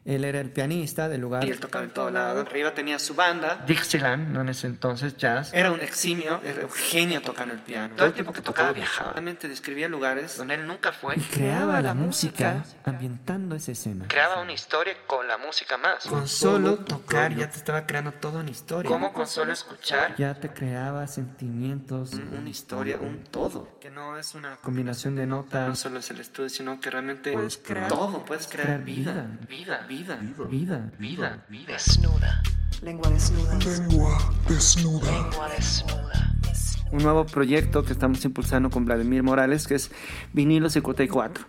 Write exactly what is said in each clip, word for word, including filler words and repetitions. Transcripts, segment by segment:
Él era el pianista del lugar y él tocaba en todo lado. Arriba tenía su banda, Dixieland, ¿no? En ese entonces, jazz. Era un eximio, era un genio tocando el piano. Todo el tiempo que tocaba viajaba. Realmente describía lugares donde él nunca fue. Y creaba la música ambientando esa escena. Creaba una historia con la música más. Con solo tocar ya te estaba creando toda una historia. ¿Cómo con solo escuchar? Ya te creaba sentimientos, una historia, un todo. Que no es una combinación de notas, no solo es el estudio, sino que realmente puedes crear todo. Puedes crear vida, vida, vida. Vida, vida, vida, vida. Desnuda. Lengua desnuda. Lengua desnuda. Lengua desnuda. Un nuevo proyecto que estamos impulsando con Vladimir Morales, que es Vinilo cincuenta y cuatro.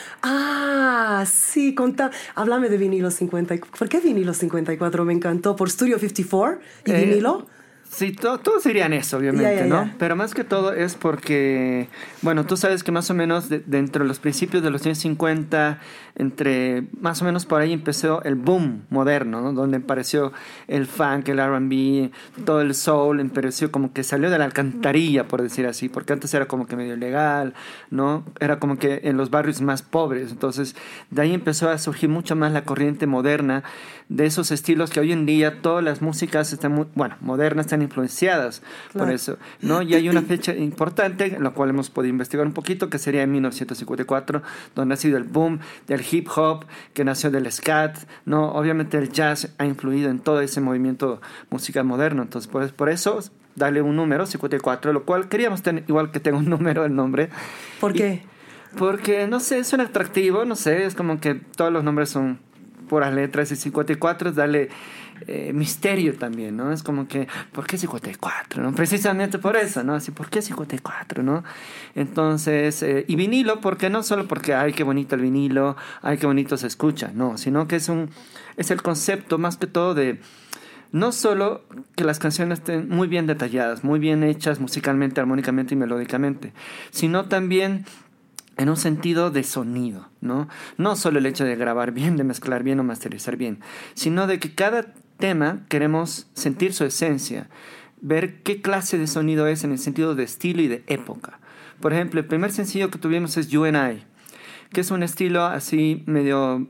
Ah, sí, contá. Háblame de Vinilo cincuenta y cuatro. ¿Por qué Vinilo cincuenta y cuatro? Me encantó. ¿Por Studio cincuenta y cuatro y Eh, vinilo? Sí, to- todos dirían eso, obviamente, Ya, ya, ¿no? ya. Pero más que todo es porque, bueno, tú sabes que más o menos de, dentro de los principios de los años cincuenta, entre más o menos por ahí empezó el boom moderno, ¿no? Donde apareció el funk, el R and B, todo el soul, apareció como que salió de la alcantarilla, por decir así, porque antes era como que medio ilegal, ¿no? Era como que en los barrios más pobres. Entonces, de ahí empezó a surgir mucho más la corriente moderna de esos estilos que hoy en día todas las músicas están muy, bueno, modernas, están influenciadas por Claro. eso, ¿no? Y hay una fecha importante, en la cual hemos podido investigar un poquito, que sería en mil novecientos cincuenta y cuatro, donde ha sido el boom del hip hop, que nació del scat, ¿no? Obviamente el jazz ha influido en todo ese movimiento musical moderno, entonces pues, por eso darle un número, cincuenta y cuatro, lo cual queríamos tener, igual que tenga un número el nombre. ¿Por Y- qué? Porque, no sé, suena atractivo, no sé, es como que todos los nombres son puras letras y cincuenta y cuatro es darle eh, misterio también, ¿no? Es como que, ¿por qué cincuenta y cuatro? ¿No? Precisamente por eso, ¿no? Así, ¿por qué cincuenta y cuatro? ¿No? Entonces, eh, y vinilo, porque no solo porque, ay, qué bonito el vinilo, ay, qué bonito se escucha, no, sino que es un, es el concepto más que todo de, no solo que las canciones estén muy bien detalladas, muy bien hechas musicalmente, armónicamente y melódicamente, sino también en un sentido de sonido, ¿no? No solo el hecho de grabar bien, de mezclar bien o masterizar bien, sino de que cada tema queremos sentir su esencia, ver qué clase de sonido es en el sentido de estilo y de época. Por ejemplo, el primer sencillo que tuvimos es You and I, que es un estilo así medio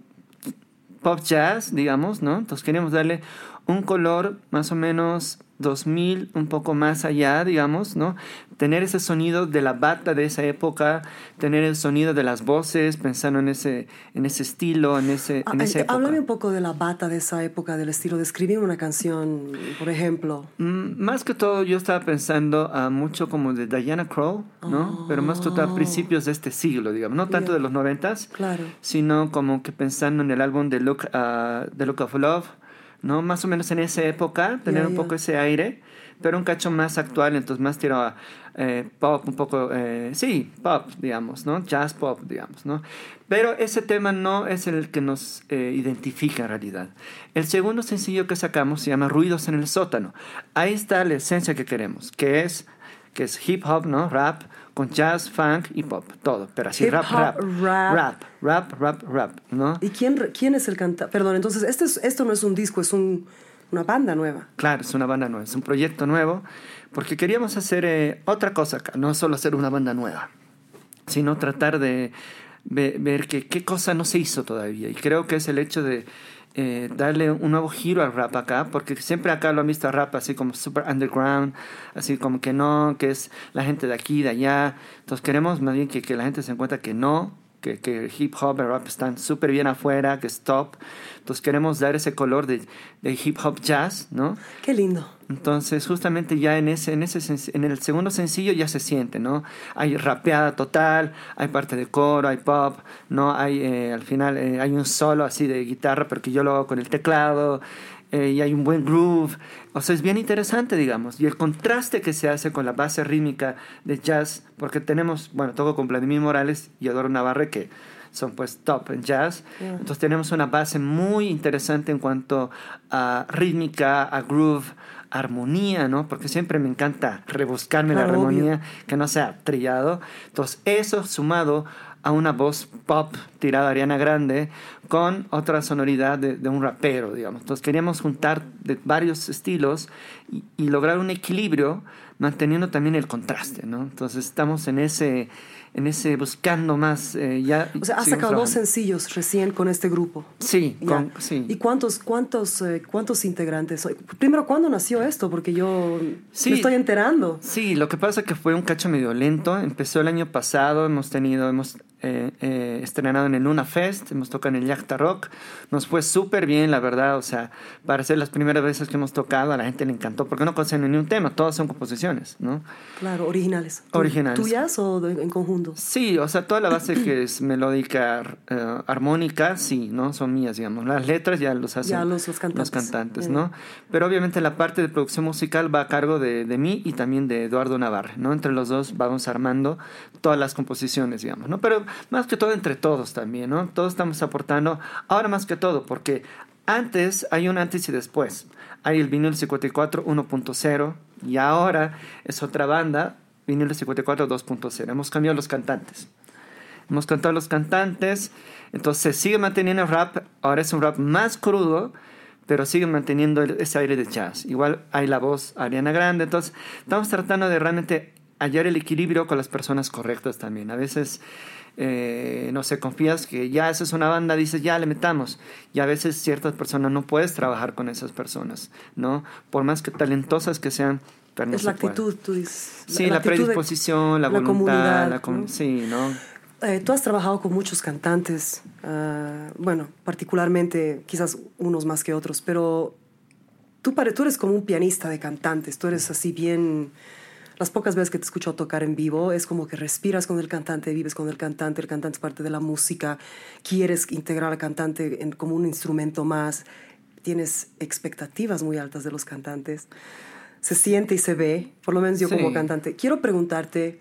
pop jazz, digamos, ¿no? Entonces queríamos darle un color más o menos dos mil, un poco más allá, digamos, ¿no? Tener ese sonido de la bata de esa época, tener el sonido de las voces, pensando en ese, en ese estilo, en, ese, en Ah, esa eh, época. háblame un poco de la bata de esa época, del estilo. Describir una canción, por ejemplo. Mm, Más que todo yo estaba pensando a mucho como de Diana Krall, ¿no? Oh. Pero más que todo a principios de este siglo, digamos. No tanto Yeah. de los noventas, Claro. sino como que pensando en el álbum The Look, uh, The Look of Love, ¿no? Más o menos en esa época, tener Yeah, un yeah. poco ese aire, pero un cacho más actual, entonces más tirado a eh, pop, un poco, eh, sí, pop, digamos, ¿no? Jazz pop, digamos, ¿no? Pero ese tema no es el que nos eh, identifica en realidad. El segundo sencillo que sacamos se llama Ruidos en el sótano. Ahí está la esencia que queremos, que es, que es hip hop, ¿no? Rap, con jazz, funk y pop, todo, pero así Hip rap, hop, rap, rap. rap, rap, rap, rap, ¿no? ¿Y quién, quién es el cantante? Perdón, entonces, este es- esto no es un disco, es un, una banda nueva. Claro, es una banda nueva, es un proyecto nuevo, porque queríamos hacer eh, otra cosa acá, no solo hacer una banda nueva, sino tratar de ve- ver que, qué cosa no se hizo todavía. Y creo que es el hecho de eh, darle un nuevo giro al rap acá, porque siempre acá lo han visto al rap así como super underground, así como que no, que es la gente de aquí, de allá. Entonces queremos más bien que, que la gente se encuentre que no, que, que el hip hop y el rap están súper bien afuera, que es top. Entonces queremos dar ese color de, de hip hop jazz, ¿no? Qué lindo. Entonces justamente ya en ese, en ese sen- en el segundo sencillo ya se siente, ¿no? Hay rapeada total, hay parte de coro, hay pop, ¿no? Hay eh, al final eh, hay un solo así de guitarra, pero que yo lo hago con el teclado, eh, y hay un buen groove. O sea, es bien interesante, digamos. Y el contraste que se hace con la base rítmica de jazz, porque tenemos, bueno, toco con Vladimir Morales y Adoro Navarre, que son pues top en jazz. Yeah. Entonces tenemos una base muy interesante en cuanto a rítmica, a groove, armonía, ¿no? Porque siempre me encanta rebuscarme Claro, la armonía, obvio. que no sea trillado. Entonces eso sumado a una voz pop tirada a Ariana Grande con otra sonoridad de, de un rapero, digamos. Entonces queríamos juntar de varios estilos y, y lograr un equilibrio manteniendo también el contraste, ¿no? Entonces estamos en ese, en ese buscando más. Eh, ya, O sea, has seguimos sacado dos trabajando. sencillos recién con este grupo. Sí, Ya. con, sí. ¿Y cuántos, cuántos, eh, cuántos integrantes soy? Primero, ¿cuándo nació esto? Porque yo Sí. me estoy enterando. Sí, lo que pasa es que fue un cacho medio lento. Empezó el año pasado, hemos tenido, hemos eh, eh, estrenado en el Luna Fest, hemos tocado en el Yacta Rock. Nos fue súper bien, la verdad. O sea, para ser las primeras veces que hemos tocado, a la gente le encantó, porque no conocen ni un tema, todas son composiciones, ¿no? Claro, originales. ¿Tú- Originales. ¿Tuyas o de- en conjunto? Sí, o sea, toda la base que es melódica, eh, armónica, sí, ¿no? Son mías, digamos. Las letras ya los hacen Ya los- los cantantes. cantantes, Ya. ¿no? Pero obviamente la parte de producción musical va a cargo de, de mí y también de Eduardo Navarre, ¿no? Entre los dos vamos armando todas las composiciones, digamos, ¿no? Pero más que todo entre todos también, ¿no? Todos estamos aportando, ahora más que todo, porque antes hay un antes y después. Hay el Vinilo cincuenta y cuatro uno punto cero y ahora es otra banda, Vinilo cincuenta y cuatro dos punto cero. Hemos cambiado los cantantes. Hemos cantado los cantantes, entonces se sigue manteniendo el rap, ahora es un rap más crudo, pero sigue manteniendo el- ese aire de jazz. Igual hay la voz Ariana Grande, entonces estamos tratando de realmente hallar el equilibrio con las personas correctas también. A veces, eh, no sé, confías que ya esa es una banda, dices ya le metamos, y a veces ciertas personas no puedes trabajar con esas personas, ¿no? Por más que talentosas que sean, pero no Es se la puede. actitud, tú dices. Sí, la, actitud de- predisposición, la, la voluntad, comunidad, la com- ¿no? sí, ¿no? Eh, tú has trabajado con muchos cantantes, ah, bueno, particularmente quizás unos más que otros, pero tú, pare- tú eres como un pianista de cantantes, tú eres así bien... Las pocas veces que te escucho tocar en vivo es como que respiras con el cantante, vives con el cantante, el cantante es parte de la música, quieres integrar al cantante en, como un instrumento más, tienes expectativas muy altas de los cantantes, se siente y se ve, por lo menos yo Sí. como cantante. Quiero preguntarte,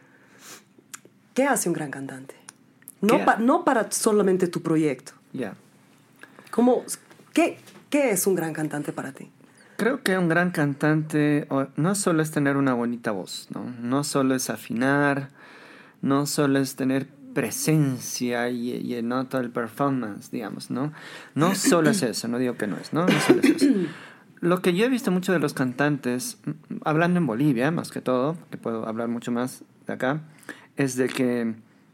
¿qué hace un gran cantante? No, ¿Qué? pa- no para solamente tu proyecto. Ya. ¿Cómo, qué, ¿Qué es un gran cantante para ti? Creo que un gran cantante o- no solo es tener una bonita voz, ¿no? No solo es afinar, no solo es tener presencia y, y ¿no? todo el performance, digamos, ¿no? No solo es eso, no digo que no es, ¿no? No solo es eso. Lo que yo he visto mucho de los cantantes, mm, hablando en Bolivia más que todo, que puedo hablar mucho más de acá, es de que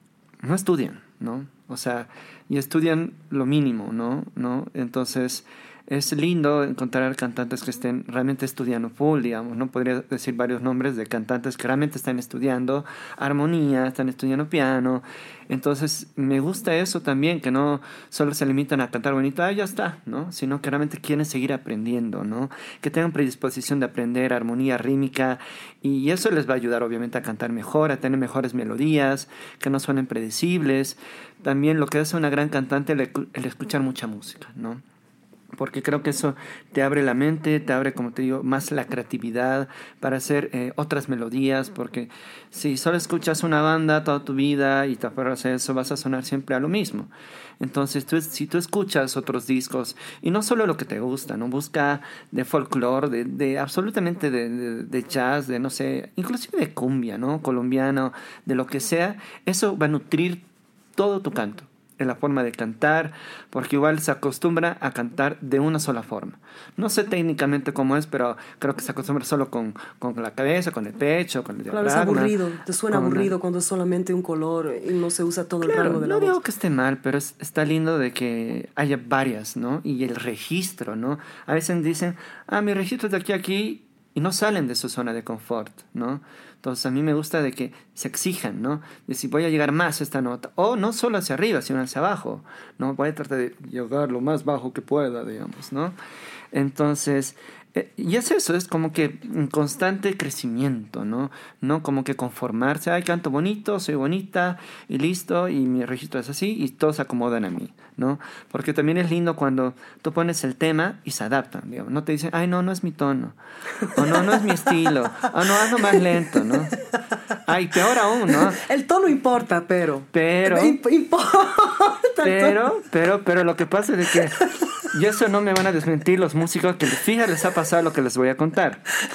no estudian, ¿no? O sea, y estudian lo mínimo, ¿no? ¿no? Entonces, es lindo encontrar cantantes que estén realmente estudiando full, digamos, ¿no? Podría decir varios nombres de cantantes que realmente están estudiando armonía, están estudiando piano. Entonces, me gusta eso también, que no solo se limitan a cantar bonito, ah, ya está, ¿no? Sino que realmente quieren seguir aprendiendo, ¿no? Que tengan predisposición de aprender armonía rítmica y eso les va a ayudar, obviamente, a cantar mejor, a tener mejores melodías, que no suenen predecibles. También lo que hace una gran cantante es el escuchar mucha música, ¿no? Porque creo que eso te abre la mente, te abre, como te digo, más la creatividad para hacer eh, otras melodías, porque si solo escuchas una banda toda tu vida y te aferras a eso, vas a sonar siempre a lo mismo. Entonces, tú, si tú escuchas otros discos, y no solo lo que te gusta, ¿no? Busca de folclore, de, de absolutamente de, de, de jazz, de no sé, inclusive de cumbia, ¿no? Colombiano, de lo que sea, eso va a nutrir todo tu canto, en la forma de cantar, porque igual se acostumbra a cantar de una sola forma. No sé técnicamente cómo es, pero creo que se acostumbra solo con, con la cabeza, con el pecho, con el Claro, es diafragma. aburrido, te suena con la- aburrido cuando es solamente un color y no se usa todo el Claro, rango de la no voz. digo que esté mal, pero es- está lindo de que haya varias, ¿no? Y el registro, ¿no? A veces dicen, ah, mi registro es de aquí a aquí, y no salen de su zona de confort, ¿no? Entonces a mí me gusta de que se exijan, ¿no? De si voy a llegar más a esta nota, o no solo hacia arriba, sino hacia abajo, ¿no? Voy a tratar de llegar lo más bajo que pueda, digamos, ¿no? Entonces, eh, y es eso, es como que un constante crecimiento, ¿no? No como que conformarse, ay, canto bonito, soy bonita, y listo, y mi registro es así, y todos se acomodan a mí, ¿no? Porque también es lindo cuando tú pones el tema y se adaptan, digamos, no te dicen, ay, no, no es mi tono, o no, no es mi estilo, o no, hazlo más lento, ¿no? Ay, peor aún, ¿no? El tono importa, pero... Pero- Imp- importa el tono. Pero, pero, pero lo que pasa es de que, y eso no me van a desmentir los músicos, que fíjate, les ha pasado lo que les voy a contar.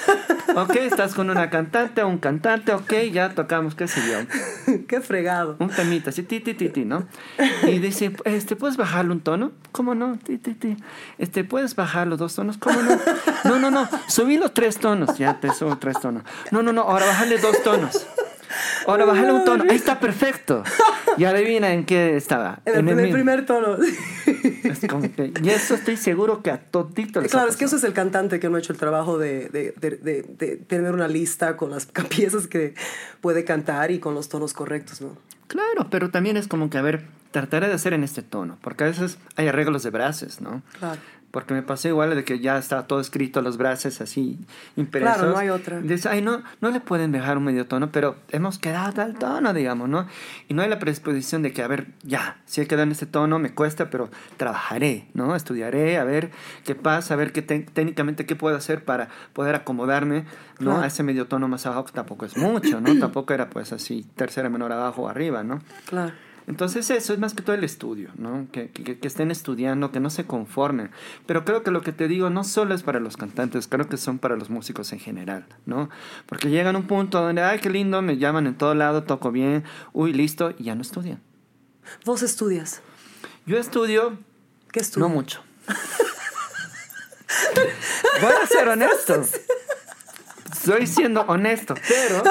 Ok, estás con una cantante o un cantante, ok, ya tocamos, qué sé yo. Qué fregado. Un temita, así, ti, ti, ti, ti, ¿no? Y dice, este, ¿puedes bajarle un tono? ¿Cómo no? Ti, ti, ti. Este, ¿puedes bajar los dos tonos? ¿Cómo no? No, no, no, subí los tres tonos, ya te subo tres tonos. No, no, no, ahora bájale dos tonos. Ahora bájale un tono, ahí está perfecto. Y adivina en qué estaba. En el, en el mismo. primer tono. Es como que, y eso estoy seguro que a todito les ha Claro, es que pasado. eso es el cantante que no ha hecho el trabajo de, de, de, de, de tener una lista con las piezas que puede cantar y con los tonos correctos, ¿no? Claro, pero también es como que, a ver, trataré de hacer en este tono, porque a veces hay arreglos de brases, ¿no? Claro. Porque me pasó igual de que ya está todo escrito, los brases así impresos. Claro, no hay otra. Dices, ay, no, no le pueden dejar un medio tono, pero hemos quedado tal tono, digamos, ¿no? Y no hay la predisposición de que, a ver, ya, si he quedado en este tono, me cuesta, pero trabajaré, ¿no? Estudiaré, a ver qué pasa, a ver qué te- técnicamente qué puedo hacer para poder acomodarme, ¿no? Claro. A ese medio tono más abajo, que tampoco es mucho, ¿no? Tampoco era, pues, así, tercera menor abajo o arriba, ¿no? Claro. Entonces eso es más que todo el estudio, ¿no? Que, que, que estén estudiando, que no se conformen. Pero creo que lo que te digo no solo es para los cantantes, creo que son para los músicos en general, ¿no? Porque llegan a un punto donde, ay, qué lindo, me llaman en todo lado, toco bien, uy, listo, y ya no estudian. ¿Vos estudias? Yo estudio, ¿Qué estudias? no mucho. Voy a ser honesto. Estoy siendo honesto, pero...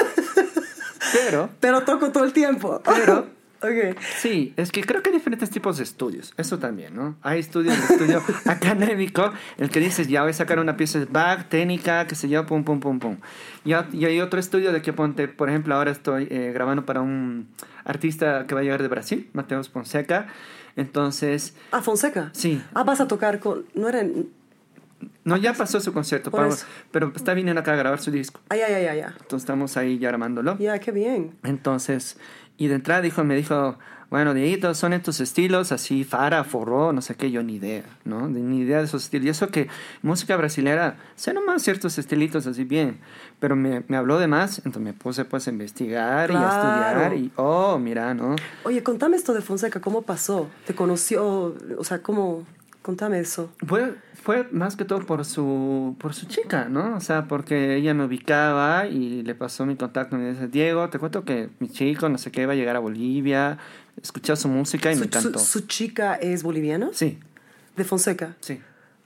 Pero... Pero toco todo el tiempo. Pero... Ok. Sí, es que creo que hay diferentes tipos de estudios, eso también, ¿no? Hay estudios de estudio académico, el que dices, ya voy a sacar una pieza de back, técnica, qué sé yo, pum, pum, pum, pum. Y, ot- y hay otro estudio de que ponte, por ejemplo, ahora estoy eh, grabando para un artista que va a llegar de Brasil, Mateus Fonseca, entonces, Ah, Fonseca. sí, Ah, vas a tocar con... No era en... no, ya pasó su concierto, Por Pablo, eso. pero está viniendo acá a grabar su disco, Ay, ay, ay, ay, ay. entonces estamos ahí ya armándolo. Ya, qué bien. Entonces, y de entrada dijo, me dijo, bueno, Dieguito, son estos estilos, así, Fara, Forró, no sé qué, yo ni idea, ¿no? De- Ni idea de esos estilos. Y eso que música brasilera, sé nomás ciertos estilitos así bien, pero me, me habló de más, entonces me puse pues a investigar y a Claro. estudiar y, oh, mira, ¿no? Oye, contame esto de Fonseca, ¿cómo pasó? ¿Te conoció? O sea, ¿cómo...? Contame eso. Fue, fue más que todo por su, por su chica, ¿no? O sea, porque ella me ubicaba y le pasó mi contacto. Me dice, Diego, te cuento que mi chico, no sé qué, iba a llegar a Bolivia, escuché su música y ¿Su, me encantó. su- su chica es boliviana? Sí, ¿De Fonseca? sí.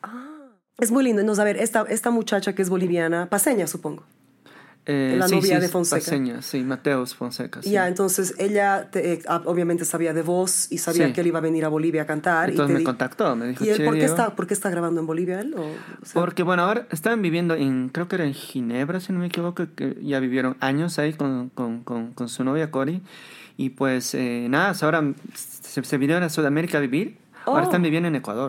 Es muy lindo. Entonces, a ver, esta, esta muchacha que es boliviana, paseña, supongo. Eh, La sí, novia sí, de Fonseca. Paseña, sí, Mateus Fonseca. Sí. Ya, entonces ella te- eh, ah, obviamente sabía de vos y sabía Sí. que él iba a venir a Bolivia a cantar. Entonces y te me di- contactó, me dijo, ¿Y él "Che, por qué, Diego". está, por qué está grabando en Bolivia él? O, o sea, Porque bueno, ahora estaban viviendo en, creo que era en Ginebra, si no me equivoco, que ya vivieron años ahí con, con, con, con su novia Cori. Y pues eh, nada, ahora se, se vinieron a Sudamérica a vivir, ahora Oh. están viviendo en Ecuador.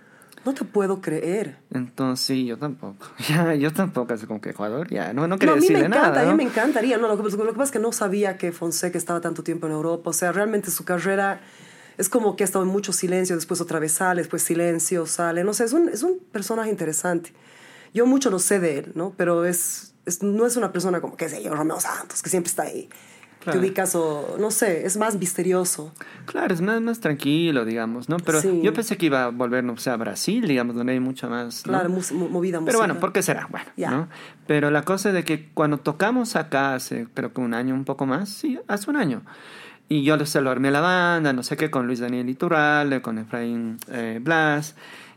no te puedo creer. Entonces, sí, yo tampoco. Ya, yo tampoco, así como que Ecuador, ya, no, no No, quería a mí me decirle encanta, nada. a mí ¿no? me encantaría. No, lo, que, lo que pasa es que no sabía que Fonseca estaba tanto tiempo en Europa. O sea, realmente su carrera es como que ha estado en mucho silencio, después otra vez sale, después silencio, sale. No sé, es un, es un personaje interesante. Yo mucho no sé de él, ¿no? Pero es, es, no es una persona como, qué sé yo, Romeo Santos, que siempre está ahí. Claro. Te ubicas o, no sé, es más misterioso. Claro, es más, más tranquilo, digamos, ¿no? Pero Sí. yo pensé que iba a volver, no sé, a Brasil, digamos, donde hay mucho más, ¿no? Claro, mus- mo- movida Pero bueno, musical. ¿por qué será? Bueno, Ya. ¿no? Pero la cosa es de que cuando tocamos acá hace, creo que un año, un poco más, sí, hace un año. Y yo se lo armé a la banda, no sé qué, con Luis Daniel Iturralde, con Efraín eh, Blas,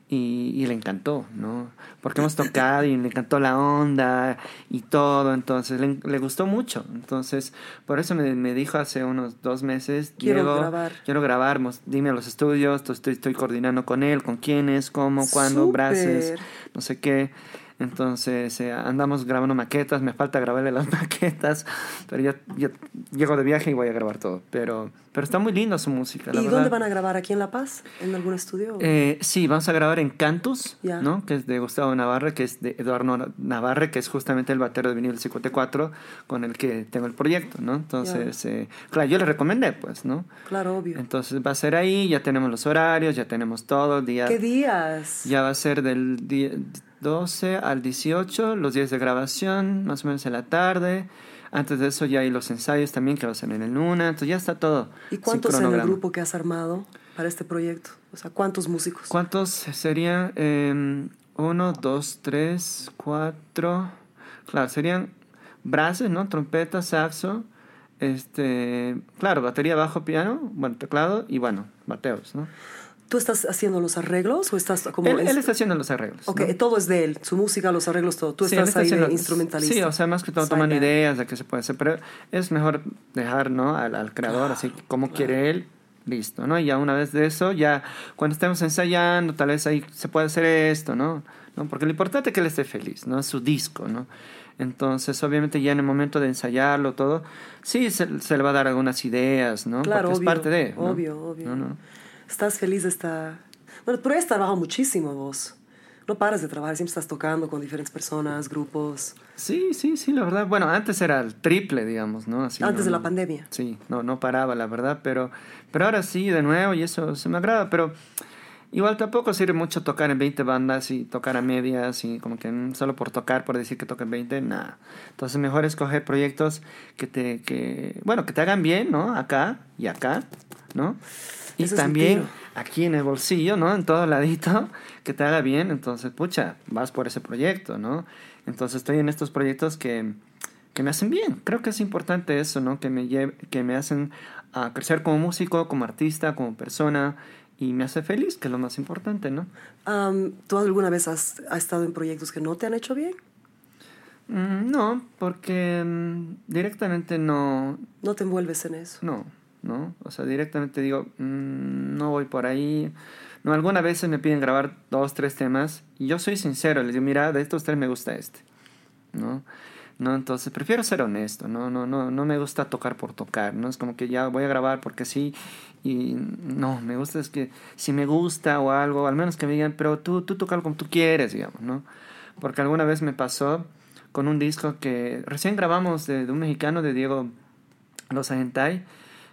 y, y le encantó, ¿no? Porque hemos tocado y le encantó la onda y todo, entonces le, le gustó mucho. Entonces, por eso me, me dijo hace unos dos meses, Quiero Diego, grabar. quiero grabar, mos- dime a los estudios, estoy, estoy coordinando con él, con quiénes, cómo, cuándo, Súper. brases, no sé qué. Entonces eh, andamos grabando maquetas, me falta grabarle las maquetas, pero ya, ya llego de viaje y voy a grabar todo. Pero, pero está muy linda su música, la ¿Y verdad. dónde van a grabar? ¿Aquí en La Paz? ¿En algún estudio? Eh, sí, vamos a grabar en Cantus, Ya. ¿no? Que es de Gustavo Navarre, que es de Eduardo Navarre, que es justamente el batero de vinilo cincuenta y cuatro con el que tengo el proyecto, ¿no? Entonces, eh, claro, yo le recomendé, pues, ¿no? Claro, obvio. Entonces va a ser ahí, ya tenemos los horarios, ya tenemos todo, el día... ¿Qué días? Ya va a ser del día doce al dieciocho, los días de grabación, más o menos en la tarde. Antes de eso ya hay los ensayos también, que va a ser en el Luna. Entonces ya está todo. ¿Y sin cuántos en el cronograma. grupo que has armado para este proyecto? O sea, ¿cuántos músicos? ¿Cuántos serían? Eh, uno, dos, tres, cuatro, Claro, serían brases, ¿no? Trompeta, saxo, este, claro, batería, bajo, piano, bueno, teclado y bueno, bateos, ¿no? ¿Tú estás haciendo los arreglos o estás como...? Él, es- él está haciendo los arreglos. Ok, ¿no? todo es de él, su música, los arreglos, todo. Tú Sí, él estás está ahí haciendo- de instrumentalista. Sí, o sea, más que todo Side tomando band. ideas de qué se puede hacer, pero es mejor dejar, ¿no? Al, al creador, así como quiere él, listo, ¿no? Y ya una vez de eso, ya cuando estemos ensayando, tal vez ahí se puede hacer esto, ¿no? ¿No? Porque lo importante es que él esté feliz, ¿no? Es su disco, ¿no? Entonces, obviamente, ya en el momento de ensayarlo, todo, sí, se, se le va a dar algunas ideas, ¿no? Claro, Porque obvio, es parte de, ¿no? obvio, obvio. No, no. Estás feliz de estar... Bueno, pero has trabajado muchísimo vos. No paras de trabajar, siempre estás tocando con diferentes personas, grupos. Sí, sí, sí, la verdad. Bueno, antes era el triple, digamos, ¿no? Así, Antes no, de la no- pandemia. Sí, no, no paraba, la verdad, pero, pero ahora sí, de nuevo, y eso se me agrada, pero igual tampoco sirve mucho tocar en veinte bandas y tocar a medias y como que mm, solo por tocar, por decir que toco en veinte, nada. Entonces mejor escoger proyectos que te, que, bueno, que te hagan bien, ¿no? Acá y acá, ¿no? Y Ese es un también tiro. aquí en el bolsillo, ¿no? En todo ladito, que te haga bien, entonces, pucha, vas por ese proyecto, ¿no? Entonces estoy en estos proyectos que, que me hacen bien. Creo que es importante eso, ¿no? Que me, lle- que me hacen a crecer como músico, como artista, como persona, y me hace feliz, que es lo más importante, ¿no? Am, ¿Tú alguna vez has, has estado en proyectos que no te han hecho bien? Mm, no, porque mm, directamente no, No te envuelves en eso. no, ¿no? O sea, directamente digo, mm, no voy por ahí. No, algunas veces me piden grabar dos, tres temas y yo soy sincero, les digo, mira, de estos tres me gusta este, ¿no? ¿No? Entonces prefiero ser honesto, ¿no? No, no, no me gusta tocar por tocar, ¿no? Es como que ya voy a grabar porque sí y no, me gusta es que si me gusta o algo, al menos que me digan, pero tú, tú toca como tú quieres, digamos, ¿no? Porque alguna vez me pasó con un disco que recién grabamos de, de un mexicano, de Diego Los Agentay,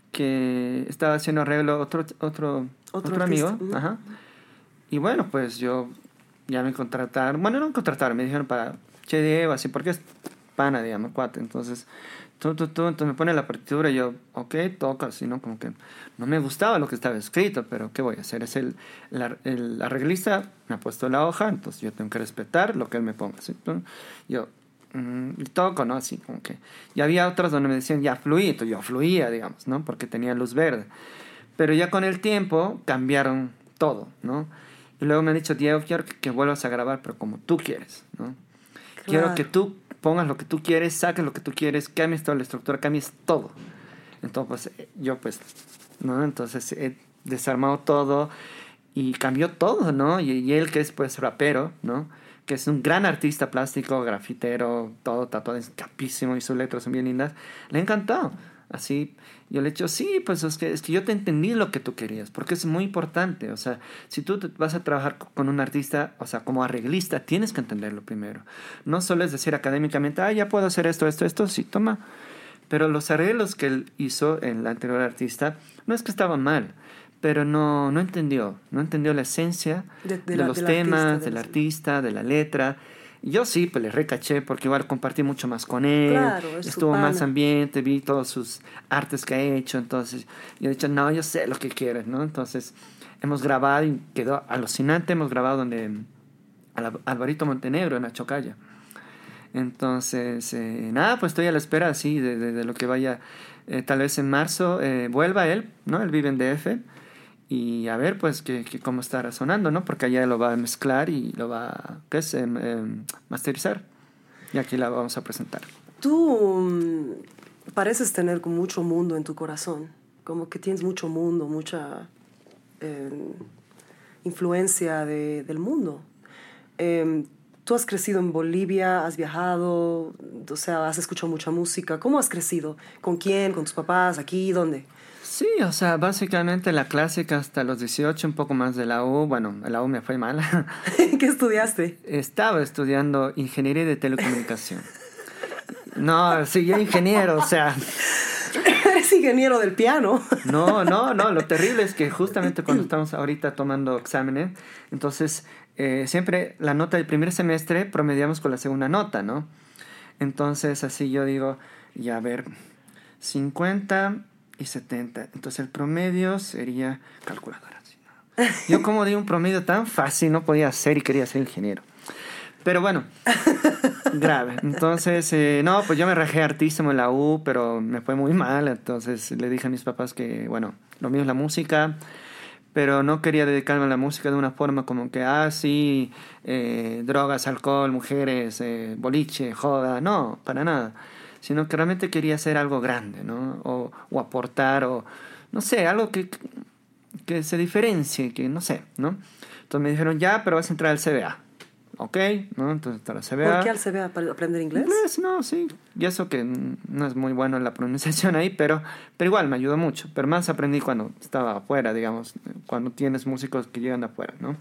que estaba haciendo arreglo otro otro Otro otro, artista, amigo, ujú. ajá. Y bueno, pues yo ya me contrataron, bueno, no me contrataron, me dijeron para Che Diego, así, porque es pana, digamos, cuate, entonces tú, tú, tú, entonces me pone la partitura y yo, ok, toca, así, ¿no? Como que no me gustaba lo que estaba escrito, pero ¿qué voy a hacer? Es el, el, ar- el arreglista me ha puesto la hoja, entonces yo tengo que respetar lo que él me ponga, ¿sí? Entonces, yo mm, y toco, ¿no? Así como que... Y había otras donde me decían, ya fluí, entonces yo fluía, digamos, ¿no? Porque tenía luz verde. Pero ya con el tiempo cambiaron todo, ¿no? Y luego me han dicho, Diego, quiero que, que vuelvas a grabar, pero como tú quieres, ¿no? Quiero Claro. que tú pongas lo que tú quieres, saques lo que tú quieres, cambies toda la estructura, cambies todo. Entonces, pues, yo pues, ¿no? Entonces he desarmado todo y cambió todo, ¿no? Y, y él que es pues rapero, ¿no? Que es un gran artista plástico, grafitero, todo tatuado, es capísimo y sus letras son bien lindas, le ha encantado. Así, yo le he dicho, sí, pues es que, es que yo te entendí lo que tú querías, porque es muy importante. O sea, si tú te vas a trabajar co- con un artista, o sea, como arreglista, tienes que entenderlo primero. No solo es decir académicamente, ah, ya puedo hacer esto, esto, esto, sí, toma. Pero los arreglos que él hizo en la anterior artista, no es que estaban mal, pero no, no entendió, no entendió la esencia De- de, de la- los del temas, artista, de del los- artista, de la letra. Y yo sí, pues le recaché porque igual compartí mucho más con él. Claro, es su estuvo más pana. ambiente, vi todos sus artes que ha hecho. Entonces yo he dicho, no, yo sé lo que quieres, ¿no? Entonces hemos grabado y quedó alucinante. Hemos grabado donde Al- Alvarito Montenegro, en Achocalla. Entonces, eh, nada, pues estoy a la espera, así, de, de, de lo que vaya. Eh, tal vez en marzo eh, vuelva él, ¿no? Él vive en D F. Y a ver, pues, que, que cómo estará sonando, ¿no? Porque allá lo va a mezclar y lo va a, ¿qué es? Em, em, masterizar. Y aquí la vamos a presentar. Tú mm, pareces tener como mucho mundo en tu corazón. Como que tienes mucho mundo, mucha eh, influencia de- del mundo. Eh, tú has crecido en Bolivia, has viajado, o sea, has escuchado mucha música. ¿Cómo has crecido? ¿Con quién? ¿Con tus papás? ¿Aquí? ¿Dónde? Sí, o sea, básicamente la clásica hasta los dieciocho, un poco más de la U. Bueno, en la U me fue mal. ¿Qué estudiaste? Estaba estudiando ingeniería de telecomunicación. No, sí, yo ingeniero, o sea... Eres ingeniero del piano. No, no, no, lo terrible es que justamente cuando estamos ahorita tomando exámenes, entonces eh, siempre la nota del primer semestre promediamos con la segunda nota, ¿no? Entonces así yo digo, ya a ver, cincuenta y setenta, entonces el promedio sería calculadora. ¿Sí? ¿No? Yo como di un promedio tan fácil, no podía hacer y quería ser ingeniero. Pero bueno, grave. Entonces, eh, no, pues yo me rajé hartísimo en la U, pero me fue muy mal. Entonces le dije a mis papás que, bueno, lo mío es la música, pero no quería dedicarme a la música de una forma como que, ah, sí, eh, drogas, alcohol, mujeres, eh, boliche, joda. No, para nada. Sino que realmente quería hacer algo grande, ¿no? O, o aportar, o no sé, algo que, que se diferencie, que no sé, ¿no? Entonces me dijeron, ya, pero vas a entrar al C B A. Ok, ¿no? Entonces está la C B A. ¿Por qué al C B A? ¿Para aprender inglés? Inglés, no, sí. Y eso que no es muy bueno la pronunciación ahí, pero, pero igual me ayudó mucho. Pero más aprendí cuando estaba afuera, digamos, cuando tienes músicos que llegan de afuera, ¿no?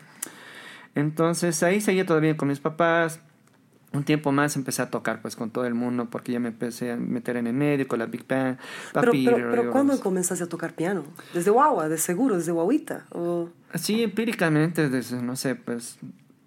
Entonces ahí seguía todavía con mis papás. Un tiempo más empecé a tocar pues con todo el mundo porque ya me empecé a meter en el medio con la Big Band. Pero, Papi, pero, pero ¿cuándo comenzaste a tocar piano? ¿Desde guagua, de seguro, desde guaguita? ¿O? Sí, empíricamente, desde, no sé, pues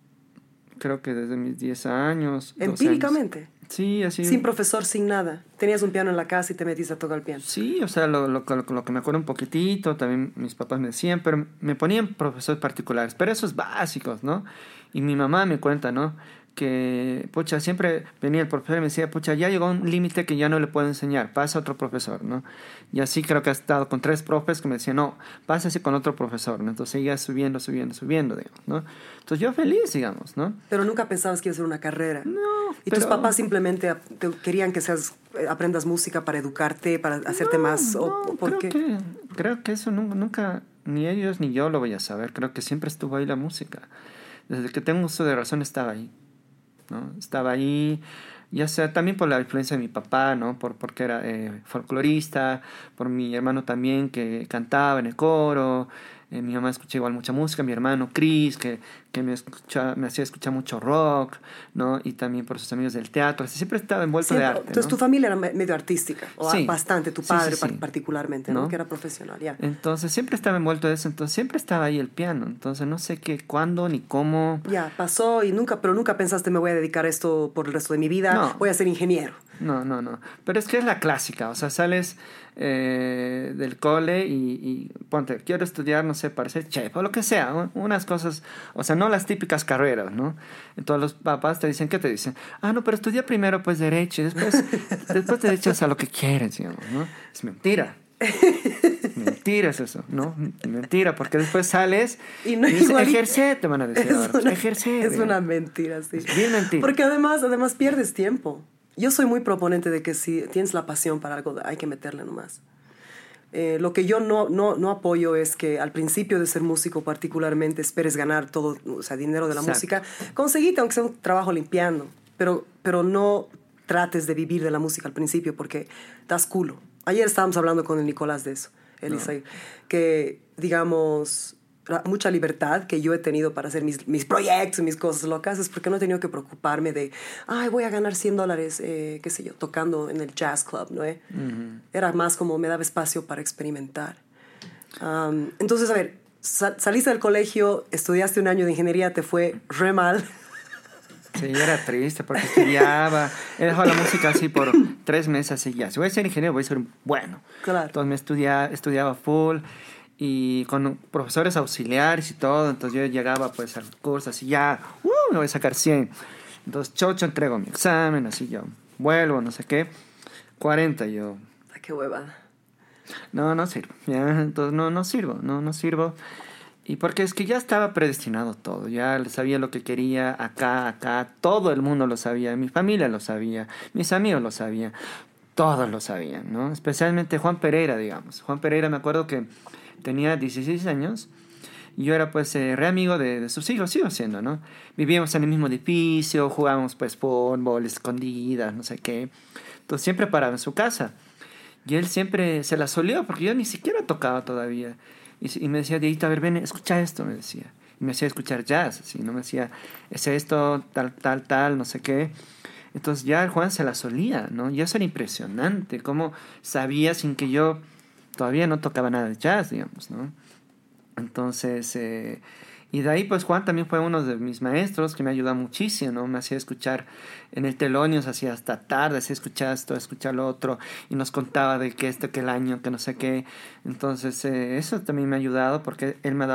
creo que desde mis diez años. ¿Empíricamente? Años. Sí, así. Sin profesor, sin nada. Tenías un piano en la casa y te metiste a tocar el piano. Sí, o sea, lo, lo, lo, lo que me acuerdo un poquitito, también mis papás me decían, pero me ponían profesores particulares, pero esos básicos, ¿no? Y mi mamá me cuenta, ¿no? Que, pucha, siempre venía el profesor y me decía, pucha, ya llegó un límite que ya no le puedo enseñar, pasa a otro profesor, ¿no? Y así creo que ha estado con tres profes que me decían, no, pásase con otro profesor, ¿no? Entonces seguía subiendo, subiendo, subiendo, digamos, ¿no? Entonces yo feliz, digamos, ¿no? Pero nunca pensabas que iba a ser una carrera. No, ¿Y pero... tus papás simplemente te querían que seas, aprendas música para educarte, para hacerte no, más? ¿O no, por creo qué? Que, creo que eso nunca, nunca, ni ellos ni yo lo voy a saber, creo que siempre estuvo ahí la música. Desde que tengo uso de razón estaba ahí, ¿no? Estaba ahí, ya sea también por la influencia de mi papá, ¿no? Por, porque era eh, folclorista, por mi hermano también que cantaba en el coro, eh, mi mamá escucha igual mucha música, mi hermano Chris, que, que me, escucha, me hacía escuchar mucho rock, ¿no? Y también por sus amigos del teatro, así, siempre estaba envuelto Siempre. de arte, Entonces ¿no? tu familia era medio artística, o Sí. bastante, tu Sí, padre sí, sí. particularmente, ¿no? ¿No? Que era profesional, ya. Entonces siempre estaba envuelto de eso, entonces siempre estaba ahí el piano, entonces no sé qué, cuándo ni cómo. Ya, pasó y nunca, pero nunca pensaste me voy a dedicar a esto por el resto de mi vida, No. voy a ser ingeniero. No, no, no. Pero es que es la clásica, o sea, sales eh, del cole y, y ponte, quiero estudiar, no sé, para ser chef o lo que sea, ¿no? Unas cosas, o sea, no las típicas carreras, ¿no? Entonces los papás te dicen, ¿qué te dicen? Ah, no, pero estudia primero pues derecho y después, después te dedicas a lo que quieres, digamos, ¿no? Es mentira. Mentira es eso, ¿no? Mentira, porque después sales Y no y dices, igual- ejercer, te van a decir Es ahora. una, Ejercer. es digamos. una mentira, sí. Es bien mentira. Porque además, además pierdes tiempo. Yo soy muy proponente de que si tienes la pasión para algo, hay que meterle nomás. Eh, lo que yo no, no, no apoyo es que al principio de ser músico particularmente esperes ganar todo, o sea, dinero de la Exacto. música. Conseguite, aunque sea un trabajo limpiando, pero, pero no trates de vivir de la música al principio porque das culo. Ayer estábamos hablando con el Nicolás de eso, él No. dice que, digamos, la- mucha libertad que yo he tenido para hacer mis, mis proyectos, mis cosas locas, es porque no he tenido que preocuparme de, ay, voy a ganar cien dólares, eh, qué sé yo, tocando en el jazz club, ¿no? Eh? Ujú. Era más como me daba espacio para experimentar. Um, entonces, a ver, sal- saliste del colegio, estudiaste un año de ingeniería, te fue re mal. Sí, era triste porque estudiaba. He dejado la música así por tres meses y ya. Si voy a ser ingeniero, voy a ser bueno. Claro. Entonces me estudia, estudiaba full y con profesores auxiliares y todo. Entonces yo llegaba pues al curso así ya, uh, me voy a sacar cien. Entonces chocho, entrego mi examen, así yo vuelvo, no sé qué. cuarenta yo, Ay, qué huevada. no, no sirvo. Ya, entonces no, no sirvo, no, no sirvo. Y porque es que ya estaba predestinado todo, ya sabía lo que quería acá, acá, todo el mundo lo sabía, mi familia lo sabía, mis amigos lo sabían, todos lo sabían, ¿no? Especialmente Juan Pereira, digamos. Juan Pereira me acuerdo que tenía dieciséis años y yo era pues eh, re amigo de, de sus hijos, sigo siendo, ¿no? Vivíamos en el mismo edificio, jugábamos pues fútbol, escondidas, no sé qué. Entonces siempre paraba en su casa. Y él siempre se la solió porque yo ni siquiera tocaba todavía. Y, y me decía, Dieguito, a ver, ven, escucha esto, me decía. Y me hacía escuchar jazz, así, ¿no? Me decía, es esto, tal, tal, tal, no sé qué. Entonces ya el Juan se la solía, ¿no? Y eso era impresionante, cómo sabía sin que yo todavía no tocaba nada de jazz, digamos, ¿no? Entonces, eh, y de ahí pues Juan también fue uno de mis maestros que me ayudó muchísimo, ¿no? Me hacía escuchar en el Telonios, hacía hasta tarde, hacía escuchar esto, escuchar lo otro, y nos contaba de que este, que el año, que no sé qué. Entonces, eh, eso también me ha ayudado porque él me ha dado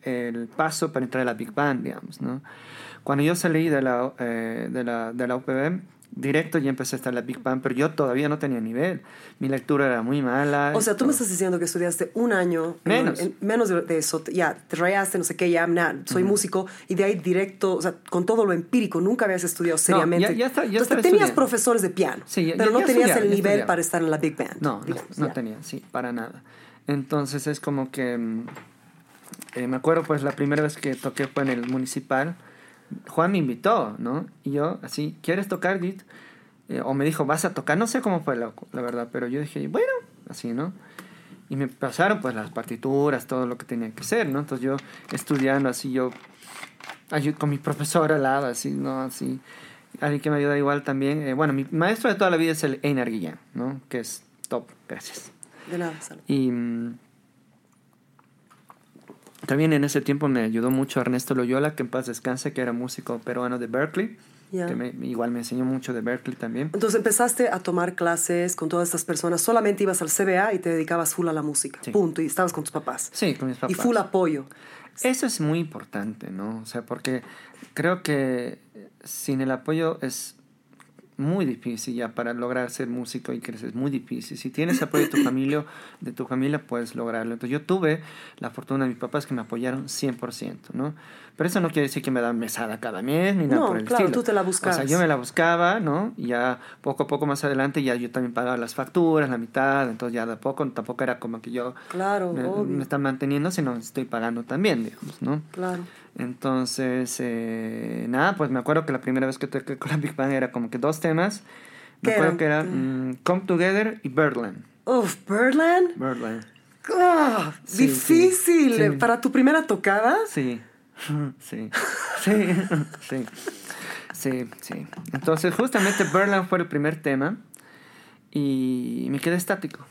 el paso para entrar a la Big Band, digamos, ¿no? Cuando yo salí de la, eh, de la, de la U P B, directo ya empecé a estar en la Big Band, pero yo todavía no tenía nivel. Mi lectura era muy mala. O sea, tú me estás diciendo que estudiaste un año. Menos. En, en, menos de, de eso. Ya, te rayaste, no sé qué, ya, nah, soy uh-huh. músico. Y de ahí directo, o sea, con todo lo empírico, nunca habías estudiado seriamente. No, ya, ya está, ya Entonces, tenías estudiando. Profesores de piano, sí, ya, pero ya, no ya tenías estudiaba, el nivel estudiaba. Para estar en la Big Band. No, digamos, no, no ya. tenía, sí, para nada. Entonces es como que... Eh, me acuerdo, pues, la primera vez que toqué fue en el municipal. Juan me invitó, ¿no? Y yo, así, ¿quieres tocar, Git? Eh, o me dijo, ¿vas a tocar? No sé cómo fue, la, la verdad, pero yo dije, bueno, así, ¿no? Y me pasaron, pues, las partituras, todo lo que tenía que ser, ¿no? Entonces yo, estudiando así, yo, ayud- con mi profesor al lado, así, ¿no? Así, alguien que me ayuda igual también. Eh, bueno, mi maestro de toda la vida es el Einar Guillén, ¿no? Que es top, gracias. De nada, Sal. Y... Mm, también en ese tiempo me ayudó mucho Ernesto Loyola, que en paz descanse, que era músico peruano de Berkeley, yeah. que me, igual me enseñó mucho de Berkeley también. Entonces empezaste a tomar clases con todas estas personas, solamente ibas al C B A y te dedicabas full a la música, sí. Punto, y estabas con tus papás. Sí, con mis papás. Y full apoyo. Eso es muy importante, ¿no? O sea, porque creo que sin el apoyo es muy difícil ya para lograr ser músico y crecer, es muy difícil. Si tienes apoyo de tu familia, de tu familia puedes lograrlo. Entonces yo tuve la fortuna de mis papás que me apoyaron cien por ciento, ¿no? Pero eso no quiere decir que me dan mesada cada mes ni nada no, por el claro, estilo. Tú te la buscabas. O sea, yo me la buscaba, ¿no? Y ya poco a poco más adelante ya yo también pagaba las facturas, la mitad, entonces ya de a poco tampoco era como que yo claro, me, obvio. me están manteniendo, sino estoy pagando también, digamos, ¿no? Claro. Entonces, eh, nada, pues me acuerdo que la primera vez que toqué con la Big Band era como que dos temas. Me acuerdo que era um, Come Together y Birdland. Uf, Birdland. Birdland. Oh, sí, difícil. Sí, sí. ¿Para tu primera tocada? Sí. Sí. Sí. Sí. Sí, sí. Entonces, justamente Birdland fue el primer tema y me quedé estático.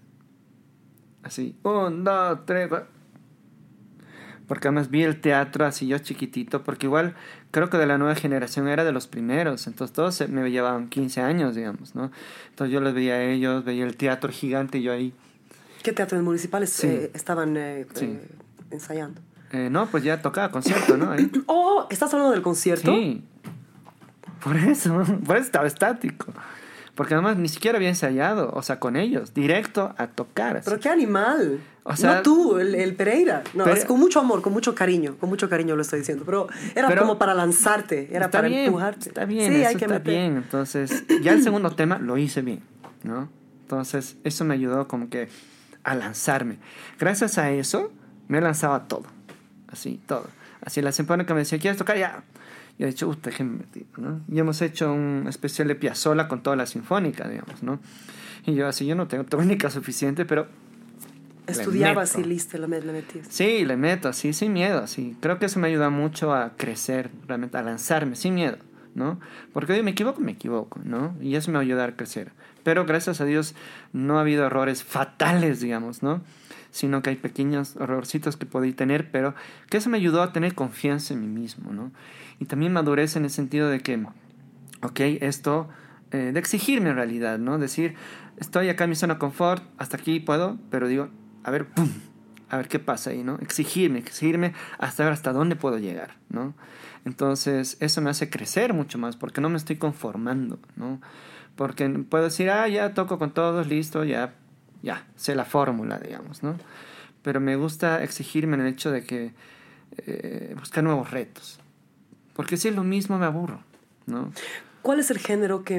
Así. Un, dos, tres, cuatro. Porque además vi el teatro así yo chiquitito, porque igual creo que de la nueva generación era de los primeros, entonces todos me llevaban quince años, digamos, ¿no? Entonces yo los veía a ellos, veía el teatro gigante y yo ahí... ¿Qué teatros municipales sí. eh, estaban eh, sí. eh, ensayando? Eh, no, pues ya tocaba concierto, ¿no? Ahí. Oh, ¿estás hablando del concierto? Sí, por eso, por eso estaba estático. Porque además ni siquiera había ensayado, o sea, con ellos, directo a tocar. Así. Pero qué animal. O sea, no tú, el, el Pereira. No, pero, es con mucho amor, con mucho cariño, con mucho cariño lo estoy diciendo. Pero era pero, como para lanzarte, era para bien, empujarte. Está bien, sí, eso hay que está meter. bien. Entonces, ya el segundo tema lo hice bien, ¿no? Entonces, eso me ayudó como que a lanzarme. Gracias a eso, me lanzaba todo. Así, todo. Así la sinfónica me decía, ¿quieres tocar? Ya. Y he dicho, usted, déjenme meter, ¿no? Y hemos hecho un especial de Piazzolla con toda la sinfónica, digamos, ¿no? Y yo así, yo no tengo técnica suficiente, pero... Estudiabas y listo, le, le metías. Sí, le meto, así, sin miedo, así. Creo que eso me ayuda mucho a crecer, realmente, a lanzarme, sin miedo, ¿no? Porque hoy me equivoco, me equivoco, ¿no? Y eso me va a ayudar a crecer. Pero gracias a Dios no ha habido errores fatales, digamos, ¿no? Sino que hay pequeños errorcitos que podí tener, pero que eso me ayudó a tener confianza en mí mismo, ¿no? Y también madurez en el sentido de que, ok, esto, eh, de exigirme en realidad, ¿no? Decir, estoy acá en mi zona de confort, hasta aquí puedo, pero digo, a ver, pum, a ver qué pasa ahí, ¿no? Exigirme, exigirme hasta ver hasta dónde puedo llegar, ¿no? Entonces, eso me hace crecer mucho más, porque no me estoy conformando, ¿no? Porque puedo decir, ah, ya toco con todos, listo, ya, ya, sé la fórmula, digamos, ¿no? Pero me gusta exigirme en el hecho de que eh, buscar nuevos retos. Porque si es lo mismo, me aburro, ¿no? ¿Cuál es el género que...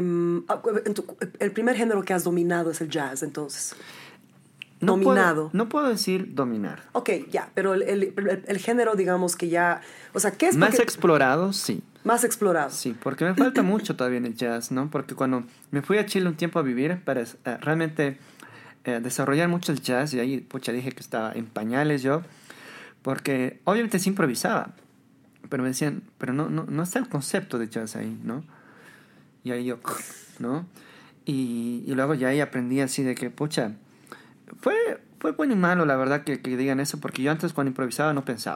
El primer género que has dominado es el jazz, entonces? No dominado. Puedo, no puedo decir dominar. Ok, ya, pero el, el, el, el género, digamos que ya... O sea, ¿qué es? Más porque, explorado, sí. Más explorado. Sí, porque me falta mucho todavía en el jazz, ¿no? Porque cuando me fui a Chile un tiempo a vivir para uh, realmente uh, desarrollar mucho el jazz, y ahí, pucha, dije que estaba en pañales yo, porque obviamente se improvisaba. Pero me decían, pero no, no, no está el concepto de jazz ahí, ¿no? Y ahí yo, ¿no? Y, y luego ya ahí aprendí así de que, pucha, fue, fue bueno y malo, la verdad, que, que digan eso, porque yo antes cuando improvisaba no pensaba.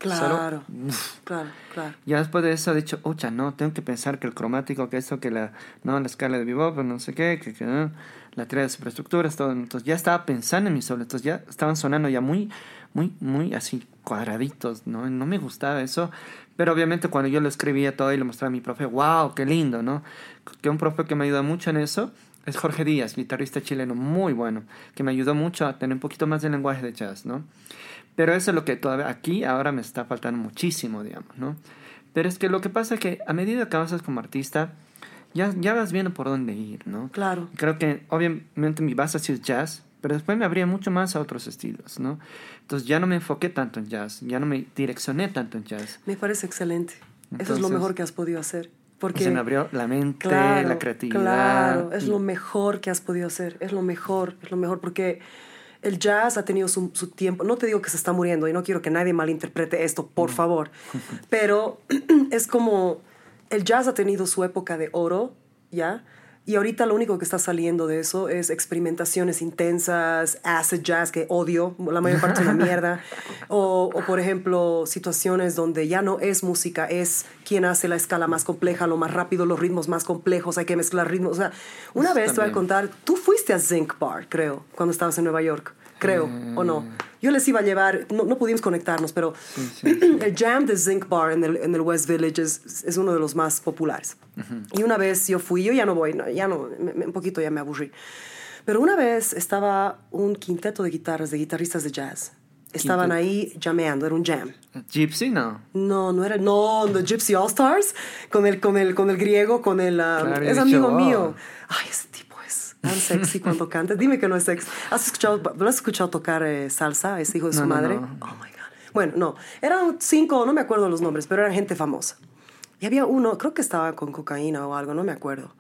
Claro, Solo, uf. claro, claro. Ya después de eso he dicho, ocha, no, tengo que pensar que el cromático, que esto, que la, no, la escala de bebop, no sé qué, que, que no, la teoría de superestructuras, todo. Entonces ya estaba pensando en mis solos, entonces ya estaban sonando ya muy, muy, muy así cuadraditos, ¿no? No me gustaba eso, pero obviamente cuando yo lo escribía todo y lo mostraba a mi profe, wow, qué lindo, ¿no? Que un profe que me ayuda mucho en eso es Jorge Díaz, guitarrista chileno muy bueno, que me ayudó mucho a tener un poquito más de lenguaje de jazz, ¿no? Pero eso es lo que todavía aquí ahora me está faltando muchísimo, digamos, ¿no? Pero es que lo que pasa es que a medida que avanzas como artista, ya, ya vas viendo por dónde ir, ¿no? Claro. Creo que obviamente mi base ha sido jazz, pero después me abría mucho más a otros estilos, ¿no? Entonces ya no me enfoqué tanto en jazz, ya no me direccioné tanto en jazz. Me parece excelente. Entonces, eso es lo mejor que has podido hacer. Porque se me abrió la mente, claro, la creatividad. Claro, es y... lo mejor que has podido hacer. Es lo mejor, es lo mejor porque el jazz ha tenido su, su tiempo. No te digo que se está muriendo y no quiero que nadie malinterprete esto, por Mm. favor. Pero es como el jazz ha tenido su época de oro, ¿ya? Y ahorita lo único que está saliendo de eso es experimentaciones intensas, acid jazz, que odio, la mayor parte es una mierda. O, o, por ejemplo, situaciones donde ya no es música, es quien hace la escala más compleja, lo más rápido, los ritmos más complejos, hay que mezclar ritmos. O sea, una Eso vez te voy a también. contar, tú fuiste a Zinc Bar, creo, cuando estabas en Nueva York. Creo, Eh. o no. Yo les iba a llevar, no, no pudimos conectarnos, pero Sí, sí, sí. el jam de Zinc Bar en el, en el West Village es, es uno de los más populares. Uh-huh. Y una vez yo fui, yo ya no voy, no, ya no, me, me, un poquito ya me aburrí. Pero una vez estaba un quinteto de guitarras, de guitarristas de jazz. Estaban Quinteto. ahí jameando, era un jam. Gypsy, no. No, no era, no, The Gypsy All Stars, con el, con el, con el griego, con el, um, Claro, es he amigo dicho, mío. oh. Ay, ese tipo es tan sexy cuando canta. Dime que no es sexy. ¿Has escuchado, ¿lo has escuchado tocar eh, salsa, ese hijo de su No, no, madre? no. Oh my God. Bueno, no, eran cinco, no me acuerdo los nombres, pero eran gente famosa. Y había uno, creo que estaba con cocaína o algo, no me acuerdo.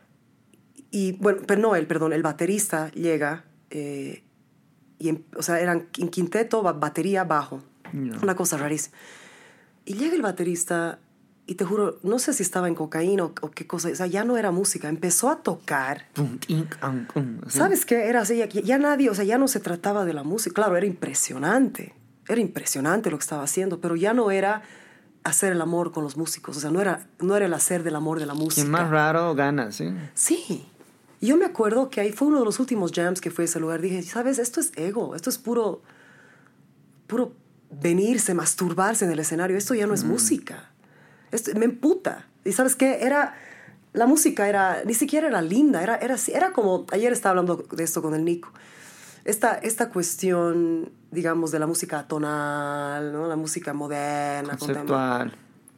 Y bueno, pero no él, perdón, el baterista llega, eh, y en, o sea, eran en quinteto, batería, bajo. No. Una cosa rarísima. Y llega el baterista y te juro, no sé si estaba en cocaína o, o qué cosa, o sea, ya no era música, empezó a tocar. Pum, tink, ang, um, ¿sí? ¿Sabes qué? Era así, ya, ya nadie, o sea, ya no se trataba de la música. Claro, era impresionante, era impresionante lo que estaba haciendo, pero ya no era hacer el amor con los músicos, o sea, no era, no era el hacer del amor de la música. Quien más raro gana, ¿sí? Sí. Y yo me acuerdo que ahí fue uno de los últimos jams que fue a ese lugar. Dije, ¿sabes? Esto es ego, esto es puro, puro venirse, masturbarse en el escenario. Esto ya no es mm. música. Esto, me emputa. ¿Y sabes qué? Era, la música era, ni siquiera era linda, era, era, era como, ayer estaba hablando de esto con el Nico. Esta, esta cuestión, digamos, de la música tonal, ¿no? La música moderna. Conceptual.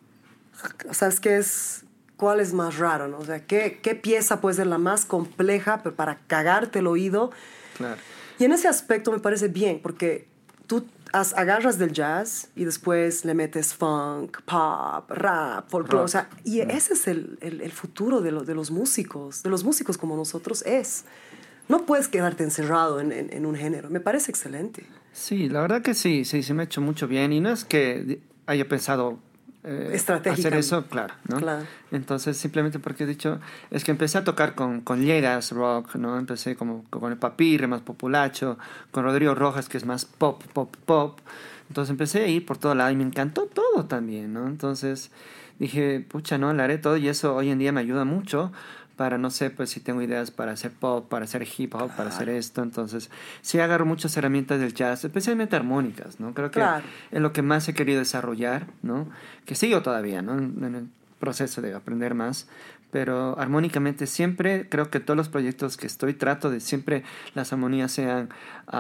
¿Sabes qué es? ¿Cuál es más raro, no? O sea, ¿qué, qué pieza puede ser la más compleja pero para cagarte el oído? Claro. Y en ese aspecto me parece bien, porque tú has, agarras del jazz y después le metes funk, pop, rap, folclore. O sea, y yeah. ese es el, el, el futuro de, lo, de los músicos, de los músicos como nosotros es. No puedes quedarte encerrado en, en, en un género. Me parece excelente. Sí, la verdad que sí, sí, sí me ha hecho mucho bien. Y no es que haya pensado... Eh, hacer eso, claro, ¿no? Claro. Entonces, simplemente porque he dicho, es que empecé a tocar con, con Llegas Rock, ¿no? Empecé como con el Papirre, más populacho, con Rodrigo Rojas, que es más pop, pop, pop. Entonces empecé a ir por todo lado y me encantó todo también, ¿no? Entonces dije, pucha, no, le haré todo y eso hoy en día me ayuda mucho para, no sé, pues si tengo ideas para hacer pop, para hacer hip hop, para hacer esto. Entonces, sí agarro muchas herramientas del jazz, especialmente armónicas, ¿no? Creo que claro. es lo que más he querido desarrollar, ¿no? Que sigo todavía, ¿no? En, en el proceso de aprender más. Pero armónicamente siempre, creo que todos los proyectos que estoy, trato de siempre las armonías sean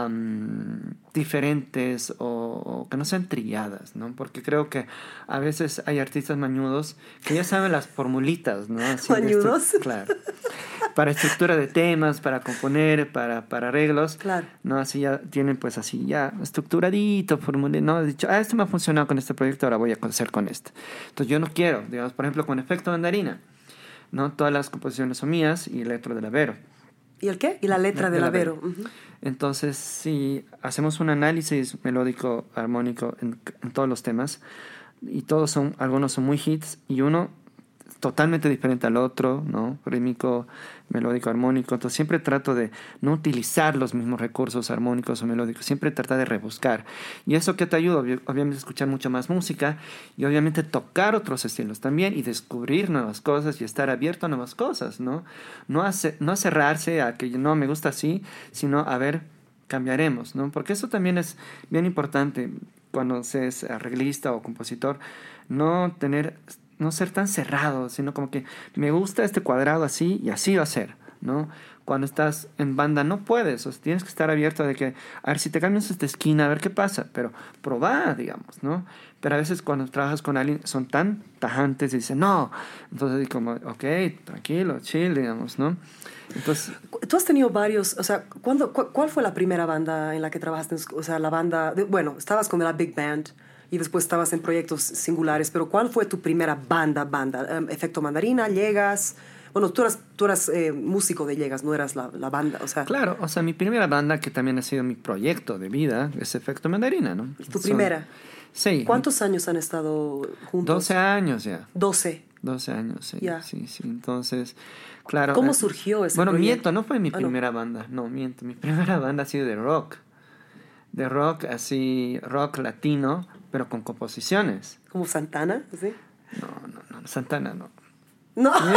um, diferentes o, o que no sean trilladas, ¿no? Porque creo que a veces hay artistas mañudos que ya saben las formulitas, ¿no? Así ¿Mañudos? Estu- claro. Para estructura de temas, para componer, para, para arreglos. Claro. ¿No? Así ya tienen pues así ya estructuradito, formulé, ¿no? He dicho, ah, esto me ha funcionado con este proyecto, ahora voy a hacer con este. Entonces yo no quiero, digamos, por ejemplo, con Efecto Mandarina. ¿No? Todas las composiciones son mías y letra de Lavero. ¿Y el qué? Y la letra de, de Lavero. Uh-huh. Entonces, si hacemos un análisis melódico, armónico en, en todos los temas, y todos son, algunos son muy hits, y uno totalmente diferente al otro, ¿no? Rítmico, melódico, armónico. Entonces siempre trato de no utilizar los mismos recursos armónicos o melódicos, siempre tratar de rebuscar. Y eso que te ayuda, obviamente, a escuchar mucha más música y obviamente tocar otros estilos también y descubrir nuevas cosas y estar abierto a nuevas cosas, ¿no? No, hace, no cerrarse a que no me gusta así, sino a ver, cambiaremos, ¿no? Porque eso también es bien importante cuando se es arreglista o compositor, no tener... no ser tan cerrado, sino como que me gusta este cuadrado así y así va a ser, ¿no? Cuando estás en banda no puedes, o sea, tienes que estar abierto de que, a ver, si te cambias esta esquina, a ver qué pasa, pero probá, digamos, ¿no? Pero a veces cuando trabajas con alguien son tan tajantes y dicen, no, entonces como, ok, tranquilo, chill, digamos, ¿no? Entonces... Tú has tenido varios, o sea, ¿cuándo, cu ¿cuál fue la primera banda en la que trabajaste? O sea, la banda, de, bueno, estabas con la Big Band, y después estabas en proyectos singulares, pero ¿cuál fue tu primera banda, banda? Um, Efecto Mandarina, Llegas. Bueno, tú eras, tú eras eh, músico de Llegas, no eras la, la banda, o sea... Claro, o sea, mi primera banda, que también ha sido mi proyecto de vida, es Efecto Mandarina, ¿no? ¿Tu primera? Sí. ¿Cuántos años han estado juntos? doce años ya. doce. doce años, sí. Ya. Sí, sí. Entonces, claro... ¿Cómo eh, surgió ese bueno, proyecto? miento, no fue mi Ah, primera no. banda, no, miento. Mi primera banda ha sido de rock. De rock, así, rock latino, pero con composiciones. ¿Como Santana? ¿Sí? No, no, no, Santana no. No. A mí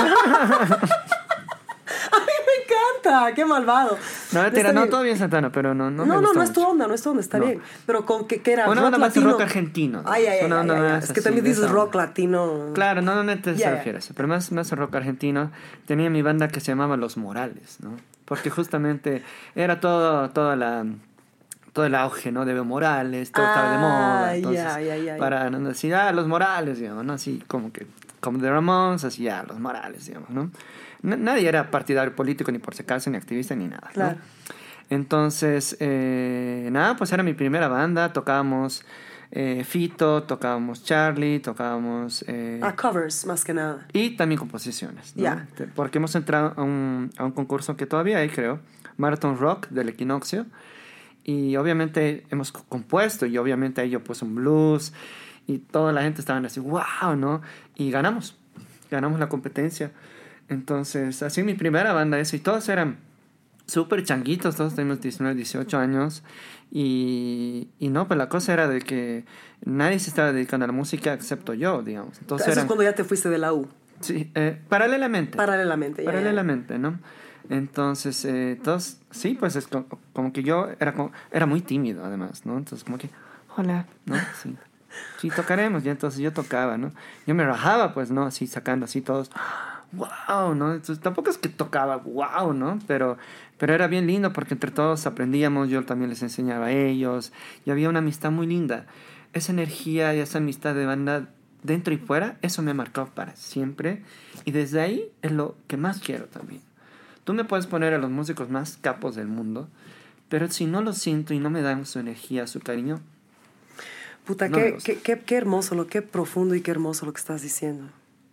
me encanta, qué malvado. No, mentira, Está no, bien. todo bien Santana, pero no, no No, me no, gustó no es tu mucho. onda, no es tu onda, está No. bien. Pero con que, que era Una rock onda más de latino. rock argentino. Ay, ay, ay. Una onda ay, ay. más Es que así, también de dices esa rock onda. latino. Claro, no, no, no te Ya, ya. refieres, pero más, más rock argentino. Tenía mi banda que se llamaba Los Morales, ¿no? Porque justamente era todo, toda la... todo el auge, ¿no? De Evo Morales, todo estaba de Ah, moda. Entonces, ya, ya, ya, ya. para no decir, ah, los Morales, digamos, ¿no? Así como que, como de Ramones, así, ah, los Morales, digamos, ¿no? N- nadie era partidario político, ni por si acaso, ni activista, ni nada, ¿no? Claro. Entonces, eh, nada, pues era mi primera banda, tocábamos eh, Fito, tocábamos Charlie, tocábamos... Eh, Ah, covers, más que nada. y también composiciones, ¿no? Ya. Te- Porque hemos entrado a un, a un concurso que todavía hay, creo, Marathon Rock del Equinoccio. Y obviamente hemos co- compuesto y obviamente ahí yo puse un blues y toda la gente estaba así, wow, ¿no? Y ganamos, ganamos la competencia. Entonces, así mi primera banda eso y todos eran súper changuitos, todos teníamos diecinueve, dieciocho años y, y no, pues la cosa era de que nadie se estaba dedicando a la música excepto yo, digamos. Entonces Eso eran, es cuando ya te fuiste de la U. sí, eh, paralelamente. Paralelamente. ya, ya. Paralelamente, ¿no? Entonces, eh, todos, sí, pues es como, como que yo era, como, era muy tímido además, ¿no? Entonces como que, hola, ¿no? Sí, sí, tocaremos. Y entonces yo tocaba, ¿no? Yo me rajaba, pues, ¿no? Así sacando así todos, wow, ¿no? Entonces tampoco es que tocaba, wow, ¿no? Pero, pero era bien lindo porque entre todos aprendíamos, yo también les enseñaba a ellos y había una amistad muy linda. Esa energía y esa amistad de banda dentro y fuera, eso me ha marcado para siempre y desde ahí es lo que más quiero también. Tú me puedes poner a los músicos más capos del mundo, pero si no lo siento y no me dan su energía, su cariño... Puta, no me qué, gusta. qué, qué, qué hermoso, lo, qué profundo y qué hermoso lo que estás diciendo.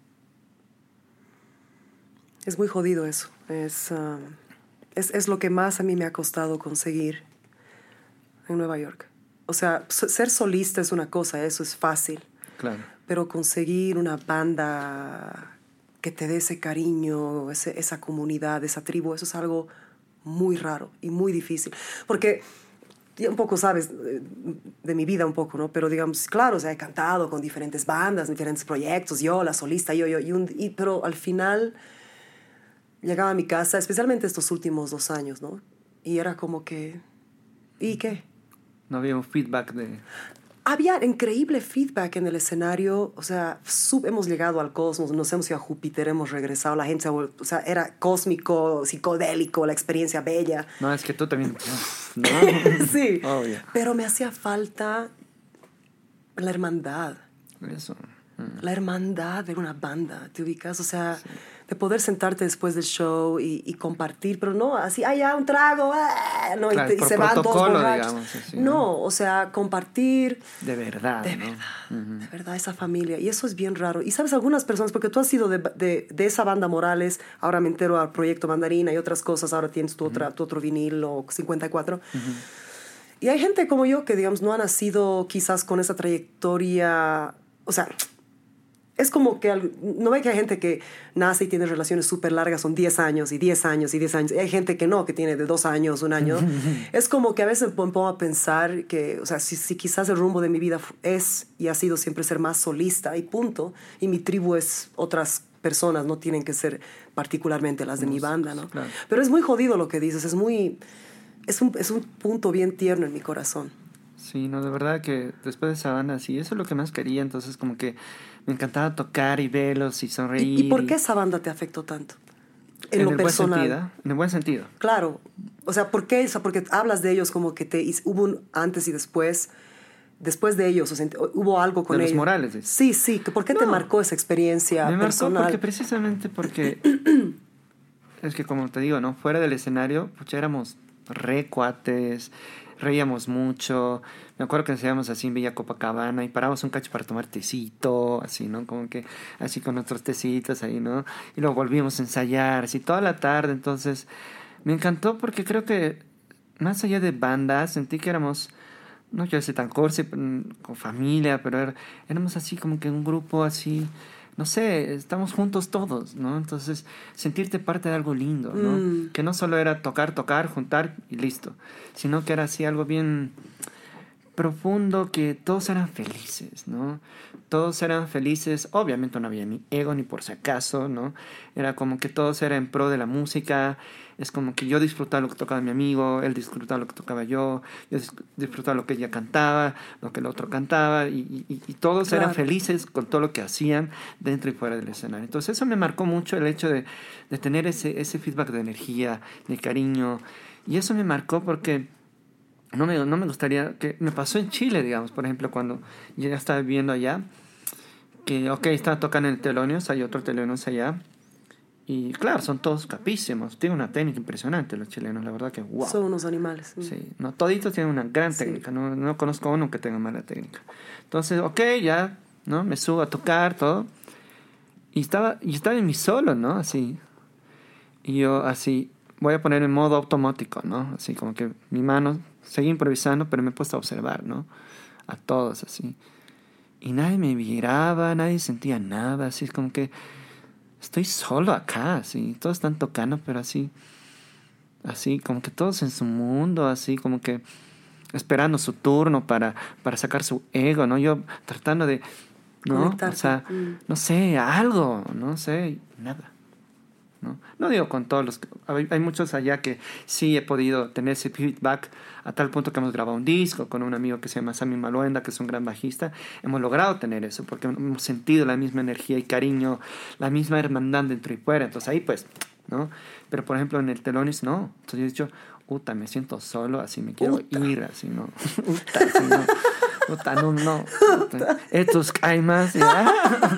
Es muy jodido eso. Es, um, es, es lo que más a mí me ha costado conseguir en Nueva York. O sea, s- ser solista es una cosa, eso es fácil. Claro. Pero conseguir una banda que te dé ese cariño, ese, esa comunidad, esa tribu, eso es algo muy raro y muy difícil. Porque ya un poco sabes de, de mi vida un poco, ¿no? Pero digamos, claro, o sea, he cantado con diferentes bandas, diferentes proyectos, yo, la solista, yo, yo, y un, y, pero al final llegaba a mi casa, especialmente estos últimos dos años, ¿no? Y era como que, ¿y qué? No había un feedback de... Había increíble feedback en el escenario, o sea, sub, hemos llegado al cosmos, nos hemos ido a Júpiter, hemos regresado, la gente se ha vuelto, o sea, era cósmico, psicodélico, la experiencia bella. No, es que tú también... ¿no? Sí, Obvio. pero me hacía falta la hermandad, Eso. Mm. la hermandad de una banda, ¿te ubicas? O sea, sí. De poder sentarte después del show y, y compartir, pero no así, ah, ya, un trago, ah, no, Claro, y, te, y por se van todos protocolo, borrachos. digamos, así, no, ¿no? o sea, compartir... De verdad, De ¿no? verdad, Ujú. de verdad, esa familia. Y eso es bien raro. Y sabes, algunas personas, porque tú has sido de, de, de esa banda Morales, ahora me entero al Proyecto Mandarina y otras cosas, ahora tienes tu, otra, tu otro vinil o cincuenta y cuatro. Uh-huh. Y hay gente como yo que, digamos, no ha nacido quizás con esa trayectoria, o sea, Es como que, al- no ve que hay gente que nace y tiene relaciones súper largas, son diez años y diez años y diez años. Y hay gente que no, que tiene de dos años, un año. Es como que a veces me pongo a pensar que, o sea, si, si quizás el rumbo de mi vida fu- es y ha sido siempre ser más solista y punto, y mi tribu es otras personas, no tienen que ser particularmente las de mi banda, ¿no? claro. Pero es muy jodido lo que dices, es muy, es un, es un punto bien tierno en mi corazón. Sí, no, de verdad que después de esa banda, sí, eso es lo que más quería. Entonces, como que me encantaba tocar y verlos y sonreír. ¿Y, y por qué esa banda te afectó tanto? En, En lo el buen personal. sentido, en el buen sentido. Claro. O sea, ¿por qué? O sea, porque hablas de ellos como que te, hiz- hubo un antes y después. Después de ellos, o sea, hubo algo con De los ellos. Morales, dices. Sí, sí. que ¿Por qué te No. marcó esa experiencia Me marcó personal? porque precisamente porque es que como te digo, ¿no? Fuera del escenario, pues éramos re cuates, reíamos mucho. Me acuerdo que nos íbamos así en Villa Copacabana y parábamos un cacho para tomar tecito, así, ¿no? Como que así con nuestros tecitos ahí, ¿no? Y luego volvíamos a ensayar, así toda la tarde. Entonces, me encantó porque creo que más allá de bandas, sentí que éramos, no quiero decir tan cursi, mm, con familia, pero era- éramos así como que un grupo así, no sé, estamos juntos todos, ¿no? Entonces, sentirte parte de algo lindo, ¿no? Mm. Que no solo era tocar, tocar, juntar y listo, sino que era así algo bien profundo, que todos eran felices, ¿no? Todos eran felices, obviamente no había ni ego ni por si acaso, ¿no? Era como que todos eran en pro de la música, es como que yo disfrutaba lo que tocaba mi amigo, él disfrutaba lo que tocaba yo, yo dis- disfrutaba lo que ella cantaba, lo que el otro cantaba, y, y- y todos Claro. eran felices con todo lo que hacían dentro y fuera del escenario. Entonces eso me marcó mucho, el hecho de, de tener ese, ese feedback de energía, de cariño, y eso me marcó porque no me, no me gustaría que me pasó en Chile, digamos, por ejemplo, cuando yo ya estaba viviendo allá, que, ok, estaba tocando en el Telonios, hay otro Telonios allá, y claro, son todos capísimos, tienen una técnica impresionante los chilenos, la verdad que wow. Son unos animales. Mm. Sí, no, toditos tienen una gran Sí. técnica, no, no conozco a uno que tenga mala técnica. Entonces, ok, ya, ¿no? Me subo a tocar, todo, y estaba, y estaba en mi solo, ¿no? Así, y yo así, voy a poner en modo automático, ¿no? Así como que mi mano, seguí improvisando, pero me he puesto a observar, ¿no? A todos así. Y nadie me miraba, nadie sentía nada, así es como que estoy solo acá, así. Todos están tocando, pero así, así, como que todos en su mundo, así como que esperando su turno para, para sacar su ego, ¿no? Yo tratando de, ¿no? Conectarte. O sea, Mm. no sé, algo, no sé, nada. ¿No? No digo con todos los... Hay, hay muchos allá que sí he podido tener ese feedback a tal punto que hemos grabado un disco con un amigo que se llama Sammy Maluenda, que es un gran bajista. Hemos logrado tener eso porque hemos sentido la misma energía y cariño, la misma hermandad dentro y fuera. Entonces ahí pues, ¿no? Pero por ejemplo en el Telonis no. Entonces yo he dicho, puta, me siento solo, así me quiero Uta. ir, así, ¿no? Uta, así, no. Puta, no, no. Puta. Estos caimas, ¿ya?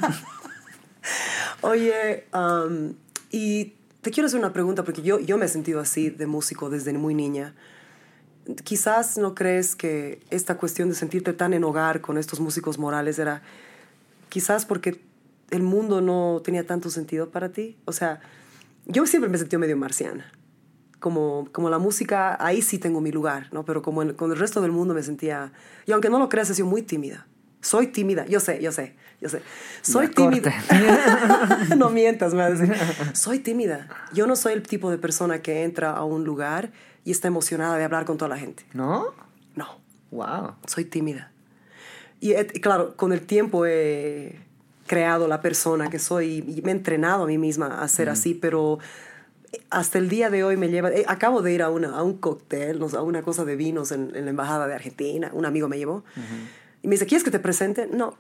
Oye, um, y te quiero hacer una pregunta porque yo, yo me he sentido así de músico desde muy niña. Quizás no crees que esta cuestión de sentirte tan en hogar con estos músicos morales era quizás porque el mundo no tenía tanto sentido para ti. O sea, yo siempre me he sentido medio marciana. Como, como la música, ahí sí tengo mi lugar, ¿no? Pero como en- con el resto del mundo me sentía... Y aunque no lo creas, he sido muy tímida. Soy tímida, yo sé, yo sé, yo sé. Soy Ya, tímida. corte. No mientas, me va a decir. Soy tímida. Yo no soy el tipo de persona que entra a un lugar y está emocionada de hablar con toda la gente. ¿No? No, Wow. soy tímida. Y, he- y claro, con el tiempo he creado la persona que soy y me he entrenado a mí misma a ser así, pero hasta el día de hoy me lleva... eh, acabo de ir a, una, a un cóctel, no sé, a una cosa de vinos en, en la embajada de Argentina. Un amigo me llevó. Y me dice, ¿quieres que te presente? No.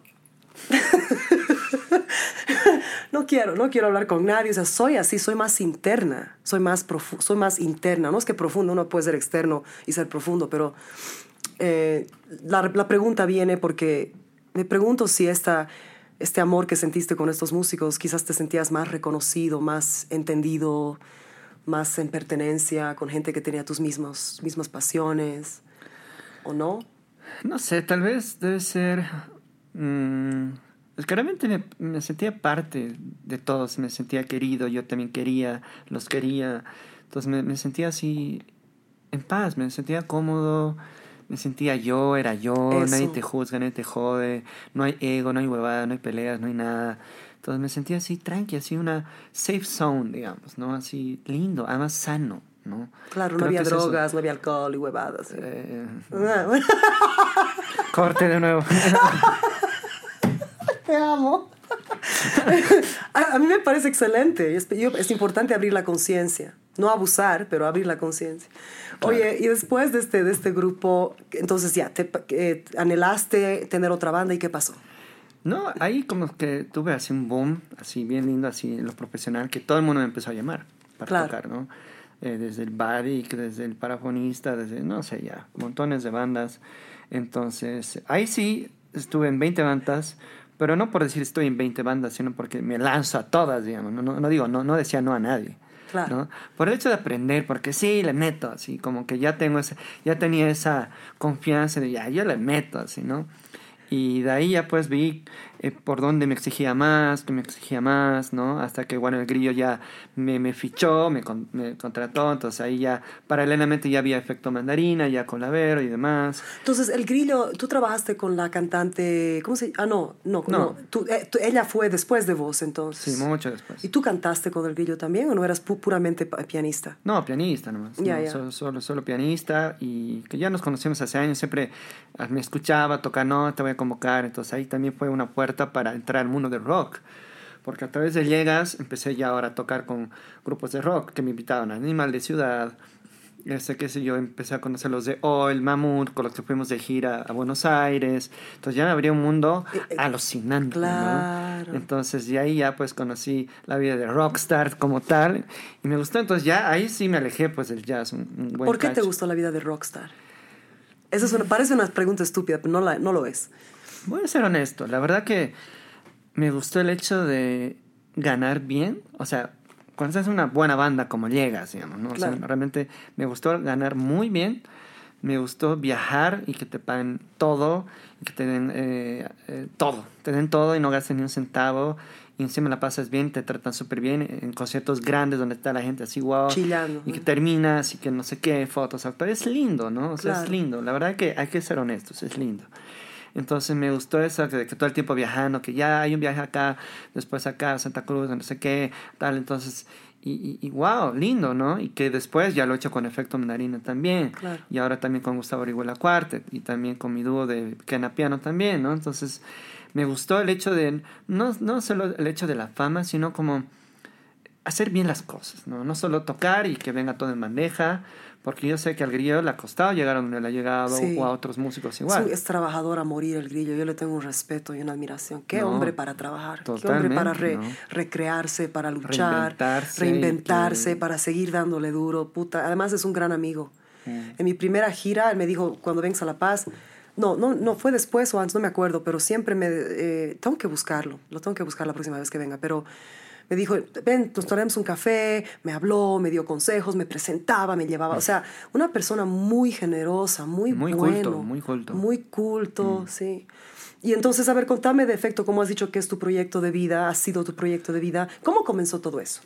No quiero, no quiero hablar con nadie. O sea, soy así, soy más interna. Soy más, profu- soy más interna. No es que profundo, uno puede ser externo y ser profundo, pero eh, la, la pregunta viene porque me pregunto si esta, este amor que sentiste con estos músicos, quizás te sentías más reconocido, más entendido, más en pertenencia con gente que tenía tus mismos, mismas pasiones, ¿o no? No sé, tal vez debe ser... mm, es que realmente me, me sentía parte de todos, me sentía querido, yo también quería, los quería. Entonces me, me sentía así en paz, me sentía cómodo, me sentía yo, era yo, Eso. nadie te juzga, nadie te jode, no hay ego, no hay huevada, no hay peleas, no hay nada. Entonces me sentía así tranqui, así una safe zone, digamos, ¿no? Así lindo, además sano, ¿no? Claro, no Creo había que es eso. drogas, no había alcohol y huevadas. ¿sí? Eh, Ah, corte de nuevo. Te amo. a, a mí me parece excelente. Es, yo- es importante abrir la conciencia. No abusar, pero abrir la conciencia. Oye, y después de este, de este grupo, entonces ya, te, eh, anhelaste tener otra banda y ¿qué pasó? No, ahí como que tuve así un boom, así bien lindo, así en lo profesional, que todo el mundo me empezó a llamar para Claro. tocar, ¿no? Eh, desde el Badik, desde el Parafonista, desde, no sé, ya, montones de bandas. Entonces, ahí sí estuve en veinte bandas, pero no por decir estoy en veinte bandas, sino porque me lanzo a todas, digamos. No, no, no digo, no, no decía no a nadie. Claro. ¿no? Por el hecho de aprender, porque sí, le meto, así como que ya tengo ese, ya tenía esa confianza de ya, yo le meto, así, ¿no? Y de ahí ya pues vi eh, por dónde me exigía más, que me exigía más, ¿no? Hasta que, bueno, el Grillo ya me, me fichó, me, con- me contrató, entonces ahí ya paralelamente ya había Efecto Mandarina, ya con Lavero y demás. Entonces, el Grillo, tú trabajaste con la cantante, ¿cómo se llama? Ah, no, no, no. No. tú- eh, tú- ella fue después de vos, entonces. Sí, mucho después. ¿Y tú cantaste con el Grillo también o no eras pu- puramente pa- pianista? No, pianista nomás. Ya, no, ya. Solo, solo, solo pianista y que ya nos conocemos hace años. Siempre ah, me escuchaba, toca, no, te voy a convocar. Entonces ahí también fue una puerta para entrar al mundo del rock. Porque a través de Llegas empecé ya ahora a tocar con grupos de rock que me invitaban a Animal de Ciudad. Este, qué sé yo, empecé a conocer los de Oil, Mamut, con los que fuimos de gira a Buenos Aires. Entonces ya me abría un mundo Eh, eh, alucinante, ¿no? claro. Entonces de ahí ya pues conocí la vida de rockstar como tal y me gustó. Entonces ya ahí sí me alejé pues del jazz, un, un buen ¿Por qué te cacho. gustó la vida de rockstar? Esa es una, parece una pregunta estúpida, pero no, la, no lo es. Voy a ser honesto, la verdad que me gustó el hecho de ganar bien, o sea, cuando estás en una buena banda como Llegas, digamos, ¿no? O sea, Claro. realmente me gustó ganar muy bien, me gustó viajar y que te paguen todo, y que te den eh, eh, todo, te den todo y no gastes ni un centavo, y encima la pasas bien, te tratan súper bien en conciertos grandes donde está la gente así, wow, Chillando, y que ¿no? terminas y que no sé qué, fotos, actores, es lindo, ¿no? O sea, Claro. es lindo, la verdad que hay que ser honestos, es lindo. Entonces me gustó eso, que, que todo el tiempo viajando, que ya hay un viaje acá, después acá, Santa Cruz, no sé qué, tal, entonces, y, y, y wow, lindo, ¿no? Y que después ya lo he hecho con Efecto Mandarina también, Claro. y ahora también con Gustavo Orihuela Quartet, y también con mi dúo de Kena Piano también, ¿no? Entonces me gustó el hecho de, no, no solo el hecho de la fama, sino como hacer bien las cosas, ¿no? No solo tocar y que venga todo en bandeja, porque yo sé que al Grillo le ha costado llegar a donde le ha llegado, Sí. o a otros músicos Es, igual. un- es trabajador a morir el Grillo. Yo le tengo un respeto y una admiración. Qué No, hombre para trabajar. Qué hombre totalmente, para re- ¿no? recrearse, para luchar, Reinventarse, reinventarse, y que- para seguir dándole duro. Puta. Además es un gran amigo. Mm. En mi primera gira, él me dijo, cuando vengas a La Paz, no, no, no, fue después o antes, no me acuerdo, pero siempre me... eh, tengo que buscarlo, lo tengo que buscar la próxima vez que venga, pero me dijo, ven, nos tomemos un café, me habló, me dio consejos, me presentaba, me llevaba, o sea, una persona muy generosa, muy, Muy bueno. culto, muy culto. Muy culto, sí. Y entonces, a ver, contame de Efecto, cómo has dicho que es tu proyecto de vida, ha sido tu proyecto de vida, ¿cómo comenzó todo eso?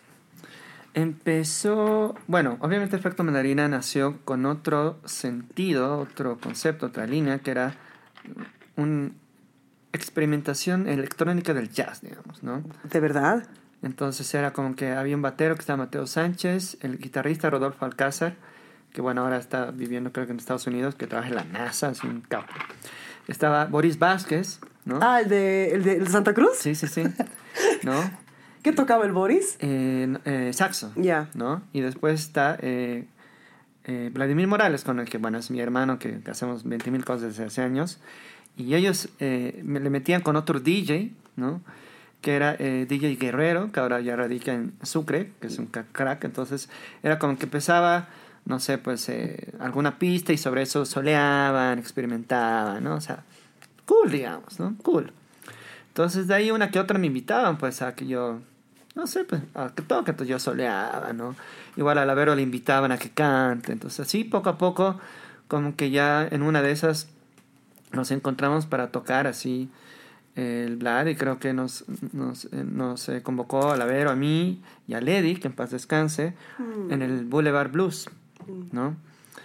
Empezó, bueno, obviamente Efecto Mandarina nació con otro sentido, otro concepto, otra línea, que era una experimentación electrónica del jazz, digamos, ¿no? ¿De verdad? Entonces era como que había un batero que estaba Mateo Sánchez, el guitarrista Rodolfo Alcázar, que bueno, ahora está viviendo creo que en Estados Unidos, que trabaja en la NASA, es un capo. Estaba Boris Vázquez, ¿no? Ah, ¿el de, el de, el de Santa Cruz? Sí, sí, sí, ¿no? ¿Qué tocaba el Boris? Eh, eh, saxo, Ya. ¿no? Y después está eh, eh, Vladimir Morales, con el que, bueno, es mi hermano, que, que hacemos veinte mil cosas desde hace años. Y ellos eh, me le metían con otro D J, ¿no? Que era eh, D J Guerrero, que ahora ya radica en Sucre, que es un ca- crack. Entonces era como que empezaba, no sé, pues eh, alguna pista y sobre eso soleaban, experimentaban, ¿no? O sea, cool, digamos, ¿no? Cool. Entonces de ahí una que otra me invitaban, pues, a que yo... No sé, pues, a que toque, entonces yo soleaba, ¿no? Igual a Lavero le invitaban a que cante. Entonces así, poco a poco, como que ya en una de esas nos encontramos para tocar así el Vlad, y creo que nos, nos, eh, nos eh, convocó a Lavero, a mí y a Lady, que en paz descanse, Mm. en el Boulevard Blues, ¿no?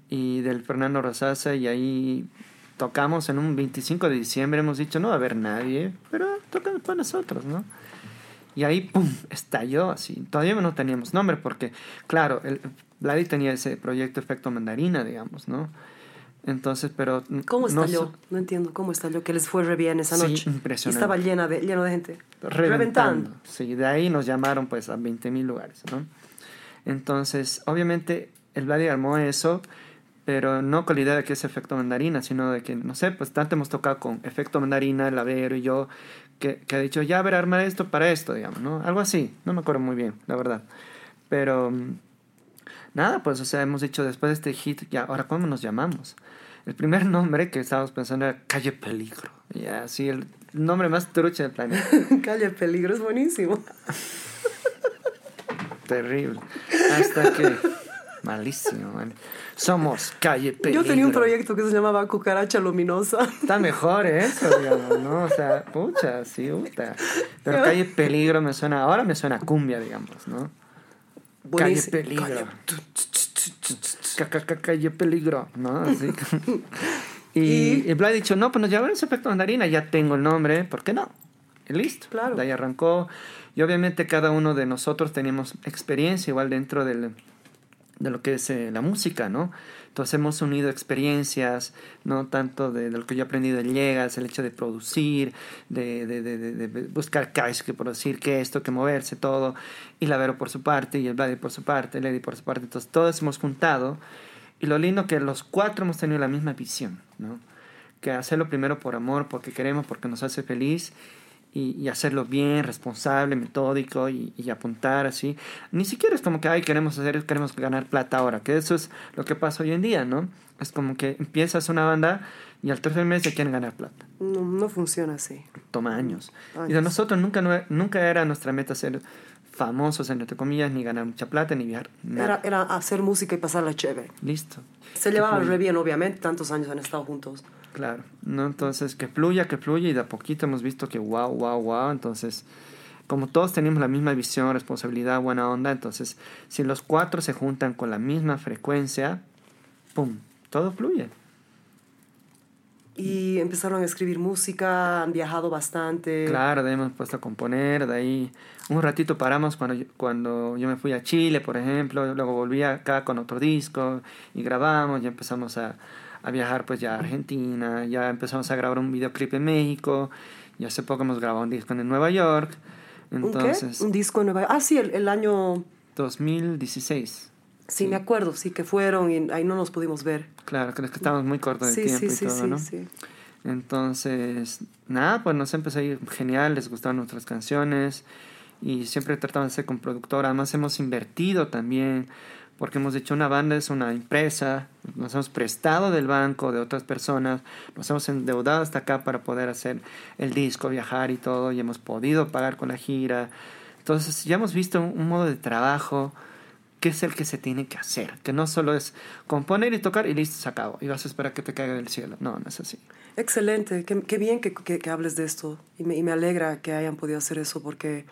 y del Fernando Rosaza, y ahí tocamos en un veinticinco de diciembre, hemos dicho, no va a haber nadie, pero tocamos para nosotros, ¿no? Y ahí, ¡pum!, estalló así. Todavía no teníamos nombre porque, claro, el, Vladi tenía ese proyecto Efecto Mandarina, digamos, ¿no? Entonces, pero... ¿Cómo estalló? No, no entiendo. ¿Cómo estalló? Que les fue re bien esa noche. Sí, impresionante. Y estaba llena de, lleno de gente. Reventando. Reventando. Sí, de ahí nos llamaron pues a veinte mil lugares, ¿no? Entonces, obviamente, el Vladi armó eso, pero no con la idea de que es Efecto Mandarina, sino de que, no sé, pues tanto hemos tocado con Efecto Mandarina, el Avero y yo, que, que ha dicho, ya, a ver, armar esto para esto, digamos, ¿no? Algo así, no me acuerdo muy bien, la verdad. Pero, nada, pues, o sea, hemos dicho después de este hit, ya, ahora, ¿cómo nos llamamos? El primer nombre que estábamos pensando era Calle Peligro. Ya, así, el nombre más trucha del planeta. Calle Peligro es buenísimo. Terrible. Hasta que... Malísimo, man. Somos Calle Peligro. Yo tenía un proyecto que se llamaba Cucaracha Luminosa. Está mejor eso, digamos, ¿no? O sea, pucha, sí, puta. Pero Calle Peligro me suena... Ahora me suena cumbia, digamos, ¿no? Buenísimo. Calle Peligro. Calle. Calle Peligro, ¿no? Así. y, Y- y Vlad ha dicho, no, pues nos llamamos Efecto Mandarina, ya tengo el nombre, ¿por qué no? Y listo. Claro. De ahí arrancó. Y obviamente cada uno de nosotros teníamos experiencia igual dentro del, de lo que es eh, la música, ¿no? Entonces hemos unido experiencias, no tanto de, de lo que yo he aprendido de Llegas, el hecho de producir, de, de, de, de, de buscar cash, que producir, que esto, que moverse, todo. Y la Vero por su parte, y el Vladi por su parte, el Eddie por su parte. Entonces todos hemos juntado. Y lo lindo que los cuatro hemos tenido la misma visión, ¿no? Que hacerlo primero por amor, porque queremos, porque nos hace feliz. Y, y hacerlo bien, responsable, metódico y, y apuntar así. Ni siquiera es como que, ay, queremos hacer, queremos ganar plata ahora, que eso es lo que pasa hoy en día, ¿no? Es como que empiezas una banda y al tercer mes ya quieren ganar plata. No, no funciona así. Toma años. Años. Y de nosotros nunca, no- nunca era nuestra meta ser famosos, entre comillas, ni ganar mucha plata, ni viajar. Nada. Era, era hacer música y pasarla chévere. Listo. Se llevaban re bien, obviamente. Tantos años han estado juntos. Claro, ¿no? Entonces, que fluya, que fluya, y de a poquito hemos visto que wow, wow, wow. Entonces, como todos tenemos la misma visión, responsabilidad, buena onda, entonces, si los cuatro se juntan con la misma frecuencia, ¡pum!, todo fluye. Y empezaron a escribir música, han viajado bastante. Claro, de ahí hemos puesto a componer, de ahí un ratito paramos cuando yo, cuando yo me fui a Chile, por ejemplo, luego volví acá con otro disco y grabamos, ya empezamos a, a viajar pues ya a Argentina, ya empezamos a grabar un videoclip en México, y hace poco hemos grabado un disco en Nueva York, entonces, ¿Un qué? Un disco en Nueva York. Ah, sí, el, el año... dos mil dieciséis. Sí, me acuerdo, sí, que fueron y ahí no nos pudimos ver. Claro, creo que estábamos muy cortos de Sí, tiempo sí, y sí, todo, sí, ¿no? sí. Entonces, nada, pues nos empezó a ir genial, les gustaron nuestras canciones y siempre tratamos de ser con productora. Además hemos invertido también, porque hemos dicho una banda es una empresa, nos hemos prestado del banco de otras personas, nos hemos endeudado hasta acá para poder hacer el disco, viajar y todo, y hemos podido pagar con la gira. Entonces ya hemos visto un, un modo de trabajo que es el que se tiene que hacer, que no solo es componer y tocar y listo, se acabó, y vas a esperar que te caiga del cielo. No, no es así. Excelente, qué, qué bien que, que, que hables de esto y me, y me alegra que hayan podido hacer eso porque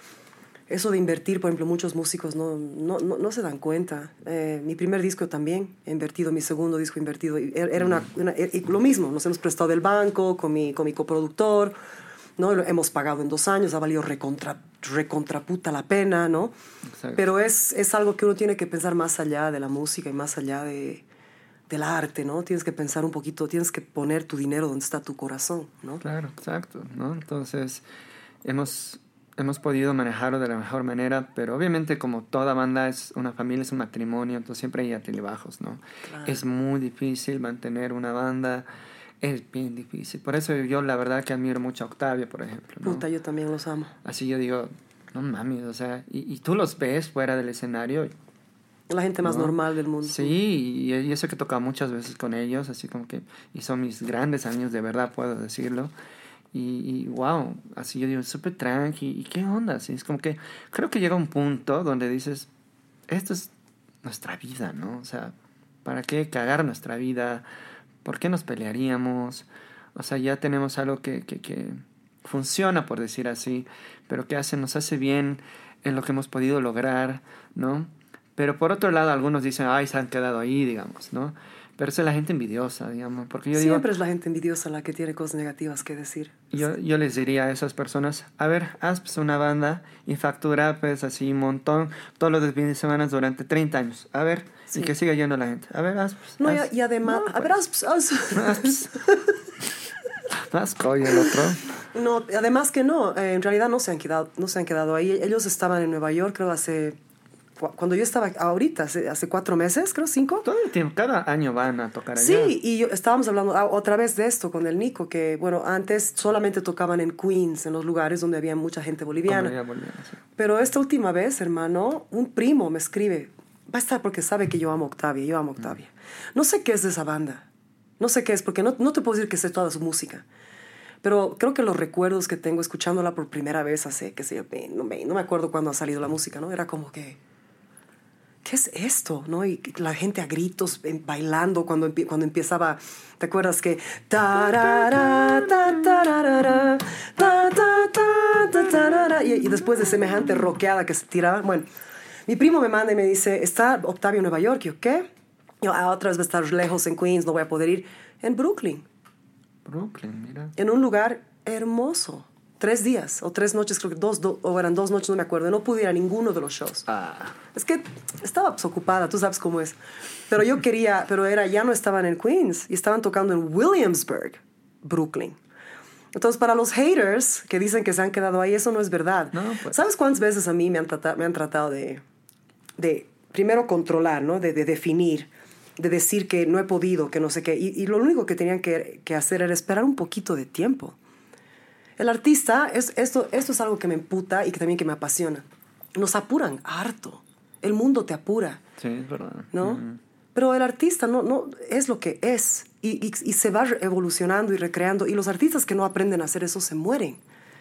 eso de invertir, por ejemplo, muchos músicos no, no, no, no se dan cuenta. Eh, mi primer disco también he invertido, mi segundo disco he invertido. Y Era una, una- y lo mismo, nos hemos prestado del banco con mi, con mi coproductor, ¿no? Lo hemos pagado en dos años, ha valido recontra, recontraputa la pena, ¿no? Exacto. Pero es, es algo que uno tiene que pensar más allá de la música y más allá de, del arte, ¿no? Tienes que pensar un poquito, tienes que poner tu dinero donde está tu corazón, ¿no? Claro, exacto, ¿no? Entonces, hemos, hemos podido manejarlo de la mejor manera, pero obviamente como toda banda es una familia, es un matrimonio, entonces siempre hay altibajos, ¿no? Claro. Es muy difícil mantener una banda, es bien difícil. Por eso yo la verdad que admiro mucho a Octavio, por ejemplo, ¿no? Puta, yo también los amo. Así yo digo, no mames, o sea, y, y tú los ves fuera del escenario. La gente más ¿no? normal del mundo. Sí, y, y eso que he tocado muchas veces con ellos, así como que, y son mis grandes amigos, de verdad puedo decirlo. Y, y wow, así yo digo, súper tranqui, ¿y qué onda? Así es como que creo que llega un punto donde dices, esto es nuestra vida, ¿no? O sea, ¿para qué cagar nuestra vida? ¿Por qué nos pelearíamos? O sea, ya tenemos algo que, que, que funciona, por decir así, pero que hace, nos hace bien en lo que hemos podido lograr, ¿no? Pero por otro lado, algunos dicen, ay, se han quedado ahí, digamos, ¿no? Pero eso es la gente envidiosa, digamos, porque yo Siempre digo, es la gente envidiosa la que tiene cosas negativas que decir. yo, yo les diría a esas personas, a ver, haz pues, una banda y factura pues así un montón todos los fines de semana durante treinta años, a ver, Sí. y que siga yendo la gente, a ver, haz pues, No, y, haz. y además, No, a ver, haz- haz- haz, pues. Haz, coño, el otro. no, además que no, eh, en realidad no se han quedado, no se han quedado ahí. Ellos estaban en Nueva York, creo, hace, cu- cuando yo estaba ahorita, hace, hace cuatro meses, creo, cinco. Todo el tiempo, cada año van a tocar allá. Sí, y yo, estábamos hablando ah, otra vez de esto con el Nico, que bueno, antes solamente tocaban en Queens, en los lugares donde había mucha gente boliviana. Como ya volvían, sí. Pero esta última vez, hermano, un primo me escribe, va a estar porque sabe que yo amo a Octavia, yo amo a Octavia. No sé qué es de esa banda, no sé qué es, porque no, no te puedo decir que sé toda su música. Pero creo que los recuerdos que tengo escuchándola por primera vez hace, qué sé yo, no me, no me acuerdo cuándo ha salido la música, ¿no? Era como que, ¿qué es esto? ¿No? Y la gente a gritos eh, bailando cuando, empie- cuando empiezaba, ¿te acuerdas que? Tarara, ta, tararara, ta, ta, ta, ta, tarara, y, y después de semejante rockeada que se tiraba, bueno, mi primo me manda y me dice, ¿está Octavio en Nueva York? Y yo, ¿qué? Yo, ah, otra vez va a estar lejos en Queens, no voy a poder ir. En Brooklyn. Brooklyn, mira. En un lugar hermoso. Tres días o tres noches, creo que dos, do- o eran dos noches, no me acuerdo. No pude ir a ninguno de los shows. Ah, Es que estaba pues, ocupada, tú sabes cómo es. Pero yo quería, pero era, ya no estaban en Queens y estaban tocando en Williamsburg, Brooklyn. Entonces, para los haters que dicen que se han quedado ahí, eso no es verdad. No, pues. ¿Sabes cuántas veces a mí me han tratado, me han tratado de, de, primero, controlar, ¿no? De, de definir, de decir que no he podido, que no sé qué. Y, y lo único que tenían que, que hacer era esperar un poquito de tiempo. El artista, es, esto, esto es algo que me emputa y que también que me apasiona. Nos apuran harto. El mundo te apura, sí, es verdad. ¿no? Ujú. Pero el artista no, no es lo que es y, y, y se va evolucionando y recreando. Y los artistas que no aprenden a hacer eso se mueren.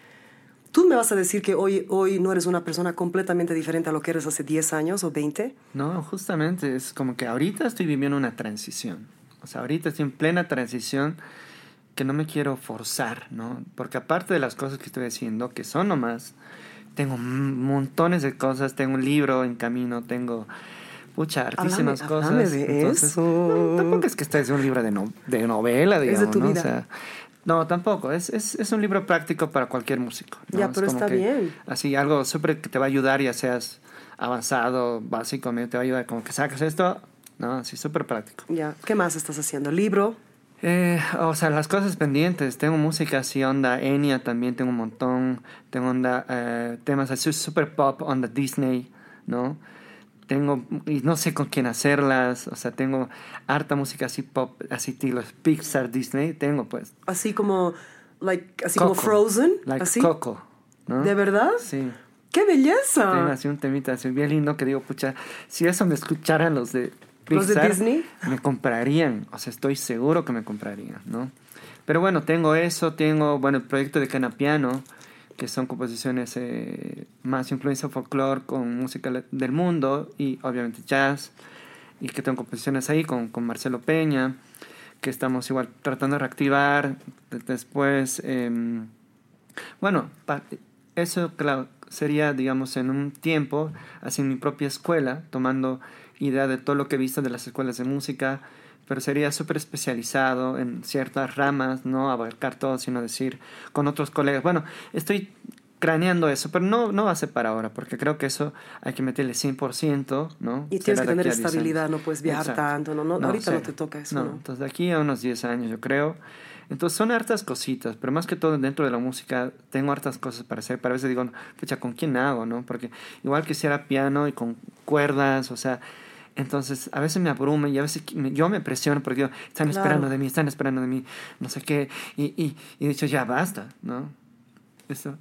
¿Tú me vas a decir que hoy, hoy no eres una persona completamente diferente a lo que eres hace diez años o veinte? No, justamente es como que ahorita estoy viviendo una transición. O sea, ahorita estoy en plena transición que no me quiero forzar, ¿no? Porque aparte de las cosas que estoy haciendo, que son nomás, tengo m- montones de cosas, tengo un libro en camino, tengo, pucha, hartísimas Háblame- cosas. háblame de Entonces, eso. no, tampoco es que este es un libro de, no, de novela, digamos, de tu ¿no? vida. O sea, no, tampoco. Es, es, es un libro práctico para cualquier músico, ¿no? Ya, Es pero como está que bien. Así, algo súper que te va a ayudar, ya seas avanzado, básico, medio, te va a ayudar, como que sacas esto, ¿no? Así, súper práctico. Ya. ¿Qué más estás haciendo? ¿Libro? Eh, o sea, las cosas pendientes. Tengo música así, onda Enya también, tengo un montón. Tengo onda, eh, temas así, super pop, onda Disney, ¿no? Tengo, y no sé con quién hacerlas. O sea, tengo harta música así pop, así estilo Pixar, Disney. Tengo, pues. Así como, like, así Coco, como Frozen. Like así. Coco, ¿no? ¿De verdad? Sí. ¡Qué belleza! Tengo así un temita así bien lindo que digo, pucha, si eso me escucharan los de ¿Los de Pixar, Disney? me comprarían. O sea, estoy seguro que me comprarían, ¿no? Pero bueno, tengo eso, tengo, bueno, el proyecto de Canapiano, que son composiciones eh, más influencia folclore con música le- del mundo y obviamente jazz, y que tengo composiciones ahí con, con Marcelo Peña, que estamos igual tratando de reactivar. De- Después, em, bueno, pa- eso claro, sería, digamos, en un tiempo, así en mi propia escuela, tomando idea de todo lo que he visto de las escuelas de música, pero sería súper especializado en ciertas ramas, no abarcar todo, sino decir con otros colegas. Bueno, estoy craneando eso, pero no, no va a ser para ahora, porque creo que eso hay que meterle cien por ciento, ¿no? Y tienes Será que de tener aquí a diez estabilidad, años. no puedes viajar Exacto. tanto, no, no, ahorita no cero. te toca eso, No, ¿no? entonces de aquí a unos diez años, yo creo. Entonces son hartas cositas, pero más que todo dentro de la música tengo hartas cosas para hacer, pero a veces digo, pucha, ¿con quién hago, no? Porque igual quisiera piano y con cuerdas, o sea, entonces a veces me abruma y a veces me- yo me presiono porque digo, están Claro. esperando de mí, están esperando de mí, no sé qué, y, y, y he dicho, ya basta, ¿no? Esto,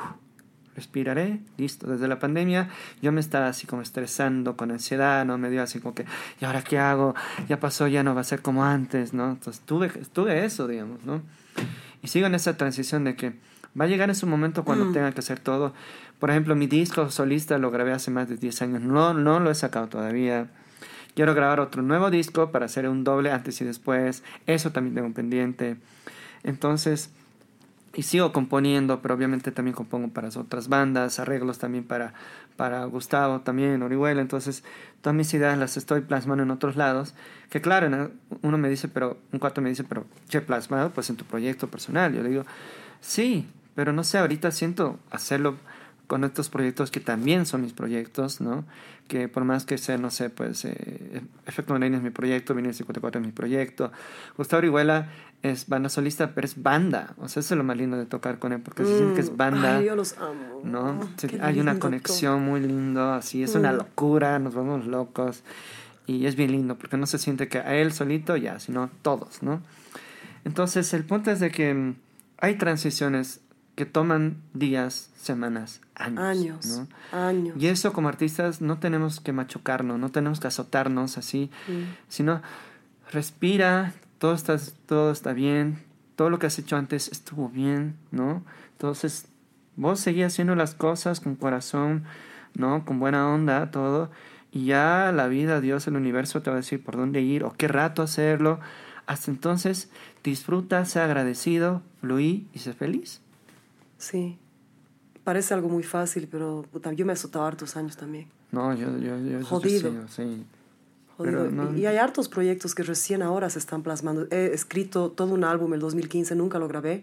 respiraré, listo. Desde la pandemia yo me estaba así como estresando, con ansiedad, ¿no? Me dio así como que, ¿y ahora qué hago? Ya pasó, ya no va a ser como antes, ¿no? Entonces tuve, tuve eso, digamos, ¿no? Y sigo en esa transición de que va a llegar ese momento cuando Mm. tenga que hacer todo. Por ejemplo, mi disco solista lo grabé hace más de diez años, no, no lo he sacado todavía. Quiero grabar otro nuevo disco para hacer un doble antes y después. Eso también tengo pendiente. Entonces, y sigo componiendo, pero obviamente también compongo para otras bandas, arreglos también para, para Gustavo, también Orihuela. Entonces, todas mis ideas las estoy plasmando en otros lados. Que claro, ¿no? Uno me dice, pero un cuarto me dice, pero ¿qué plasmado? Pues en tu proyecto personal. Yo le digo, sí, pero no sé, ahorita siento hacerlo con estos proyectos que también son mis proyectos, ¿no? Que por más que sea, no sé, pues eh, Efecto Marina es mi proyecto, Vinil cincuenta y cuatro es mi proyecto, Gustavo Orihuela es banda solista, pero es banda, o sea, eso es lo más lindo de tocar con él, porque se siente que es banda. Ay, yo los amo. ¿No? Sí, Qué hay una lindo conexión todo. muy lindo, así, es una locura, nos vamos locos, y es bien lindo, porque no se siente que a él solito ya, sino todos, ¿no? Entonces, el punto es de que mm, hay transiciones que toman días, semanas, años. Años, ¿no? años. Y eso como artistas no tenemos que machucarnos, no tenemos que azotarnos así, Mm. sino respira, todo está, todo está bien, todo lo que has hecho antes estuvo bien, ¿no? Entonces, vos seguís haciendo las cosas con corazón, ¿no? Con buena onda, todo, y ya la vida, Dios, el universo te va a decir por dónde ir o qué rato hacerlo. Hasta entonces, disfruta, sea agradecido, fluí y sé feliz. Sí. Parece algo muy fácil, pero puta, yo me he azotado hartos años también. No, yo, yo, yo, yo Jodido. yo sí, sí. Jodido. Pero no- Y, y hay hartos proyectos que recién ahora se están plasmando. He escrito todo un álbum el dos mil quince, nunca lo grabé.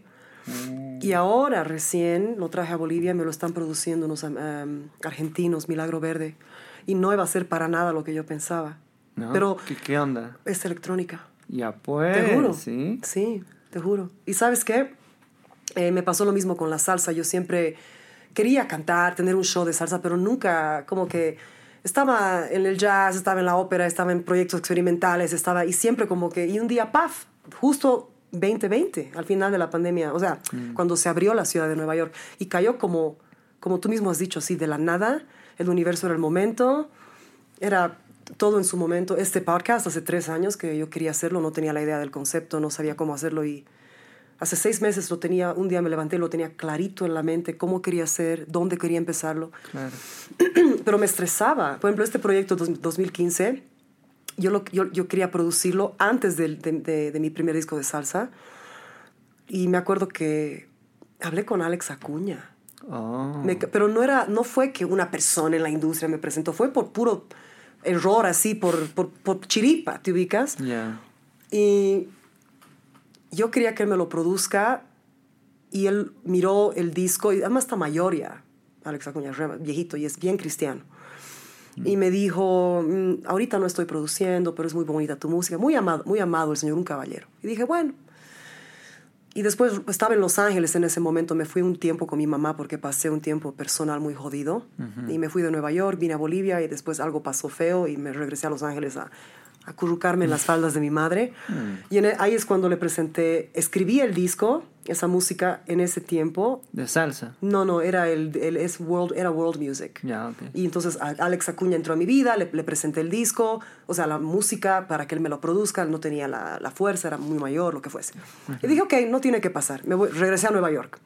Y ahora recién lo traje a Bolivia, me lo están produciendo unos um, argentinos, Milagro Verde. Y no iba a ser para nada lo que yo pensaba. ¿No? Pero ¿Qué, qué onda? es electrónica. Ya pues, Te juro. ¿sí? Sí, te juro. ¿Y sabes qué? Eh, me pasó lo mismo con la salsa. Yo siempre quería cantar, tener un show de salsa, pero nunca como que estaba en el jazz, estaba en la ópera, estaba en proyectos experimentales, estaba y siempre como que y un día paf, justo veinte veinte, al final de la pandemia, o sea, mm. cuando se abrió la ciudad de Nueva York y cayó como como tú mismo has dicho, así de la nada, el universo era el momento, era todo en su momento. Este podcast hace tres años que yo quería hacerlo, no tenía la idea del concepto, no sabía cómo hacerlo y hace seis meses lo tenía, un día me levanté, lo tenía clarito en la mente, cómo quería hacer, dónde quería empezarlo. Claro. Pero me estresaba. Por ejemplo, este proyecto dos mil quince, yo, lo, yo, yo quería producirlo antes de, de, de, de mi primer disco de salsa. Y me acuerdo que hablé con Alex Acuña. Oh. Me, pero no, era, no fue que una persona en la industria me presentó, fue por puro error, así, por, por, por chiripa, ¿te ubicas? Yeah. Y yo quería que él me lo produzca y él miró el disco y además está mayor ya, Alex Acuña, viejito y es bien cristiano. Mm. Y me dijo, mm, ahorita no estoy produciendo, pero es muy bonita tu música, muy amado, muy amado el señor, un caballero. Y dije, bueno. Y después estaba en Los Ángeles en ese momento, me fui un tiempo con mi mamá porque pasé un tiempo personal muy jodido. Uh-huh. Y me fui de Nueva York, vine a Bolivia y después algo pasó feo y me regresé a Los Ángeles a acurrucarme en las faldas de mi madre. Mm. Y en el, ahí es cuando le presenté, escribí el disco, esa música en ese tiempo. ¿De salsa? No, no, era, el, el, es world, era world music. Yeah, okay. Y entonces Alex Acuña entró a mi vida, le, le presenté el disco, o sea, la música para que él me lo produzca, no tenía la, la fuerza, era muy mayor, lo que fuese. Uh-huh. Y dije, ok, no tiene que pasar, me voy, regresé a Nueva York.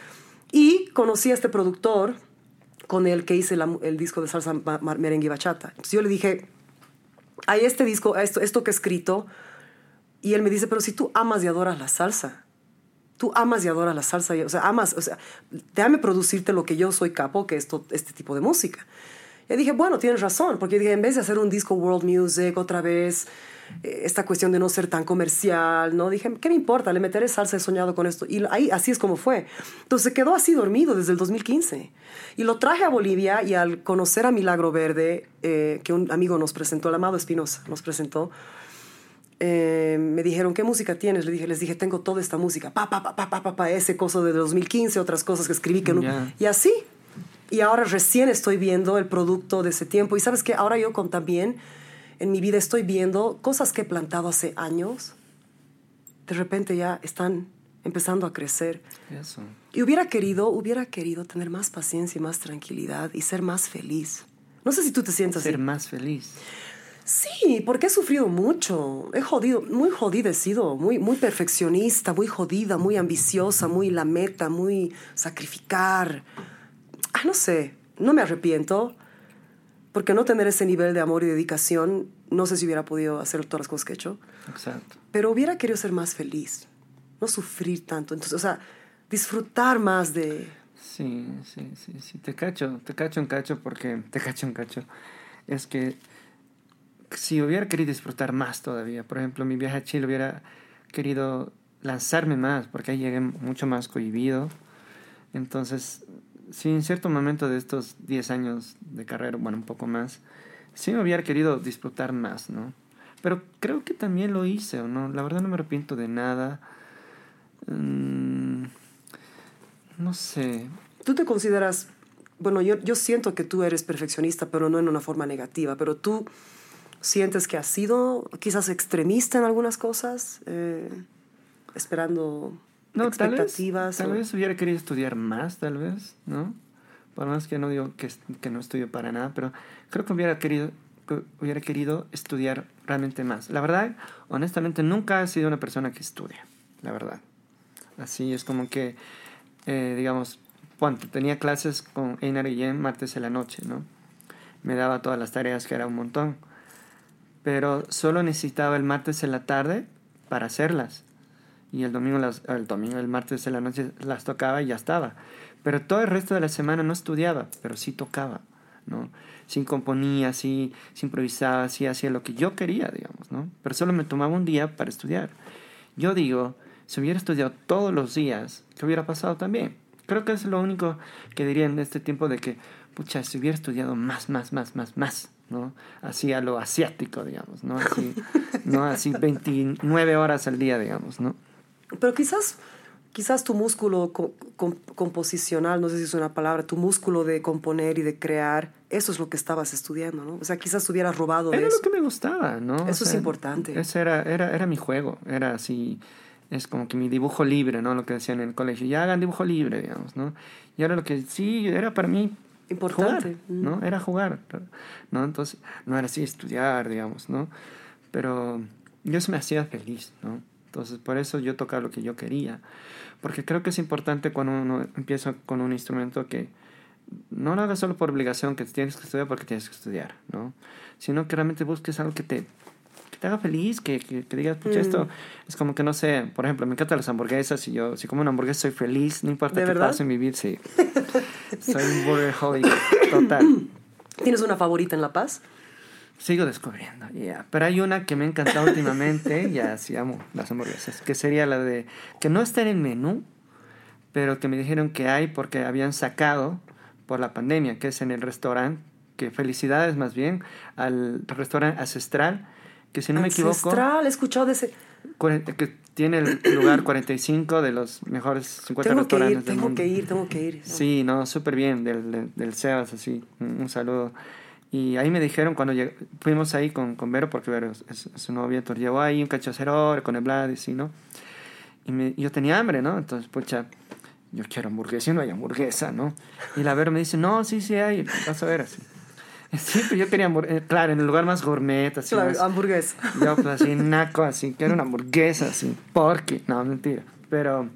Y conocí a este productor con el que hice la, el disco de salsa, merengue y bachata. Entonces yo le dije, hay este disco, esto, esto que he escrito, y él me dice, pero si tú amas y adoras la salsa, tú amas y adoras la salsa, o sea, amas, o sea, déjame producirte lo que yo soy capo, que es to, este tipo de música. Y dije, bueno, tienes razón, porque dije, en vez de hacer un disco world music otra vez, eh, esta cuestión de no ser tan comercial, ¿no? Dije, ¿qué me importa? Le meteré salsa, he soñado con esto. Y ahí, así es como fue. Entonces quedó así dormido desde el dos mil quince. Y lo traje a Bolivia y al conocer a Milagro Verde, eh, que un amigo nos presentó, el Amado Espinosa nos presentó, eh, me dijeron, ¿qué música tienes? Le dije, les dije, tengo toda esta música, pa, pa, pa, pa, pa, pa, pa, ese coso de dos mil quince, otras cosas que escribí que no... Yeah. Y así. Y ahora recién estoy viendo el producto de ese tiempo. Y ¿sabes qué? Ahora yo con, también en mi vida estoy viendo cosas que he plantado hace años. De repente ya están empezando a crecer. Eso. Y hubiera querido, hubiera querido tener más paciencia y más tranquilidad y ser más feliz. No sé si tú te sientes ser así. Ser más feliz. Sí, porque he sufrido mucho. He jodido, muy jodida he sido. Muy, muy perfeccionista, muy jodida, muy ambiciosa, muy la meta, muy sacrificar. Ah, no sé, no me arrepiento, porque no tener ese nivel de amor y dedicación, no sé si hubiera podido hacer todas las cosas que he hecho. Exacto. Pero hubiera querido ser más feliz, no sufrir tanto. Entonces, o sea, disfrutar más de... Sí, sí, sí, sí. Te cacho, te cacho un cacho porque... Te cacho un cacho. Es que si hubiera querido disfrutar más todavía, por ejemplo, mi viaje a Chile hubiera querido lanzarme más, porque ahí llegué mucho más cohibido. Entonces, sí, en cierto momento de estos diez años de carrera, bueno, un poco más, sí me hubiera querido disfrutar más, ¿no? Pero creo que también lo hice, ¿o no? La verdad no me arrepiento de nada. Mm, no sé. ¿Tú te consideras... Bueno, yo, yo siento que tú eres perfeccionista, pero no en una forma negativa, pero tú sientes que has sido quizás extremista en algunas cosas, eh, esperando No, expectativas. Tal vez, tal o... vez hubiera querido estudiar más, tal vez, ¿no? Por más que no digo que, que no estudio para nada, pero creo que hubiera querido, que hubiera querido estudiar realmente más. La verdad, honestamente, nunca he sido una persona que estudia, la verdad. Así es como que, eh, digamos, cuando tenía clases con Einar Guillén martes en la noche, ¿no? Me daba todas las tareas, que era un montón. Pero solo necesitaba el martes en la tarde para hacerlas. Y el domingo, las, el domingo, el martes en la noche las tocaba y ya estaba. Pero todo el resto de la semana no estudiaba, pero sí tocaba, ¿no? Sí componía, sí, sí improvisaba, sí hacía lo que yo quería, digamos, ¿no? Pero solo me tomaba un día para estudiar. Yo digo, si hubiera estudiado todos los días, ¿qué hubiera pasado también? Creo que es lo único que diría en este tiempo de que, pucha, si hubiera estudiado más, más, más, más, más, ¿no? Así a lo asiático, digamos, ¿no? Así, ¿no? Así veintinueve horas al día, digamos, ¿no? Pero quizás, quizás tu músculo co- com- composicional, no sé si es una palabra, tu músculo de componer y de crear, eso es lo que estabas estudiando, ¿no? O sea, quizás hubieras robado de Era eso. lo que me gustaba, ¿no? Eso O es sea, importante. Ese era, era, era mi juego, era así, es como que mi dibujo libre, ¿no? Lo que decían en el colegio, ya hagan dibujo libre, digamos, ¿no? Y era lo que, sí, era para mí Importante. jugar, ¿no? Era jugar, ¿no? Entonces, no era así estudiar, digamos, ¿no? Pero yo eso me hacía feliz, ¿no? Entonces, por eso yo tocaba lo que yo quería. Porque creo que es importante cuando uno empieza con un instrumento que no lo hagas solo por obligación, que tienes que estudiar porque tienes que estudiar, ¿no? Sino que realmente busques algo que te, que te haga feliz, que, que, que digas, pucha, Mm. esto es como que, no sé, por ejemplo, me encantan las hamburguesas y yo, si como una hamburguesa soy feliz, no importa ¿De qué verdad? pase en mi vida, sí. Soy un burgerholic total. ¿Tienes una favorita en La Paz? Sigo descubriendo, ya. Pero hay una que me ha encantado últimamente, ya sí amo las hamburguesas, que sería la de, que no está en el menú, pero que me dijeron que hay porque habían sacado por la pandemia, que es en el restaurante, que felicidades más bien, al restaurante Ancestral, que si no me equivoco, Ancestral, he escuchado de ese... cuarenta que tiene el lugar cuarenta y cinco de los mejores cincuenta Tengo que restaurantes ir, del tengo mundo. que ir, tengo que ir. Sí, no, súper bien, del, del, del Sebas, así, un, un saludo. Y ahí me dijeron cuando lleg- fuimos ahí con, con Vero, porque Vero es, es, es su novia, entonces llevó ahí un cachacero con el Vlad y sí, ¿no? Y me, yo tenía hambre, ¿no? Entonces, pucha, yo quiero hamburguesa y no hay hamburguesa, ¿no? Y la Vero me dice, no, sí, sí hay, vas a ver así. Sí, pero yo quería hamburguesa, claro, en el lugar más gourmet, así. Claro, más, hamburguesa. yo, pues así, naco, así, quiero una hamburguesa, así, porque, no, mentira. Pero,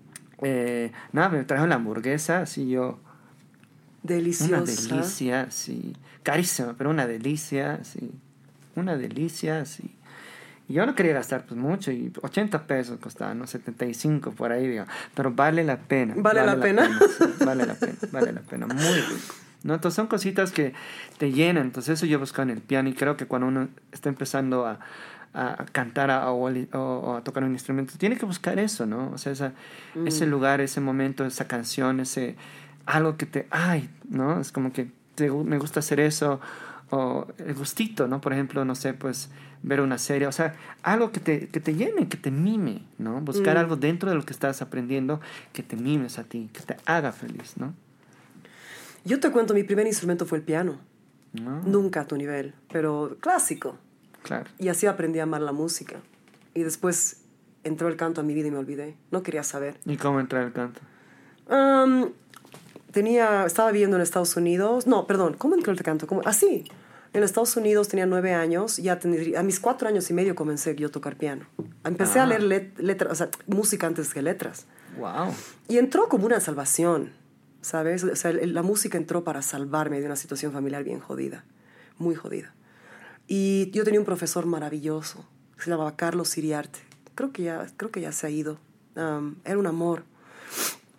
eh, nada, me trajeron la hamburguesa, así yo... Deliciosa. Una delicia, sí. Carísima, pero una delicia, sí. Una delicia, sí. Y yo no quería gastar pues mucho, y ochenta pesos costaba, ¿no? setenta y cinco por ahí, digo. Pero vale la pena. ¿Vale la pena? sí, vale la pena, vale la pena. Muy rico. ¿No? Entonces son cositas que te llenan. Entonces eso yo busco en el piano y creo que cuando uno está empezando a, a cantar a, a, o, o a tocar un instrumento, tiene que buscar eso, ¿no? O sea, esa, Mm. ese lugar, ese momento, esa canción, ese... algo que te... ay, ¿no? Es como que te, me gusta hacer eso, o el gustito, ¿no? Por ejemplo, no sé, pues ver una serie, o sea, algo que te, que te llene, que te mime, ¿no? Buscar Mm. algo dentro de lo que estás aprendiendo que te mimes a ti, que te haga feliz, ¿no? Yo te cuento, mi primer instrumento fue el piano. ¿No? Nunca a tu nivel, pero clásico. Claro. Y así aprendí a amar la música. Y después entró el canto a mi vida y me olvidé. No quería saber. ¿Y cómo entrar al canto? Um, tenía, estaba viviendo en Estados Unidos. No, perdón, ¿cómo entró el canto? ¿Cómo? Así. En Estados Unidos tenía nueve años. Ya tendría, a mis cuatro años y medio comencé yo a tocar piano. Empecé Ah. a leer let, letras, o sea, música antes que letras. Wow. Y entró como una salvación, ¿sabes? O sea, la música entró para salvarme de una situación familiar bien jodida, muy jodida. Y yo tenía un profesor maravilloso, se llamaba Carlos Siriarte. Creo que ya, creo que ya se ha ido. Um, era un amor.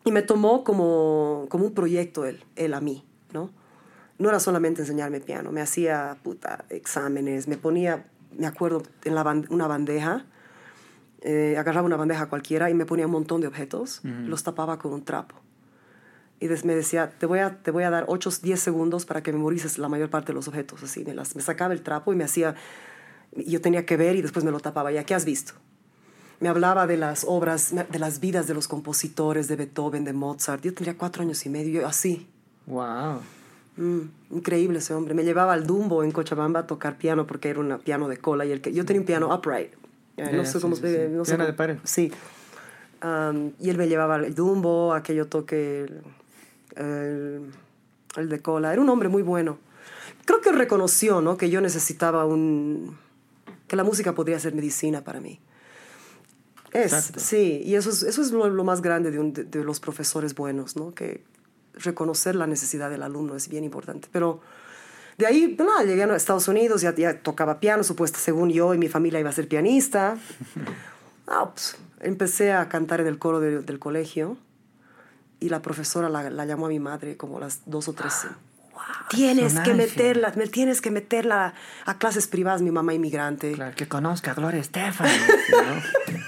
Y me tomó como, como un proyecto él, él a mí, ¿no? No era solamente enseñarme piano, me hacía, puta, exámenes, me ponía, me acuerdo, en la band- una bandeja, eh, agarraba una bandeja cualquiera y me ponía un montón de objetos, uh-huh. los tapaba con un trapo. Y des- me decía, te voy, a, te voy a dar ocho, diez segundos para que memorices la mayor parte de los objetos. Así, me, las, me sacaba el trapo y me hacía, yo tenía que ver y después me lo tapaba. ¿Ya qué has visto? Me hablaba de las obras, de las vidas de los compositores, de Beethoven, de Mozart. Yo tendría cuatro años y medio, yo así. Wow. Mm, increíble ese hombre. Me llevaba al Dumbo en Cochabamba a tocar piano porque era un piano de cola. Y el que, yo tenía un piano upright. Eh, no Yeah, sé cómo sí, se sí. no sé Piano cómo, de pared. Sí. Um, y él me llevaba al Dumbo a que yo toque el, el, el de cola. Era un hombre muy bueno. Creo que él reconoció, ¿no?, que yo necesitaba un... que la música podría ser medicina para mí. Es, Exacto. sí, y eso es, eso es lo, lo más grande de, un, de, de los profesores buenos, ¿no? Que reconocer la necesidad del alumno es bien importante. Pero de ahí, nada, llegué a Estados Unidos, ya, ya tocaba piano, supuesto, según yo, y mi familia iba a ser pianista. Ah, pues, empecé a cantar en el coro de, del colegio y la profesora la, la llamó a mi madre como a las dos o tres. Wow, tienes que meterla, me tienes que meterla a clases privadas, mi mamá inmigrante. Claro, que conozca a Gloria Estefan, ¿no?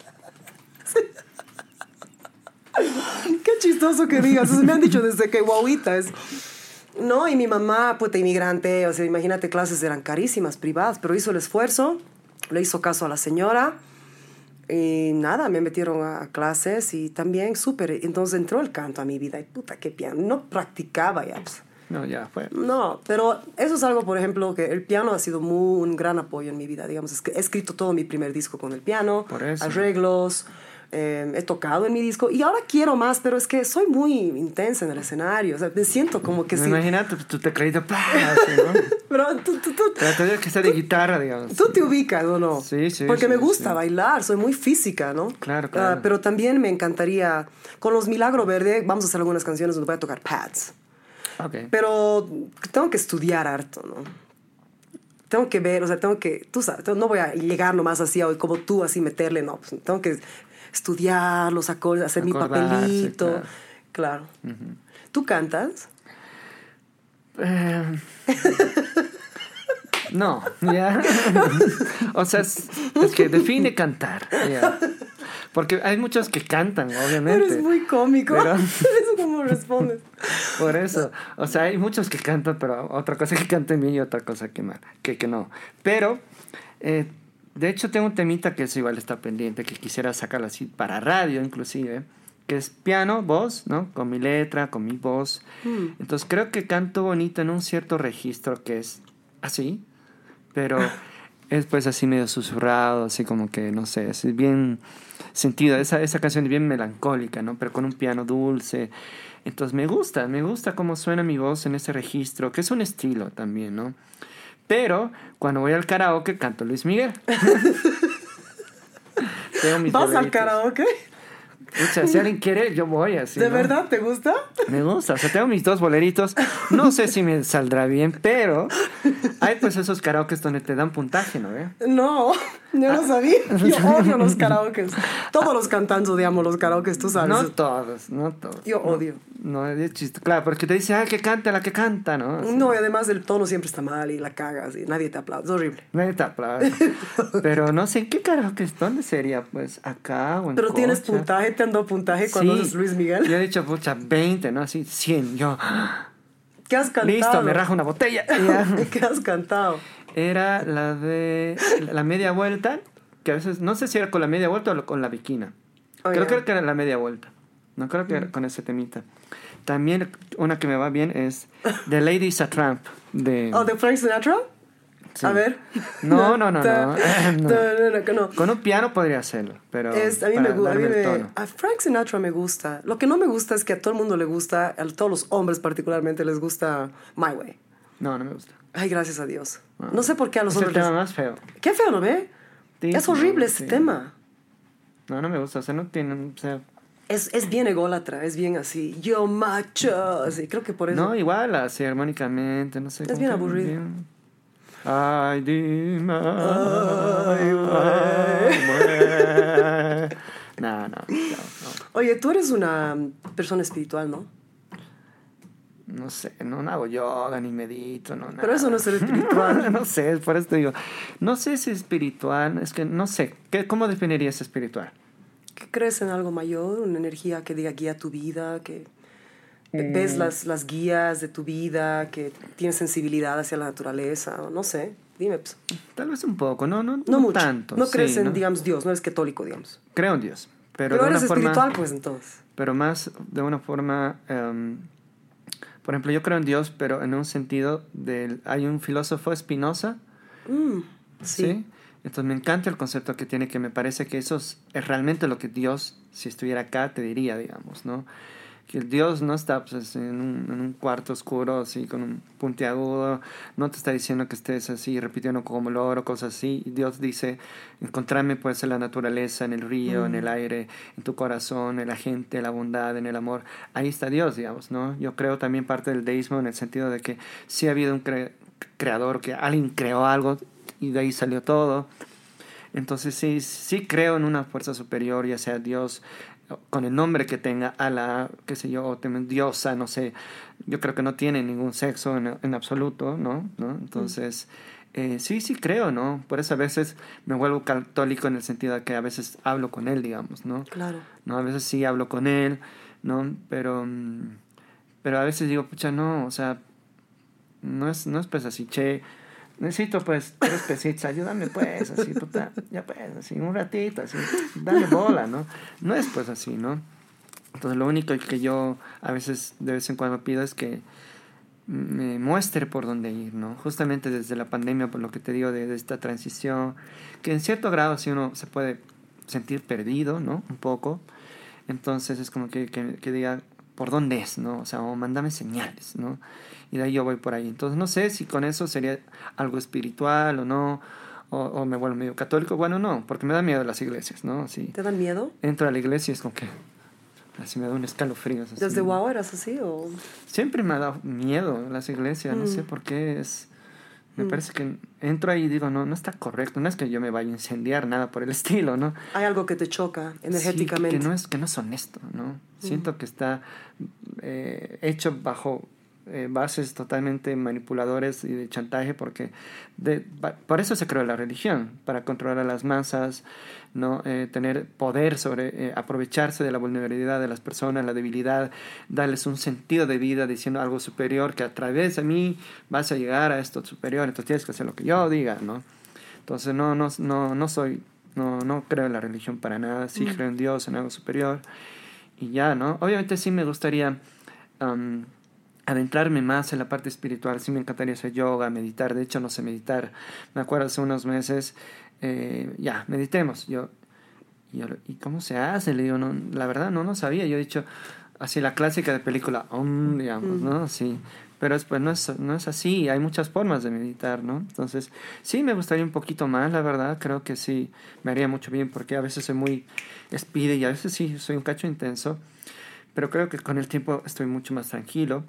Qué chistoso que digas. Eso me han dicho desde que guauita es. No, y mi mamá, puta, inmigrante, o sea, imagínate, clases eran carísimas, privadas, pero hizo el esfuerzo, le hizo caso a la señora y nada, me metieron a, a clases y también súper. Entonces entró el canto a mi vida y puta, qué piano. No practicaba ya, pues. No, ya fue. No, pero eso es algo, por ejemplo, que el piano ha sido muy, un gran apoyo en mi vida, digamos. Es que he escrito todo mi primer disco con el piano, Por eso. arreglos. Eh, he tocado en mi disco y ahora quiero más, pero es que soy muy intensa en el escenario, o sea, me siento como que Me sí. imagínate tu tecladito, ¡pah! Así, ¿no? Pero tú, tú, tú, Pero tendría que ser de guitarra, digamos. tú te ubicas, ¿o no? Sí, sí. Porque sí, me gusta sí. bailar, soy muy física, ¿no? Claro, claro. Uh, pero también me encantaría, con los Milagro Verde, vamos a hacer algunas canciones donde voy a tocar pads. Ok. Pero tengo que estudiar harto, ¿no? Tengo que ver, o sea, tengo que, tú sabes, no voy a llegar nomás así como tú, así meterle, no, pues, tengo que estudiar los acordes, hacer Acordarse, mi papelito. claro. Claro. Uh-huh. ¿Tú cantas? Eh, no, ya. O sea, es, es que define cantar. Ya. Porque hay muchos que cantan, obviamente. Eres muy cómico. Pero... Eso cómo respondes. Por eso. O sea, hay muchos que cantan, pero otra cosa que canten bien y otra cosa que mal, que, que no. Pero, eh, de hecho, tengo un temita que eso igual está pendiente, que quisiera sacarlo así para radio, inclusive, que es piano, voz, ¿no? Con mi letra, con mi voz. Mm. Entonces, creo que canto bonito en un cierto registro que es así, pero es pues así medio susurrado, así como que, no sé, es bien sentido. Esa, esa canción es bien melancólica, ¿no? Pero con un piano dulce. Entonces, me gusta, me gusta cómo suena mi voz en ese registro, que es un estilo también, ¿no? Pero cuando voy al karaoke canto Luis Miguel. ¿Vas al karaoke? Pucha, si alguien quiere, yo voy así. ¿De ¿no? verdad te gusta? Me gusta, o sea, tengo mis dos boleritos. No sé si me saldrá bien, pero hay pues esos karaokes donde te dan puntaje, ¿no? ¿Eh? No, yo no sabía. Yo odio los karaokes. Todos los cantantes odiamos los karaokes, tú sabes. No todos, no todos. Yo odio. No, es chiste. Claro, porque te dice, ah, que canta la que canta, ¿no? Así. No, y además el tono siempre está mal y la cagas y nadie te aplaude. Es horrible. Nadie te aplaude. Pero no sé, ¿qué karaoke? ¿Dónde sería? Pues acá o en Pero Cocha. tienes puntaje, te han dado puntaje cuando Sí. haces Luis Miguel. Yo he dicho, pucha, veinte, ¿no? Así, cien. Yo, ¿Qué has cantado? listo, me rajo una botella. Ya. ¿Qué has cantado? Era la de la media vuelta, que a veces, no sé si era con la media vuelta o con la viquina. Oh, creo yeah. que era la media vuelta. No creo que Mm. era con ese temita. También una que me va bien es The Lady is a Tramp. De... ¿Oh, de Frank Sinatra? Sí. A ver. No, no, no, no. no. no, no. Con un piano podría hacerlo, pero Es, a mí para me gusta. A, mí darme el me, tono. a Frank Sinatra me gusta. Lo que no me gusta es que a todo el mundo le gusta, a todos los hombres particularmente les gusta My Way. No, no me gusta. Ay, gracias a Dios. No, No sé por qué a los es el hombres tema les... más feo. Qué feo, ¿no ve? Sí, Es horrible no, ese sí. tema. No, no me gusta. O sea, no tiene... O sea, Es, es bien ególatra, es bien así. Yo macho. Así, creo que por eso. no, igual, así armónicamente, no sé. Es como bien que aburrido. bien- Ay, dime. Ay, ay, No, no, no, no. Oye, tú eres una persona espiritual, ¿no? No sé, no, no hago yoga ni medito, no, nada. Pero eso no es ser espiritual. No sé, por eso te digo. No sé si es espiritual, es que no sé. ¿Qué, ¿Cómo definirías espiritual? ¿Que crees en algo mayor? Una energía que diga guía tu vida, que ves las, las guías de tu vida, que tienes sensibilidad hacia la naturaleza, no sé. Dime, pues. Tal vez un poco, no, no, No, no mucho. tanto. No crees sí, en, ¿no? digamos, Dios, no eres católico, digamos. Creo en Dios, pero, Pero de eres una forma, espiritual, pues, entonces. pero más de una forma, em, por ejemplo, yo creo en Dios, pero en un sentido del, hay un filósofo Spinoza, Mm, ¿sí? sí. Entonces me encanta el concepto que tiene, que me parece que eso es, es realmente lo que Dios, si estuviera acá, te diría, digamos, ¿no? Que el Dios no está pues, en, un, en un cuarto oscuro, así, con un puntiagudo, no te está diciendo que estés así, repitiendo como loro, cosas así. Y Dios dice, encontrarme pues en la naturaleza, en el río, mm. en el aire, en tu corazón, en la gente, en la bondad, en el amor. Ahí está Dios, digamos, ¿no? Yo creo también parte del deísmo en el sentido de que sí ha habido un cre- creador, que alguien creó algo y de ahí salió todo. Entonces sí, sí creo en una fuerza superior, ya sea Dios, con el nombre que tenga, Alá, qué sé yo, o diosa, no sé. Yo creo que no tiene ningún sexo en, en absoluto, ¿no? ¿no? Entonces, eh, sí, sí creo, ¿no? Por eso a veces me vuelvo católico en el sentido de que a veces hablo con él, digamos, ¿no? Claro. ¿no? A veces sí hablo con él, ¿no? Pero, pero a veces digo, pucha, no, o sea, no es, no es pues así, che, necesito pues tres pesitos, ayúdame pues, así, puta, ya pues, así, un ratito, así, dale bola, ¿no? No es pues así, ¿no? Entonces lo único que yo a veces, de vez en cuando pido es que me muestre por dónde ir, ¿no? Justamente desde la pandemia, por lo que te digo de, de esta transición, que en cierto grado sí uno se puede sentir perdido, ¿no? Un poco. Entonces es como que, que, que diga por dónde es, ¿no? O sea, o mándame señales, ¿no? Y de ahí yo voy por ahí. Entonces no sé si con eso sería algo espiritual o no, o, o me vuelvo medio católico. Bueno, no, porque me da miedo las iglesias, ¿no? Sí. ¿Te dan miedo? Entro a la iglesia y es como que así me da un escalofrío. Así. ¿Desde guau eras así o...? Siempre me ha dado miedo las iglesias, mm. no sé por qué es... Me mm. parece que entro ahí y digo, no, no está correcto. No es que yo me vaya a incendiar, nada por el estilo, ¿no? Hay algo que te choca energéticamente. Sí, que no es, que no es honesto, ¿no? Mm. Siento que está eh, hecho bajo... Eh, bases totalmente manipuladores y de chantaje, porque de, por eso se creó la religión, para controlar a las masas, ¿no? Eh, tener poder sobre, eh, aprovecharse de la vulnerabilidad de las personas, la debilidad, darles un sentido de vida diciendo algo superior, que a través de mí vas a llegar a esto superior, entonces tienes que hacer lo que yo diga, ¿no? Entonces no, no, no, no soy, no, no creo en la religión para nada, sí mm. creo en Dios, en algo superior, y ya, ¿no? Obviamente sí me gustaría um, adentrarme más en la parte espiritual. Sí me encantaría hacer yoga, meditar. De hecho no sé meditar. Me acuerdo hace unos meses, eh, ya, meditemos. Yo, yo, ¿y cómo se hace? Le digo, no, la verdad no, no sabía. Yo he dicho, así la clásica de película, um, digamos, mm. ¿no? Sí. Pero después no es, no es así. Hay muchas formas de meditar, ¿no? Entonces, sí me gustaría un poquito más, la verdad. Creo que sí me haría mucho bien, porque a veces soy muy speedy y a veces sí soy un cacho intenso. Pero creo que con el tiempo estoy mucho más tranquilo.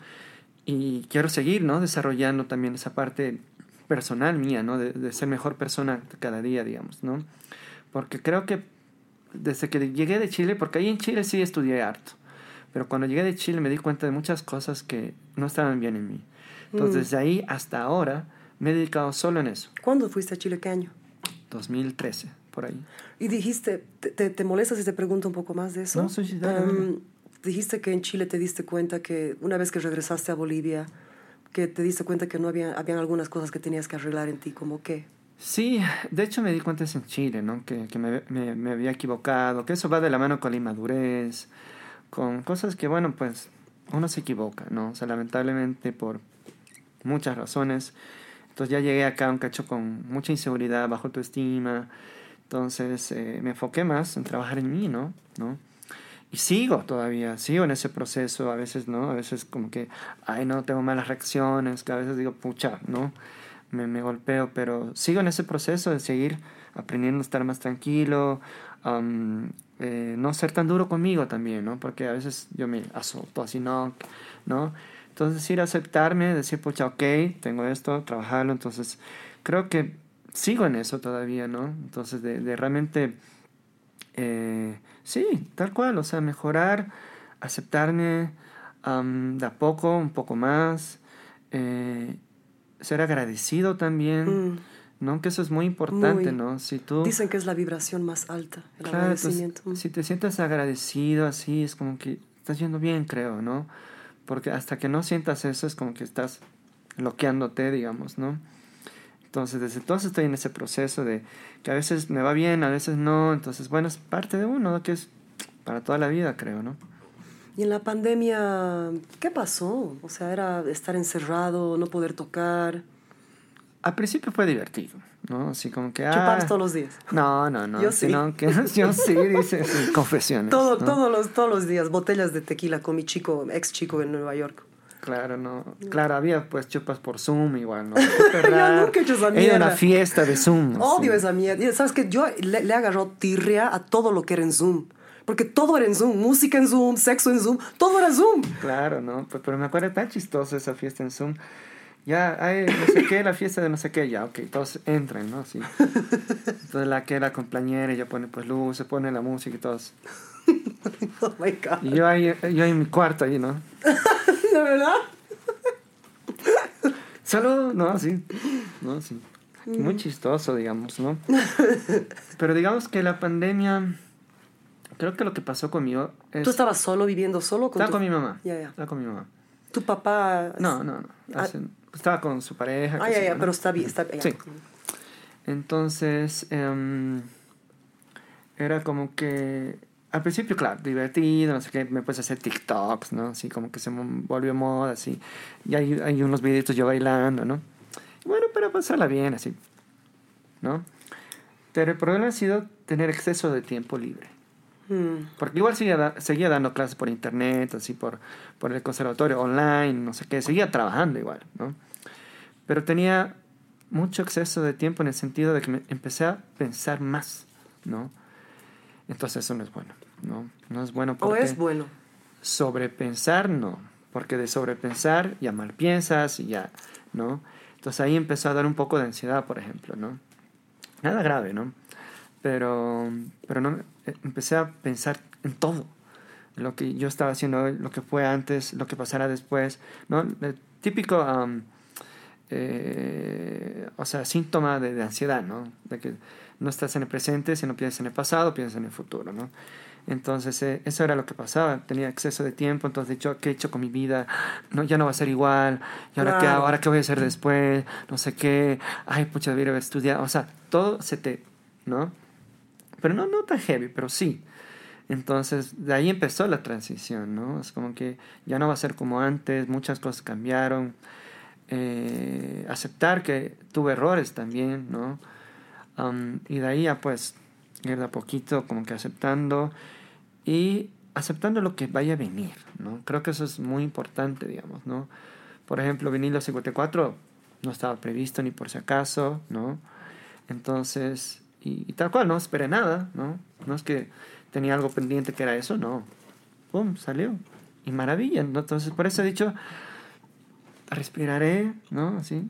Y quiero seguir, ¿no? Desarrollando también esa parte personal mía, ¿no? De, de ser mejor persona cada día, digamos, ¿no? Porque creo que desde que llegué de Chile, porque ahí en Chile sí estudié harto, pero cuando llegué de Chile me di cuenta de muchas cosas que no estaban bien en mí. Entonces, mm. desde ahí hasta ahora me he dedicado solo en eso. ¿Cuándo fuiste a Chile? ¿Qué año? dos mil trece, por ahí. Y dijiste, ¿te, te, te molesta si te pregunto un poco más de eso? No, soy ciudadano. Um, Dijiste que en Chile te diste cuenta que una vez que regresaste a Bolivia, que te diste cuenta que no había habían algunas cosas que tenías que arreglar en ti, ¿como qué? Sí, de hecho me di cuenta eso en Chile, ¿no? Que, que me, me, me había equivocado, que eso va de la mano con la inmadurez, con cosas que, bueno, pues uno se equivoca, ¿no? O sea, lamentablemente por muchas razones. Entonces ya llegué acá un cacho con mucha inseguridad, bajo autoestima. Entonces eh, me enfoqué más en trabajar en mí, ¿no? ¿no? Y sigo todavía, sigo en ese proceso, a veces, ¿no? A veces como que, ay, no, tengo malas reacciones, que a veces digo, pucha, ¿no? Me, me golpeo, pero sigo en ese proceso de seguir aprendiendo a estar más tranquilo, um, eh, no ser tan duro conmigo también, ¿no? Porque a veces yo me azoto así, ¿no? ¿no? Entonces ir a aceptarme, decir, pucha, ok, tengo esto, trabajarlo, entonces creo que sigo en eso todavía, ¿no? Entonces de, de realmente... Eh, sí, tal cual, o sea, mejorar, aceptarme am, de a poco, un poco más, eh, ser agradecido también, Mm, ¿no? Que eso es muy importante, muy. ¿no? Si tú, Dicen que es la vibración más alta, el claro, pues, agradecimiento. Mm. si te sientes agradecido así, es como que estás yendo bien, creo, ¿no? Porque hasta que no sientas eso es como que estás bloqueándote, digamos, ¿no? Entonces, desde entonces estoy en ese proceso de que a veces me va bien, a veces no. Entonces, bueno, es parte de uno, ¿no? Que es para toda la vida, creo, ¿no? Y en la pandemia, ¿qué pasó? O sea, era estar encerrado, no poder tocar, Al principio fue divertido, ¿no? Así como que, chupar ah, todos los días. no, no, no. Yo sí. Sino que yo sí, dice, sí, confesiones, Todo, ¿no? todos, los, todos los días, botellas de tequila con mi chico, ex chico en Nueva York. Claro, no. Claro, había pues chupas por Zoom igual, ¿no? Súper Yo raro. nunca he hecho esa He ido a una mierda. fiesta de Zoom. Odio así. esa mierda. Y ¿sabes qué? Yo le, le agarró tirria a todo lo que era en Zoom. Porque todo era en Zoom. Música en Zoom, sexo en Zoom, todo era Zoom. Claro, ¿no? Pues, pero me acuerdo tan chistoso esa fiesta en Zoom. Ya, hay no sé qué, la fiesta de no sé qué, ya, ok, todos entran, ¿no? Sí. Entonces la que era compañera, ella pone pues luz, se pone la música y todos. Oh my God. Y yo ahí, yo ahí en mi cuarto ahí, ¿no? ¿De verdad? Salud, no, sí. No, sí. Muy chistoso, digamos, ¿no? Pero digamos que la pandemia, creo que lo que pasó conmigo es... ¿Tú estabas solo, viviendo solo? Con Estaba tu... con mi mamá. Ya, ya. Estaba con mi mamá. ¿Tu papá? No, no, no. Ah. Hace- estaba con su pareja. Ah, qué ya, sé ya, yo, ¿no? pero está bien, está bien. Sí. Entonces, em, era como que al principio, claro, divertido, no sé qué, me puse a hacer TikToks, ¿no? Así como que se me volvió moda, así. Y hay, hay unos videitos yo bailando, ¿no? Bueno, para pasarla bien, así, ¿no? Pero el problema ha sido tener exceso de tiempo libre. Mm. Porque igual seguía, da- seguía dando clases por internet, así por, por el conservatorio online, no sé qué, seguía trabajando igual, ¿no? Pero tenía mucho exceso de tiempo en el sentido de que me empecé a pensar más, ¿no? Entonces eso no es bueno, ¿no? No es bueno ¿O porque es bueno? sobrepensar no, porque de sobrepensar ya mal piensas y ya, ¿no? Entonces ahí empezó a dar un poco de ansiedad, por ejemplo, ¿no? Nada grave, ¿no? Pero, pero no, eh, empecé a pensar en todo, en lo que yo estaba haciendo hoy, lo que fue antes, lo que pasará después, ¿no? El típico, am, eh, o sea, síntoma de, de ansiedad, ¿no? De que no estás en el presente, sino piensas en el pasado, piensas en el futuro, ¿no? Entonces, eh, eso era lo que pasaba. Tenía exceso de tiempo, entonces, yo, ¿qué he hecho con mi vida? No, ya no va a ser igual. ¿Y ahora qué Claro. hago? ¿Ahora qué voy a hacer después? No sé qué. Ay, pucha, debería haber estudiado. O sea, todo se te, ¿no? Pero no, no tan heavy, pero sí. Entonces, de ahí empezó la transición, ¿no? Es como que ya no va a ser como antes, muchas cosas cambiaron. Eh, aceptar que tuve errores también, ¿no? Um, y de ahí ya pues ir de a poquito como que aceptando y aceptando lo que vaya a venir, ¿no? Creo que eso es muy importante, digamos, ¿no? Por ejemplo, vinilo cincuenta y cuatro no estaba previsto ni por si acaso, ¿no? Entonces, y, y tal cual, no esperé nada, ¿no? No es que tenía algo pendiente que era eso, no. ¡Pum! Salió. Y maravilla, ¿no? Entonces, por eso he dicho, respiraré, ¿no? Así.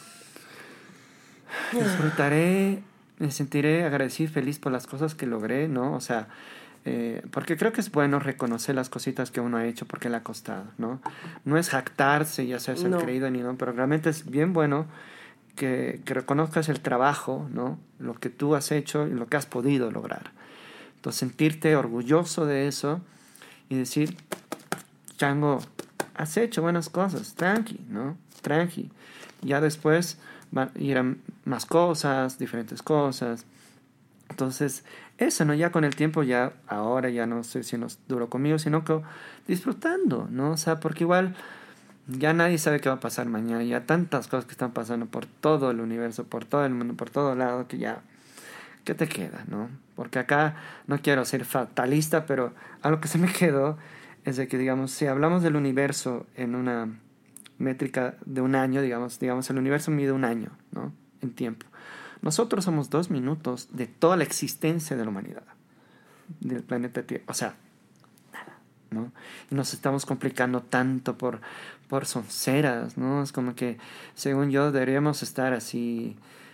Disfrutaré, me sentiré agradecido y feliz por las cosas que logré, ¿no? O sea, eh, porque creo que es bueno reconocer las cositas que uno ha hecho porque le ha costado, ¿no? No es jactarse y hacerse No. el creído ni no, pero realmente es bien bueno que, que reconozcas el trabajo, ¿no? Lo que tú has hecho y lo que has podido lograr. Entonces, sentirte orgulloso de eso y decir, Chango, has hecho buenas cosas, tranqui, ¿no? Tranqui. Ya después van a ir a más cosas, diferentes cosas. Entonces, eso, ¿no? Ya con el tiempo, ya ahora ya no estoy siendo duro conmigo, sino que disfrutando, ¿no? O sea, porque igual ya nadie sabe qué va a pasar mañana. Ya tantas cosas que están pasando por todo el universo, por todo el mundo, por todo lado, que ya, ¿qué te queda, no? Porque acá no quiero ser fatalista, pero algo que se me quedó es de que, digamos, si hablamos del universo en una métrica de un año, digamos, digamos, el universo mide un año, ¿no? En tiempo. Nosotros somos dos minutos de toda la existencia de la humanidad, del planeta Tierra. O sea, nada, ¿no? Y nos estamos complicando tanto por, por sonceras, ¿no? Es como que, según yo, deberíamos estar así,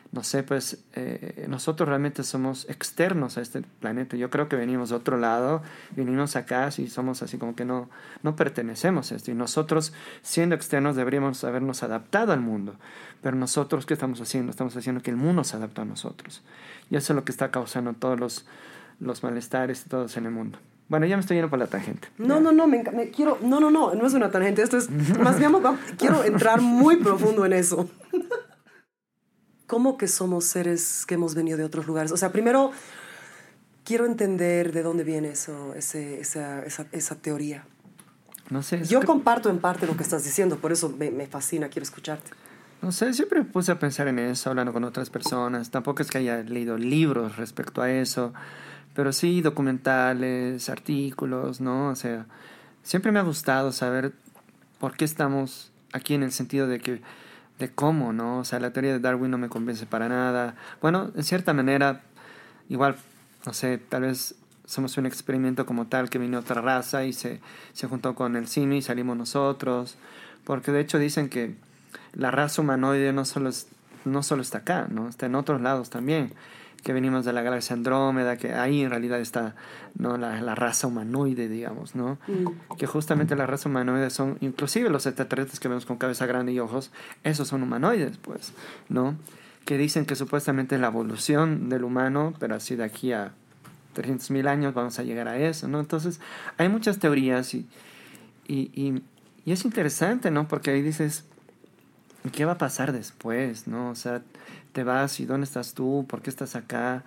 no sé, pues eh, nosotros realmente somos externos a este planeta. Yo creo que venimos de otro lado, venimos acá y somos así como que no, no pertenecemos a esto. Y nosotros, siendo externos, deberíamos habernos adaptado al mundo. Pero nosotros, ¿qué estamos haciendo? Estamos haciendo que el mundo se adapte a nosotros. Y eso es lo que está causando todos los, los malestares y todos en el mundo. Bueno, ya me estoy yendo por la tangente. No, ya. no, no, me, me quiero... No, no, no, no es una tangente. Esto es... Más bien, vamos, quiero entrar muy profundo en eso. ¿Cómo que somos seres que hemos venido de otros lugares? O sea, primero, quiero entender de dónde viene eso, ese, esa, esa, esa teoría. No sé. Yo que... comparto en parte lo que estás diciendo, por eso me, me fascina, quiero escucharte. No sé, siempre me puse a pensar en eso, hablando con otras personas. Tampoco es que haya leído libros respecto a eso, pero sí documentales, artículos, ¿no? O sea, siempre me ha gustado saber por qué estamos aquí, en el sentido de que de cómo, ¿no? O sea, la teoría de Darwin no me convence para nada. Bueno, en cierta manera, igual, no sé, tal vez somos un experimento como tal, que vino otra raza y se, se juntó con el simio y salimos nosotros. Porque de hecho dicen que la raza humanoide no solo, es, no solo está acá, ¿no? Está en otros lados también. Que venimos de la galaxia Andrómeda, que ahí en realidad está, ¿no? la, la raza humanoide, digamos, ¿no? Mm. Que justamente la raza humanoide son, inclusive los extraterrestres que vemos con cabeza grande y ojos, esos son humanoides, pues, ¿no? Que dicen que supuestamente es la evolución del humano, pero así de aquí a trescientos mil años vamos a llegar a eso, ¿no? Entonces, hay muchas teorías y, y, y, y es interesante, ¿no? Porque ahí dices, ¿qué va a pasar después, no? O sea, te vas y ¿dónde estás tú? ¿Por qué estás acá?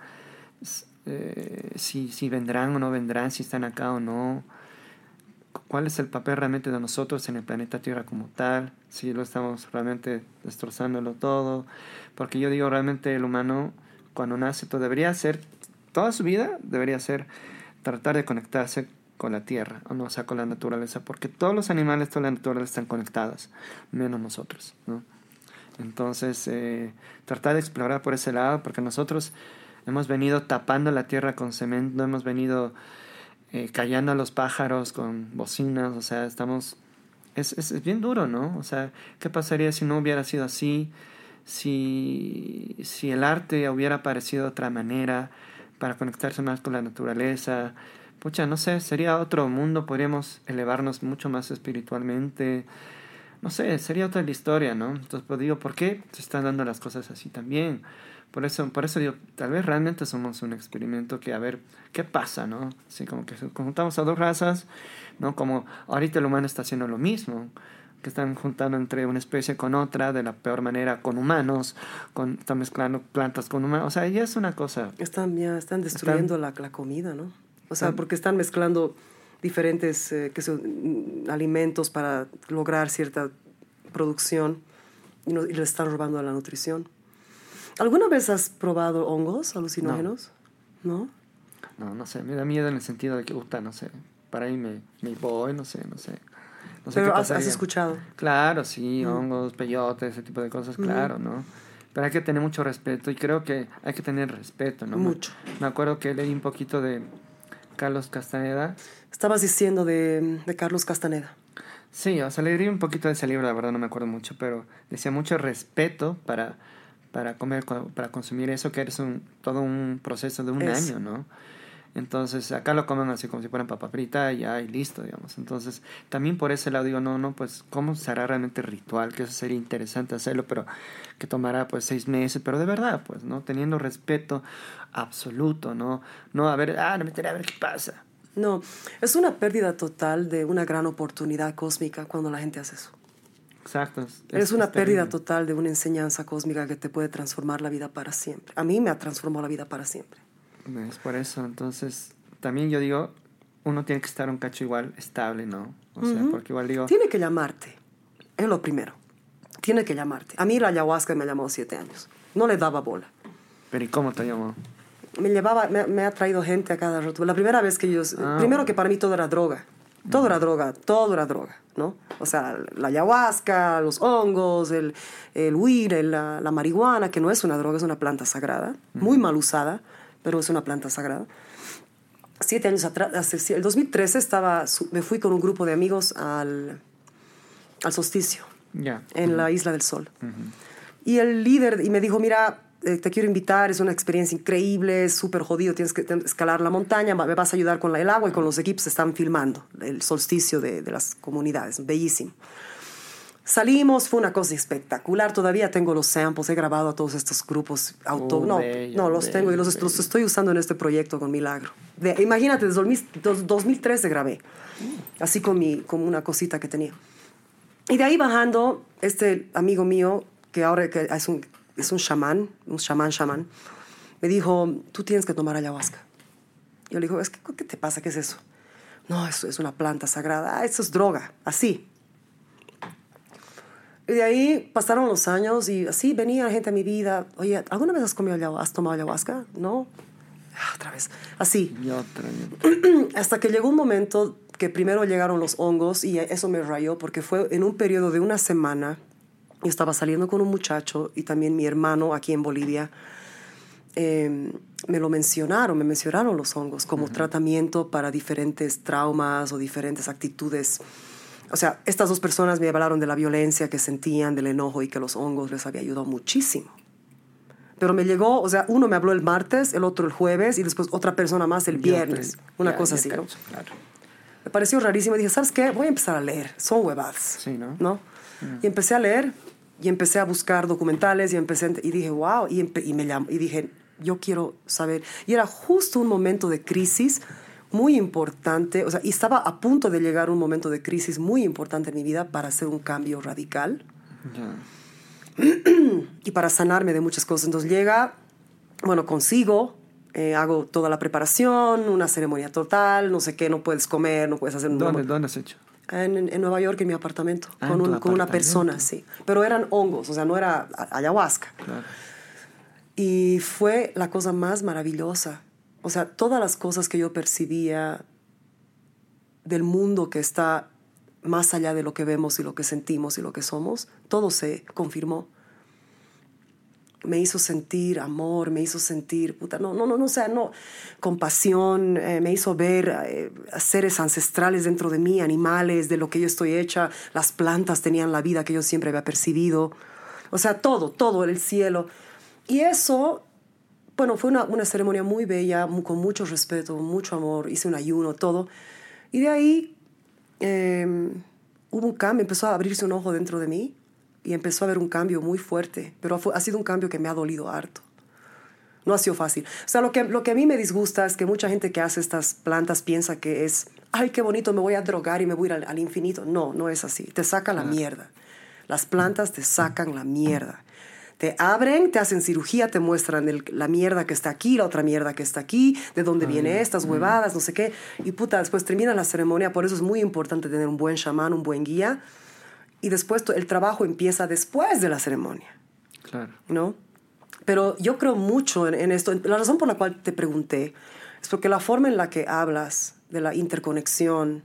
Eh, si, si vendrán o no vendrán, si están acá o no. ¿Cuál es el papel realmente de nosotros en el planeta Tierra como tal? Si lo estamos realmente destrozándolo todo. Porque yo digo, realmente el humano, cuando nace, todo debería ser, toda su vida debería ser tratar de conectarse con la tierra, o no, o sea, con la naturaleza, porque todos los animales, toda la naturaleza están conectadas, menos nosotros, ¿no? Entonces, eh, tratar de explorar por ese lado, porque nosotros hemos venido tapando la tierra con cemento, hemos venido eh, callando a los pájaros con bocinas, o sea, estamos... Es, es, es bien duro, ¿no? O sea, ¿qué pasaría si no hubiera sido así? Si, si el arte hubiera aparecido de otra manera para conectarse más con la naturaleza... Pucha, no sé, sería otro mundo, podríamos elevarnos mucho más espiritualmente. No sé, sería otra la historia, ¿no? Entonces, pues digo, ¿por qué se están dando las cosas así también? Por eso, por eso digo, tal vez realmente somos un experimento que, a ver, ¿qué pasa, no? Así como que juntamos a dos razas, ¿no? Como ahorita el humano está haciendo lo mismo, que están juntando entre una especie con otra de la peor manera, con humanos, con, están mezclando plantas con humanos. O sea, ya es una cosa... Están, ya, están destruyendo están, la, la comida, ¿no? O sea, porque están mezclando diferentes eh, que son, alimentos para lograr cierta producción y, no, y le están robando a la nutrición. ¿Alguna vez has probado hongos alucinógenos? ¿No? No, no, no sé. Me da miedo en el sentido de que, puta, no sé. Para ahí me, me voy, no sé, no sé. No sé. Pero has, has escuchado. Claro, sí, mm. hongos, peyotes, ese tipo de cosas, mm. claro, ¿no? Pero hay que tener mucho respeto y creo que hay que tener respeto, ¿no? Mucho. Me acuerdo que leí un poquito de Carlos Castaneda. Estabas diciendo de, de Carlos Castaneda. Sí, o sea, leí un poquito de ese libro, la verdad no me acuerdo mucho, pero decía mucho respeto para, para comer, para consumir eso, que es un, todo un proceso de un es. año, ¿no? Entonces, acá lo comen así como si fueran papa frita y ya, y listo, digamos. Entonces, también por ese lado digo, no, no, pues, ¿cómo será realmente ritual? Que eso sería interesante hacerlo, pero que tomará, pues, seis meses, pero de verdad, pues, ¿no? Teniendo respeto absoluto, ¿no? No, a ver, ah, no me a ver qué pasa. No, es una pérdida total de una gran oportunidad cósmica cuando la gente hace eso. Exacto. Es, es una es pérdida total de una enseñanza cósmica que te puede transformar la vida para siempre. A mí me ha transformado la vida para siempre. Es por eso, entonces, también yo digo, uno tiene que estar un cacho igual estable, ¿no? O sea, uh-huh. porque igual digo... Tiene que llamarte, es lo primero. Tiene que llamarte. A mí la ayahuasca me llamó siete años. No le daba bola. ¿Pero y cómo te llamó? Me llevaba, me, me ha traído gente a cada rato. La primera vez que yo... Ah, primero que para mí todo era droga. Todo uh-huh. era droga, todo era droga, ¿no? O sea, la ayahuasca, los hongos, el, el weed, el, la, la marihuana, que no es una droga, es una planta sagrada, uh-huh. muy mal usada, pero es una planta sagrada. Siete años atrás, el dos mil trece, estaba, me fui con un grupo de amigos al, al solsticio, yeah. en uh-huh. la Isla del Sol. Uh-huh. Y el líder y me dijo, mira, eh, te quiero invitar, es una experiencia increíble, es súper jodido, tienes que escalar la montaña, me vas a ayudar con la, el agua y con los equipos están filmando el solsticio de, de las comunidades, bellísimo. Salimos, fue una cosa espectacular, todavía tengo los samples, he grabado a todos estos grupos auto, Oh, no, bello, no, los bello, tengo y los, bello. los estoy usando en este proyecto con Milagro. De, imagínate, desde dos mil trece grabé, así con, mi, con una cosita que tenía. Y de ahí bajando, este amigo mío, que ahora que es un, es un chamán, un chamán, chamán, me dijo, tú tienes que tomar ayahuasca. Yo le digo, ¿Es que, ¿qué te pasa? ¿Qué es eso? No, eso es una planta sagrada. Ah, eso es droga, así. Y de ahí pasaron los años y así venía gente a mi vida. Oye, ¿alguna vez has comido ayahuasca? ¿Has tomado ayahuasca? No. Ah, otra vez. Así. Y otra, y otra. Hasta que llegó un momento que primero llegaron los hongos y eso me rayó porque fue en un periodo de una semana. Yo estaba saliendo con un muchacho y también mi hermano aquí en Bolivia. Eh, me lo mencionaron, me mencionaron los hongos como uh-huh. tratamiento para diferentes traumas o diferentes actitudes. O sea, estas dos personas me hablaron de la violencia que sentían, del enojo y que los hongos les había ayudado muchísimo. Pero me llegó, o sea, uno me habló el martes, el otro el jueves y después otra persona más el viernes. Te, una ya, cosa ya así, cacho, ¿no? Claro. Me pareció rarísimo y dije, ¿sabes qué? Voy a empezar a leer. Son huevadas. Sí, ¿no? ¿No? Mm. Y empecé a leer y empecé a buscar documentales y empecé y dije, wow, y, empe, y me llamó y dije, yo quiero saber. Y era justo un momento de crisis muy importante, o sea, y estaba a punto de llegar un momento de crisis muy importante en mi vida para hacer un cambio radical. Yeah. Y para sanarme de muchas cosas. Entonces llega, bueno, consigo, eh, hago toda la preparación, una ceremonia total, no sé qué, no puedes comer, no puedes hacer... ¿Dónde, no, ¿dónde has hecho? En, en Nueva York, en mi apartamento, ah, con, un, apartamento. con una persona, sí. Pero eran hongos, o sea, no era ayahuasca. Claro. Y fue la cosa más maravillosa. O sea, todas las cosas que yo percibía del mundo que está más allá de lo que vemos y lo que sentimos y lo que somos, todo se confirmó. Me hizo sentir amor, me hizo sentir, puta, no, no, no, no, o sea, no, compasión, eh, me hizo ver eh, seres ancestrales dentro de mí, animales, de lo que yo estoy hecha, las plantas tenían la vida que yo siempre había percibido, o sea, todo, todo, el cielo. Y eso, bueno, fue una, una ceremonia muy bella, muy, con mucho respeto, mucho amor, hice un ayuno, todo. Y de ahí eh, hubo un cambio, empezó a abrirse un ojo dentro de mí y empezó a haber un cambio muy fuerte, pero fue, ha sido un cambio que me ha dolido harto. No ha sido fácil. O sea, lo que, lo que a mí me disgusta es que mucha gente que hace estas plantas piensa que es, ay, qué bonito, me voy a drogar y me voy a ir al, al infinito. No, no es así. Te saca la mierda. Las plantas te sacan la mierda. Te abren, te hacen cirugía, te muestran el, la mierda que está aquí, la otra mierda que está aquí, de dónde Ay, viene estas huevadas, no sé qué. Y puta, después termina la ceremonia. Por eso es muy importante tener un buen chamán, un buen guía. Y después el trabajo empieza después de la ceremonia. Claro. ¿No? Pero yo creo mucho en, en esto. La razón por la cual te pregunté es porque la forma en la que hablas de la interconexión,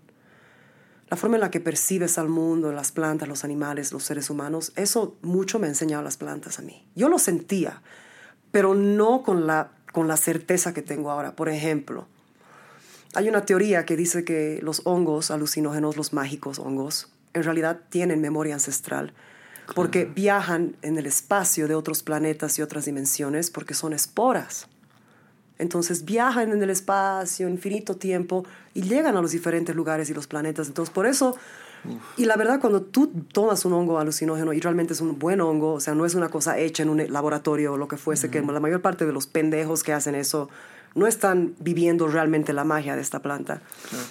la forma en la que percibes al mundo, las plantas, los animales, los seres humanos, eso mucho me ha enseñado las plantas a mí. Yo lo sentía, pero no con la, con la certeza que tengo ahora. Por ejemplo, hay una teoría que dice que los hongos alucinógenos, los mágicos hongos, en realidad tienen memoria ancestral porque claro. viajan en el espacio de otros planetas y otras dimensiones porque son esporas. Entonces viajan en el espacio infinito tiempo y llegan a los diferentes lugares y los planetas. Entonces por eso, Uf. y la verdad cuando tú tomas un hongo alucinógeno y realmente es un buen hongo, o sea, no es una cosa hecha en un laboratorio o lo que fuese, uh-huh. que la mayor parte de los pendejos que hacen eso no están viviendo realmente la magia de esta planta. Claro.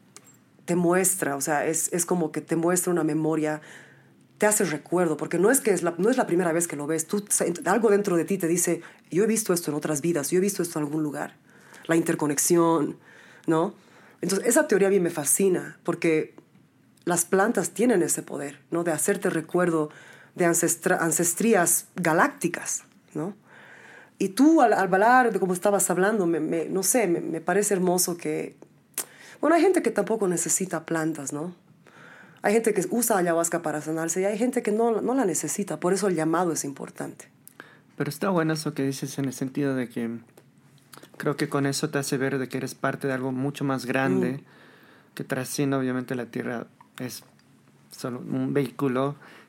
Te muestra, o sea, es, es como que te muestra una memoria, te hace recuerdo, porque no es que es la, no es la primera vez que lo ves, tú, algo dentro de ti te dice, yo he visto esto en otras vidas, yo he visto esto en algún lugar, la interconexión, ¿no? Entonces, esa teoría a mí me fascina, porque las plantas tienen ese poder, ¿no? De hacerte recuerdo de ancestra, ancestrías galácticas, ¿no? Y tú, al, al hablar de cómo estabas hablando, me, me, no sé, me, me parece hermoso que... Bueno, hay gente que tampoco necesita plantas, ¿no? Hay gente que usa ayahuasca para sanarse y hay gente que no, no la necesita. Por eso el llamado es importante. Pero está bueno eso que dices en el sentido de que creo que con eso te hace ver de que eres parte de algo mucho más grande, mm. que trasciende obviamente la Tierra, es solo un vehículo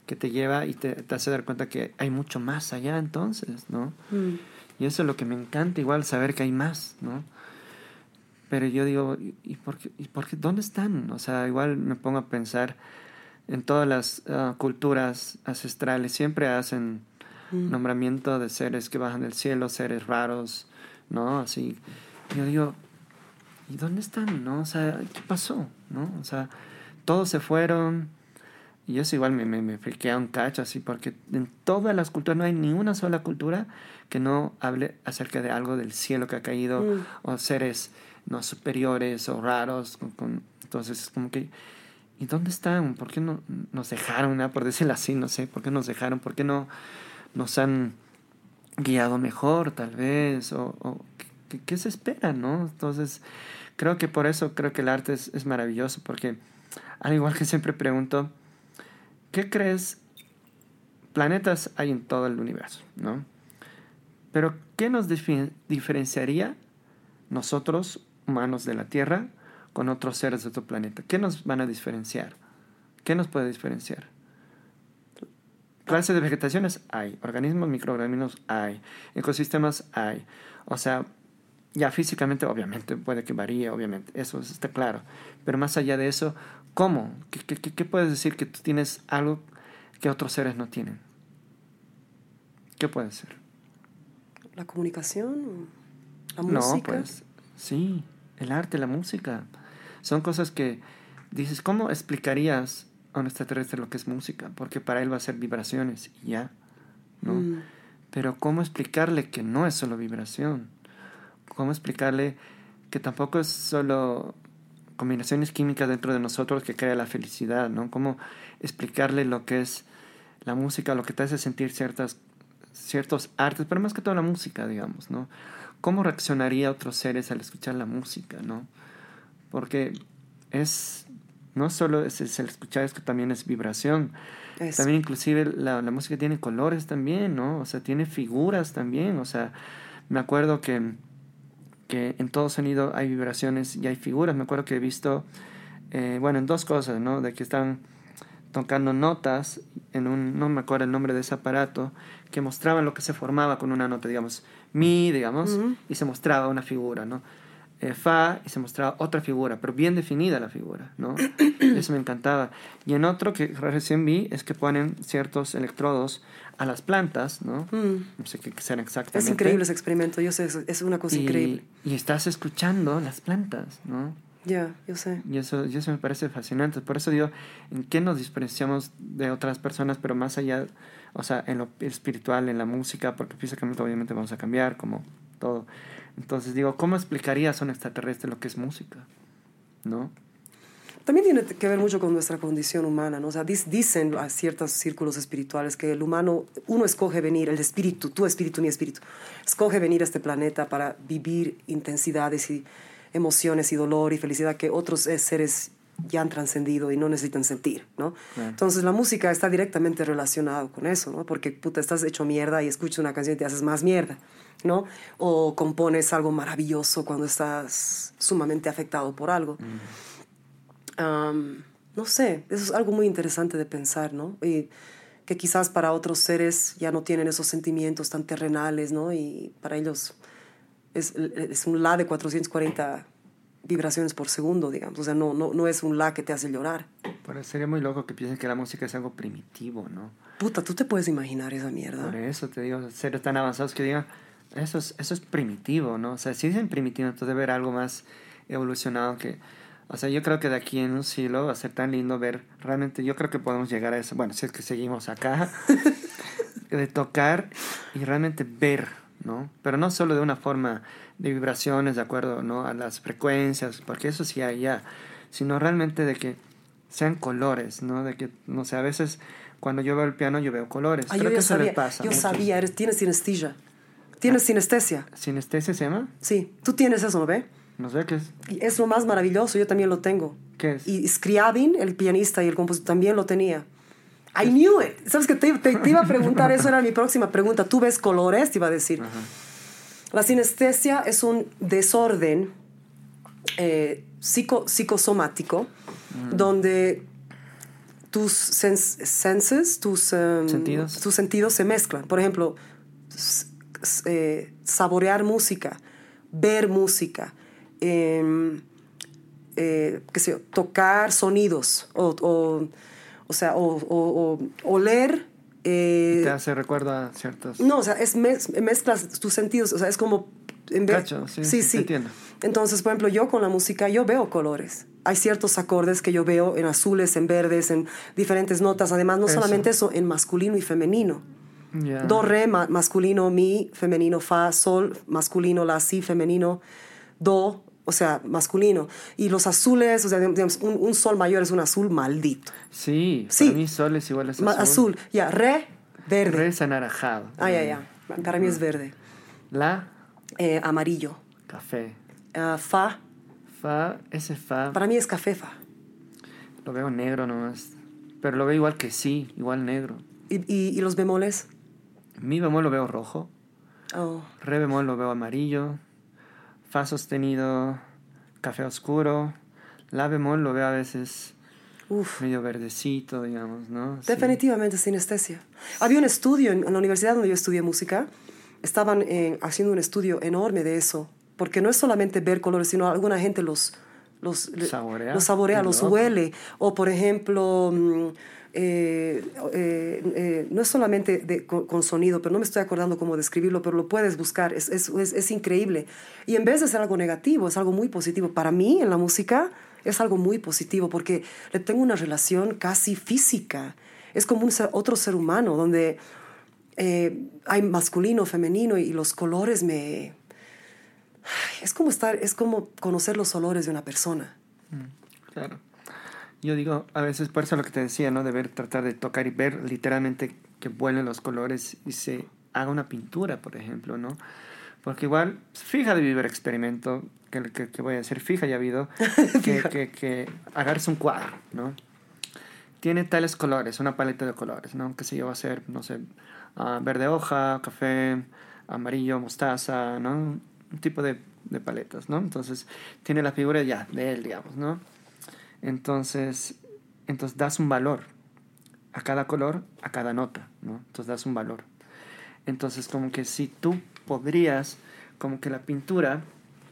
que te lleva y te, te hace dar cuenta que hay mucho más allá entonces, ¿no? Mm. Y eso es lo que me encanta, igual saber que hay más, ¿no? Pero yo digo, ¿y, y por qué, y por qué? ¿Dónde están? O sea, igual me pongo a pensar en todas las uh, culturas ancestrales, siempre hacen mm. nombramiento de seres que bajan del cielo, seres raros, ¿no? Así, yo digo, ¿y dónde están? ¿No? O sea, ¿qué pasó? ¿No? O sea, todos se fueron. Y eso igual me, me, me friquea un cacho, así, porque en todas las culturas no hay ni una sola cultura que no hable acerca de algo del cielo que ha caído, mm. o seres no superiores o raros. Con, con, entonces, como que, ¿y dónde están? ¿Por qué no nos dejaron, ¿no? Por decirlo así, no sé, ¿por qué nos dejaron? ¿Por qué no nos han guiado mejor, tal vez? ¿O, o ¿qué, qué se espera, no? Entonces, creo que por eso creo que el arte es, es maravilloso, porque al igual que siempre pregunto, ¿qué crees? Planetas hay en todo el universo, ¿no? Pero ¿qué nos dif- diferenciaría nosotros, humanos de la Tierra, con otros seres de otro planeta? ¿Qué nos van a diferenciar? ¿Qué nos puede diferenciar? Clases de vegetaciones hay, organismos, microorganismos hay, ecosistemas hay. O sea, ya físicamente, obviamente, puede que varíe, obviamente, eso está claro. Pero más allá de eso, ¿cómo? ¿Qué, qué, qué puedes decir que tú tienes algo que otros seres no tienen? ¿Qué puede ser? ¿La comunicación? ¿La música? No, pues, sí, el arte, la música. Son cosas que dices, ¿cómo explicarías a un extraterrestre lo que es música? Porque para él va a ser vibraciones y ya, ¿no? Mm. Pero ¿cómo explicarle que no es solo vibración? ¿Cómo explicarle que tampoco es solo combinaciones químicas dentro de nosotros que crea la felicidad, ¿no? ¿Cómo explicarle lo que es la música, lo que te hace sentir ciertas, ciertos artes, pero más que todo la música, digamos, ¿no? ¿Cómo reaccionaría otros seres al escuchar la música, ¿no? Porque es, no solo es, es el escuchar, es que también es vibración. Es. También inclusive la, la música tiene colores también, ¿no? O sea, tiene figuras también, o sea, me acuerdo que que en todo sonido hay vibraciones y hay figuras. Me acuerdo que he visto, eh, bueno, en dos cosas, ¿no? De que están tocando notas en un, no me acuerdo el nombre de ese aparato, que mostraban lo que se formaba con una nota, digamos, mi, digamos, uh-huh. y se mostraba una figura, ¿no? Eh, fa, y se mostraba otra figura, pero bien definida la figura, ¿no? Eso me encantaba. Y en otro que recién vi es que ponen ciertos electrodos a las plantas, ¿no? Mm. No sé qué serán exactamente. Es increíble ese experimento, yo sé, es una cosa y, increíble. Y estás escuchando las plantas, ¿no? Ya, yeah, yo sé. Y eso, y eso me parece fascinante. Por eso digo, ¿en qué nos diferenciamos de otras personas? Pero más allá, o sea, en lo espiritual, en la música, porque físicamente obviamente vamos a cambiar, como todo. Entonces digo, ¿cómo explicarías a un extraterrestre lo que es música? ¿No? También tiene que ver mucho con nuestra condición humana, ¿no? O sea, dicen a ciertos círculos espirituales que el humano, uno escoge venir, el espíritu, tu espíritu, mi espíritu, escoge venir a este planeta para vivir intensidades y emociones y dolor y felicidad que otros seres ya han trascendido y no necesitan sentir, ¿no? Claro. Entonces la música está directamente relacionada con eso, ¿no? Porque, puta, estás hecho mierda y escuchas una canción y te haces más mierda, ¿no? O compones algo maravilloso cuando estás sumamente afectado por algo. Mm. Um, no sé, eso es algo muy interesante de pensar, ¿no? Y que quizás para otros seres ya no tienen esos sentimientos tan terrenales, ¿no? Y para ellos es, es un la de cuatrocientas cuarenta vibraciones por segundo, digamos. O sea, no, no, no es un la que te hace llorar. Pero sería muy loco que piensen que la música es algo primitivo, ¿no? Puta, ¿tú te puedes imaginar esa mierda? Por eso te digo, seres tan avanzados que digan, eso es, eso es primitivo, ¿no? O sea, si dicen primitivo, entonces debe haber algo más evolucionado que... O sea, yo creo que de aquí en un siglo va a ser tan lindo ver, realmente yo creo que podemos llegar a eso, bueno, si es que seguimos acá, de tocar y realmente ver, ¿no? Pero no solo de una forma de vibraciones, de acuerdo, ¿no? A las frecuencias, porque eso sí hay ya, sino realmente de que sean colores, ¿no? De que, no sé, a veces cuando yo veo el piano yo veo colores. Ah, creo yo que eso sabía, les pasa. Yo mucho. sabía, eres, tienes sinestesia. ¿Tienes ah, sinestesia? ¿Sinestesia se llama? Sí, tú tienes eso, ¿no ve? No sé qué es. Y es lo más maravilloso, yo también lo tengo. ¿Qué es? Y Scriabin, el pianista y el compositor, también lo tenía. I knew it. ¿Sabes qué? Te, te, te iba a preguntar, eso era mi próxima pregunta. ¿Tú ves colores? Te iba a decir. Ajá. La sinestesia es un desorden eh, psico, psicosomático mm. donde tus sens- senses, tus, um, Sentidos. tus sentidos se mezclan. Por ejemplo, s- s- eh, saborear música, ver música, eh, eh, qué sé yo, tocar sonidos, o, o, o sea, o, o, o oler. Eh, Te hace recuerdo a ciertos... no, o sea, es mez- mezclas tus sentidos, o sea, es como... En vez, Cacho, sí, sí, sí, sí. te entiendo. Entonces, por ejemplo, yo con la música, yo veo colores. Hay ciertos acordes que yo veo en azules, en verdes, en diferentes notas. Además, no Eso. solamente eso, en masculino y femenino. Ya. Do, re, ma- masculino, mi, femenino, fa, sol, masculino, la, si, femenino, do, o sea, masculino. Y los azules, o sea, digamos, un, un sol mayor es un azul maldito. Sí, Sí. para mí sol es igual a azul. Ma- azul, ya, re, verde. Re es anaranjado. Ah, ya, ya. Para mí es verde. La, Eh, amarillo. café. Ah, fa, Fa, ese fa, para mí es café, fa. lo veo negro nomás. Pero lo veo igual que sí, igual negro. ¿Y, y, y los bemoles? Mi bemol lo veo rojo. Oh, Re bemol lo veo amarillo. Fa sostenido, café oscuro. La bemol lo veo a veces uf. medio verdecito, digamos, ¿no? Sí. Definitivamente sinestesia. Había un estudio en, en la universidad donde yo estudié música. Estaban eh, haciendo un estudio enorme de eso. Porque no es solamente ver colores, sino alguna gente los, los, le- Saborea. los saborea, Qué los loco. huele. O, por ejemplo, mm, eh, eh, eh, no es solamente de- con, con sonido, pero no me estoy acordando cómo describirlo, pero lo puedes buscar. Es, es, es, es increíble. Y en vez de ser algo negativo, es algo muy positivo. Para mí, en la música, es algo muy positivo porque le tengo una relación casi física. Es como un ser- otro ser humano donde eh, hay masculino, femenino y los colores me... Ay, es como estar, es como conocer los olores de una persona. Claro. Yo digo, a veces por eso lo que te decía, ¿no? De ver, tratar de tocar y ver literalmente que vuelen los colores y se haga una pintura, por ejemplo, ¿no? Porque igual, fija de vivir experimento, que, que, que voy a decir, fija ya ha habido, que, que, que agarres un cuadro, ¿no? Tiene tales colores, una paleta de colores, ¿no? Que sé yo, va a ser, no sé, ah, verde hoja, café, amarillo, mostaza, ¿no? Un tipo de, de paletas, ¿no? Entonces, tiene la figura ya de él, digamos, ¿no? Entonces, entonces das un valor a cada color, a cada nota, ¿no? Entonces das un valor. Entonces, como que si tú podrías, como que la pintura,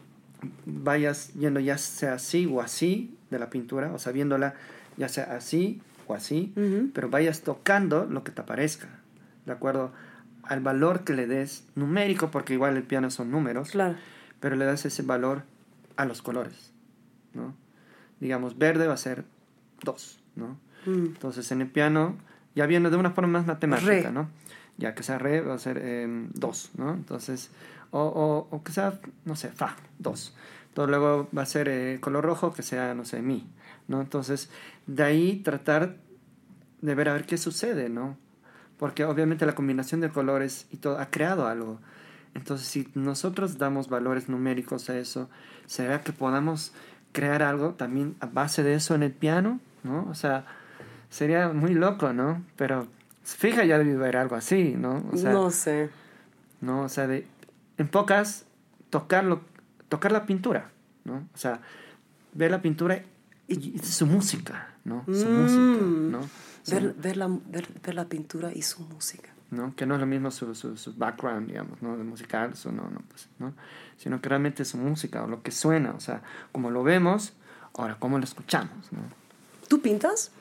vayas yendo ya sea así o así de la pintura, o sea, viéndola ya sea así o así, Ujú. pero vayas tocando lo que te aparezca, ¿de acuerdo? Al valor que le des numérico, porque igual el piano son números, Claro. pero le das ese valor a los colores, ¿no? Digamos, verde va a ser dos, ¿no? Mm. Entonces, en el piano, ya viene de una forma más matemática, Re. ¿no? Ya que sea re, va a ser eh, dos, ¿no? Entonces, o, o, o que sea, no sé, fa, dos. Entonces, luego va a ser eh, color rojo, que sea, no sé, mi, ¿no? Entonces, de ahí tratar de ver a ver qué sucede, ¿no? Porque obviamente la combinación de colores y todo ha creado algo. Entonces, si nosotros damos valores numéricos a eso, ¿será que podamos crear algo también a base de eso en el piano? ¿No? O sea, sería muy loco, ¿no? Pero fija, ya debe haber algo así, ¿no? O sea, No sé. ¿no? O sea, de, en pocas, tocarlo, tocar la pintura, ¿no? O sea, ver la pintura y, y su música, ¿no? Su Mm. música, ¿no? O sea, Ver, ver, la, ver, ver la pintura y su música. ¿no? Que no es lo mismo su, su, su background, digamos, ¿no? De musical, su, no, no, pues, ¿no? Sino que realmente su música o lo que suena, o sea, como lo vemos, ahora cómo lo escuchamos, ¿no? ¿Tú pintas?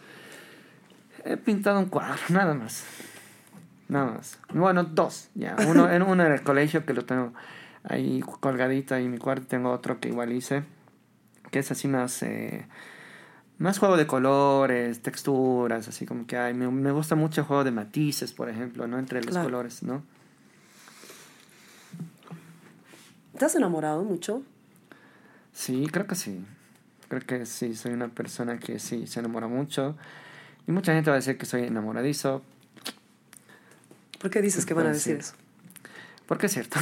He pintado un cuadro, nada más. Nada más. Bueno, dos, ya. Uno, en, uno en el colegio, que lo tengo ahí colgadito ahí en mi cuarto. Tengo otro que igual hice, que es así más... Eh, más juego de colores, texturas, así como que hay. Me, me gusta mucho el juego de matices, por ejemplo, ¿no? Entre los Claro. colores, ¿no? ¿Te has enamorado mucho? Sí, creo que sí. Creo que sí, soy una persona que sí se enamora mucho. Y mucha gente va a decir que soy enamoradizo, ¿Por qué dices que van a Pues, decir sí. eso? porque es cierto.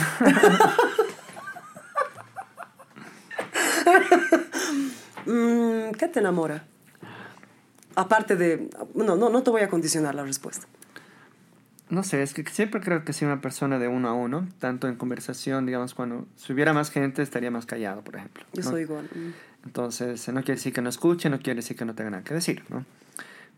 Mm, ¿Qué te enamora? Aparte de... No, no, no te voy a condicionar la respuesta. No sé, es que siempre creo que soy una persona de uno a uno, tanto en conversación, digamos, cuando si hubiera más gente estaría más callado, por ejemplo. Yo ¿no? soy igual. Mm. Entonces, no quiere decir que no escuche, no quiere decir que no tenga nada que decir, ¿no?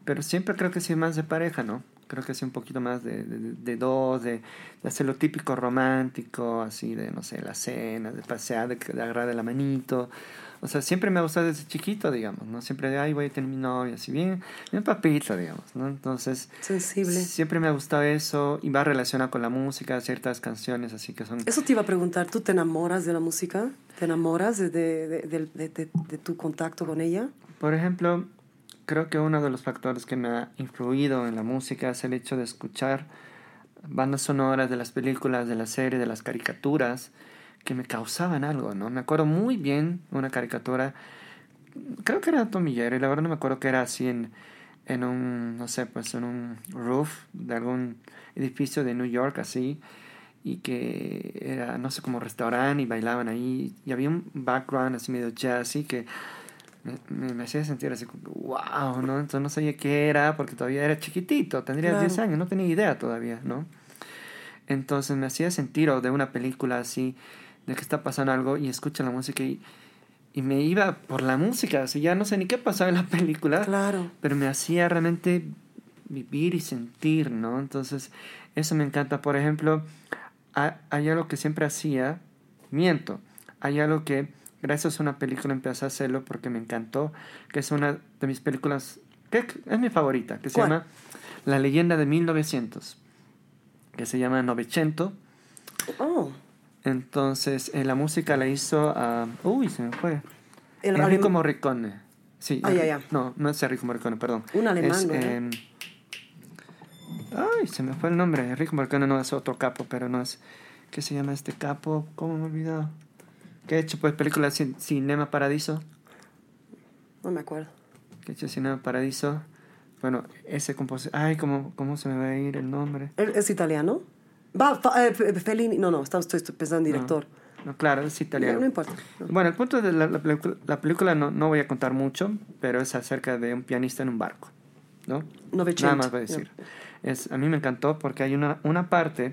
pero siempre creo que sí más de pareja, ¿no? Creo que sí un poquito más de, de, de dos, de, de hacer lo típico romántico, así de, no sé, la cena, de pasear, de, de agarrar de la manito. O sea, siempre me ha gustado desde chiquito, digamos, ¿no? Siempre de, ay, voy a tener mi novia, así bien, bien papito, digamos, ¿no? Entonces, sensible. Siempre me ha gustado eso y va relacionado con la música, ciertas canciones, así que son... Eso te iba a preguntar, ¿tú te enamoras de la música? ¿Te enamoras de, de, de, de, de, de, de tu contacto con ella? Por ejemplo, creo que uno de los factores que me ha influido en la música es el hecho de escuchar bandas sonoras de las películas, de las series, de las caricaturas, que me causaban algo, ¿no? Me acuerdo muy bien una caricatura, creo que era Tom y Jerry, la verdad no me acuerdo que era así en, en un, no sé, pues en un roof de algún edificio de New York, así, y que era, no sé, como restaurante y bailaban ahí, y había un background así medio jazzy que me, me, me hacía sentir así, wow, ¿no? Entonces no sabía qué era, porque todavía era chiquitito, tendría Claro. diez años, no tenía idea todavía, ¿no? Entonces me hacía sentir, o de una película así, de que está pasando algo y escucho la música y, y me iba por la música, así ya no sé ni qué pasaba en la película, Claro. pero me hacía realmente vivir y sentir, ¿no? Entonces eso me encanta. Por ejemplo, hay, hay algo que siempre hacía, miento, hay algo que gracias a una película empecé a hacerlo porque me encantó, que es una de mis películas, que es mi favorita, que se ¿Cuál? llama La leyenda de mil novecientos, que se llama Novecento. Oh. Entonces, eh, la música la hizo a... uy, se me fue. El Enrico alem- Morricone. Sí, Ah, Enri- ya, ya. No, no es Enrico Morricone, perdón. Un alemán, Es, ¿no era? eh, ay, se me fue el nombre. Enrico Morricone no es otro capo, pero no es... ¿Qué se llama este capo? ¿Cómo me he olvidado? Que ha hecho pues películas Cin- Cinema Paradiso. No me acuerdo. Que ha hecho Cinema Paradiso. Bueno, ese compositor... Ay, ¿cómo, ¿cómo se me va a ir el nombre? ¿Es es italiano? Va, fa- eh, Fe- Fellini. No, no, estaba- estoy, estoy pensando en director. No, claro, es No, italiano. no importa. No. Bueno, el punto de la, la película, la película no, no voy a contar mucho, pero es acerca de un pianista en un barco, ¿no? Novecento. Nada más voy a decir. Es, a mí me encantó porque hay una, una parte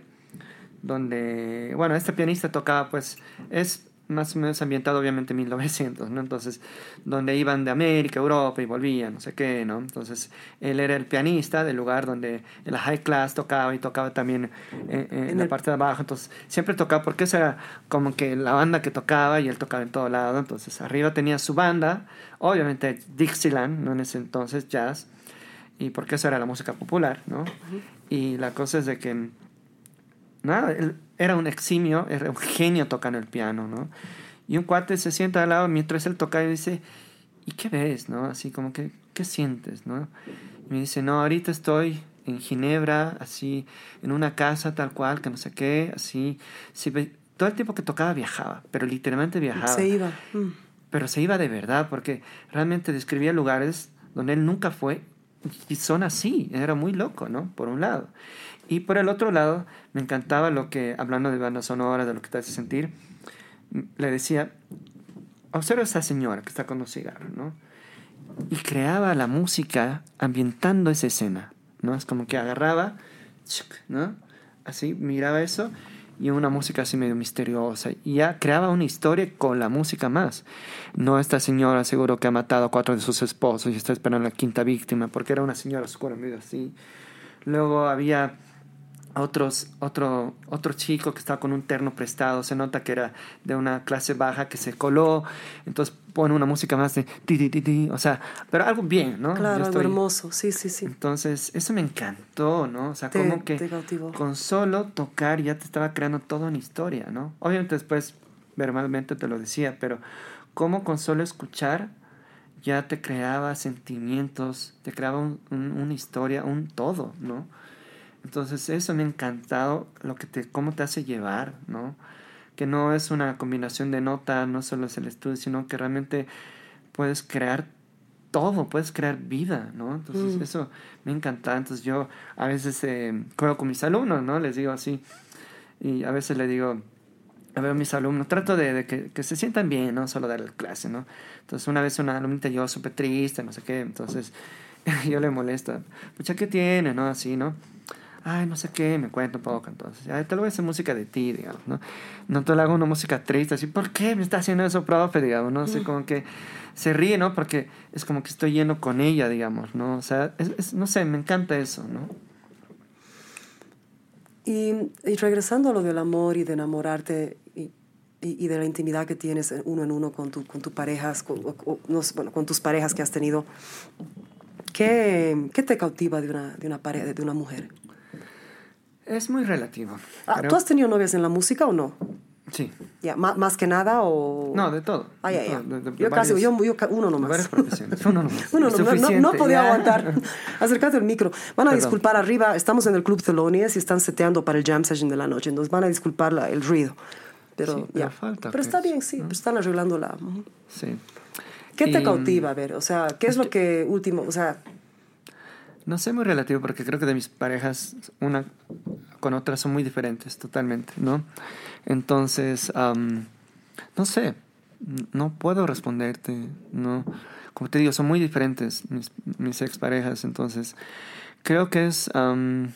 donde, bueno, este pianista tocaba, pues, es más o menos ambientado obviamente en mil novecientos, ¿no? Entonces, donde iban de América, Europa y volvían, no sé qué, ¿no? Entonces, él era el pianista del lugar donde la high class tocaba y tocaba también en, en En la el- parte de abajo, entonces, siempre tocaba porque esa era como que la banda que tocaba y él tocaba en todo lado, entonces, arriba tenía su banda, obviamente Dixieland, ¿no? En ese entonces, jazz, y porque eso era la música popular, ¿no? Y la cosa es de que nada, él era un eximio, era un genio tocando el piano, ¿no? Y un cuate se sienta al lado mientras él toca y dice, ¿y qué ves, no? Así como que, ¿qué sientes, no? Y me dice, no, ahorita estoy en Ginebra, así, en una casa tal cual, que no sé qué, así. Sí, ve- todo el tiempo que tocaba viajaba, pero literalmente viajaba. Se iba. Mm. Pero se iba de verdad, porque realmente describía lugares donde él nunca fue y son así, era muy loco, ¿no? Por un lado. Y por el otro lado, me encantaba lo que, hablando de bandas sonoras, de lo que te hace sentir, m- le decía, observa a esa señora que está con los cigarros, ¿no? Y creaba la música ambientando esa escena, ¿no? Es como que agarraba, chuc, ¿no? Así, miraba eso, y una música así medio misteriosa, y ya creaba una historia con la música más. No esta señora seguro que ha matado a cuatro de sus esposos y está esperando la quinta víctima, porque era una señora oscura, medio así. Luego había otros, otro, otro chico que estaba con un terno prestado, se nota que era de una clase baja que se coló, entonces pone una música más de ti, ti, ti, ti, o sea, pero algo bien, ¿no? Claro, Yo algo estoy- hermoso. Sí, sí, sí. Entonces, eso me encantó, ¿no? O sea, Te- como que te cautivó. con solo tocar ya te estaba creando toda una historia, ¿no? Obviamente después verbalmente te lo decía, pero como con solo escuchar ya te creaba sentimientos, te creaba un- un- una historia, un todo, ¿no? Entonces eso me ha encantado, lo que te, cómo te hace llevar, ¿no? Que no es una combinación de notas, no solo es el estudio, sino que realmente puedes crear todo, puedes crear vida, ¿no? Entonces Mm. eso me encanta. Entonces yo a veces eh, juego con mis alumnos, ¿no? Les digo así, y a veces le digo, a ver, a mis alumnos, trato de, de que, que se sientan bien, no solo dar la clase, ¿no? Entonces una vez una alumnita yo súper triste, no sé qué, entonces yo le molesto, pucha, ¿qué tiene, no? Así, ¿no? ay, no sé qué, me cuenta un poco, entonces, ay, te lo voy a hacer música de ti, digamos, ¿no? No te lo hago una música triste, así, ¿por qué me está haciendo eso, profe, digamos, no? Así como que se ríe, ¿no? Porque es como que estoy yendo con ella, digamos, ¿no? O sea, es, es, no sé, me encanta eso, ¿no? Y, y regresando a lo del amor y de enamorarte y, y, y de la intimidad que tienes uno en uno con, tu, con tus parejas, con, o, o, no sé, bueno, con tus parejas que has tenido, ¿qué, qué te cautiva de una, de una pareja, de una mujer? Es muy relativo. Ah, pero... ¿Tú has tenido novias en la música o no? Sí. Ya, ¿más, más que nada o...? No, de todo. Ah, ya, de ya. todo, de, de, de yo varios, casi, yo, yo uno de nomás. varias profesiones. Uno nomás. Uno no, no, no podía ya. aguantar. Acércate al micro. Van a Perdón. disculpar arriba, estamos en el Club Thelonious y están seteando para el jam session de la noche, entonces van a disculpar la, el ruido. Pero, Sí, pero ya. falta, Pero está pues, bien, sí, ¿no? pues están arreglando la... Ujú. Sí. ¿Qué te Y, cautiva? A ver, o sea, ¿qué es lo que último, o sea... No sé, muy relativo, porque creo que de mis parejas, una con otra son muy diferentes, totalmente, ¿no? Entonces, um, no sé, no puedo responderte, ¿no? Como te digo, son muy diferentes mis, mis exparejas, entonces creo que es... Um,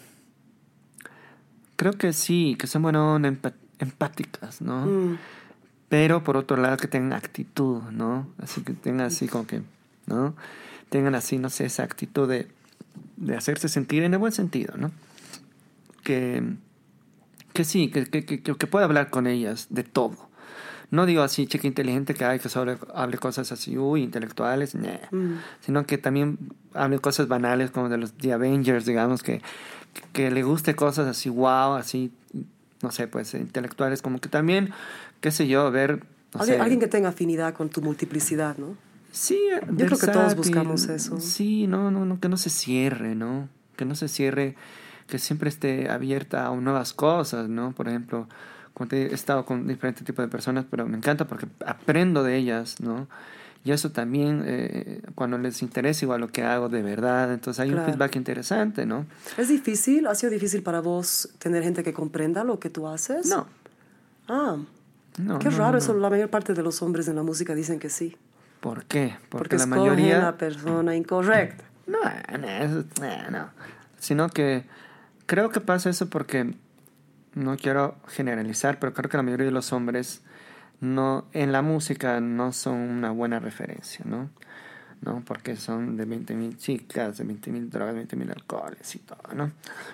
creo que sí, que son, bueno, empa- empáticas, ¿no? Mm. Pero por otro lado que tengan actitud, ¿no? Así que tengan así como que, ¿no? Tengan así, no sé, esa actitud de... de hacerse sentir en el buen sentido, ¿no? Que, que sí, que, que, que, que pueda hablar con ellas de todo. No digo así, chica inteligente, que hay que sobre, hable cosas así, uy, intelectuales, nah. Mm. Sino que también hable cosas banales como de los The Avengers, digamos, que, que, que le guste cosas así, wow, así, no sé, pues intelectuales, como que también, qué sé yo, ver... No Alguien, sé, alguien que tenga afinidad con tu multiplicidad, ¿no? Sí, Yo creo que todos buscamos eso. Sí, no, no, no, que no se cierre, ¿no? Que no se cierre, que siempre esté abierta a nuevas cosas, ¿no? Por ejemplo, como te he estado con diferentes tipos de personas, pero me encanta porque aprendo de ellas, ¿no? Y eso también, eh, cuando les interesa igual lo que hago de verdad, entonces hay Claro. un feedback interesante, ¿no? ¿Es difícil? ¿Ha sido difícil para vos tener gente que comprenda lo que tú haces? No, Ah, no. qué no, raro no, eso. no. La mayor parte de los hombres en la música dicen que sí. ¿Por qué? Porque, Porque la escogen mayoría... la persona incorrecta. No, no, eso, no, no. Sino que creo que pasa eso porque no quiero generalizar, pero creo que la mayoría de los hombres no en la música no son una buena referencia, ¿no? ¿No? Porque son de veinte mil chicas, de veinte mil drogas, veinte mil alcoholes y todo, ¿no?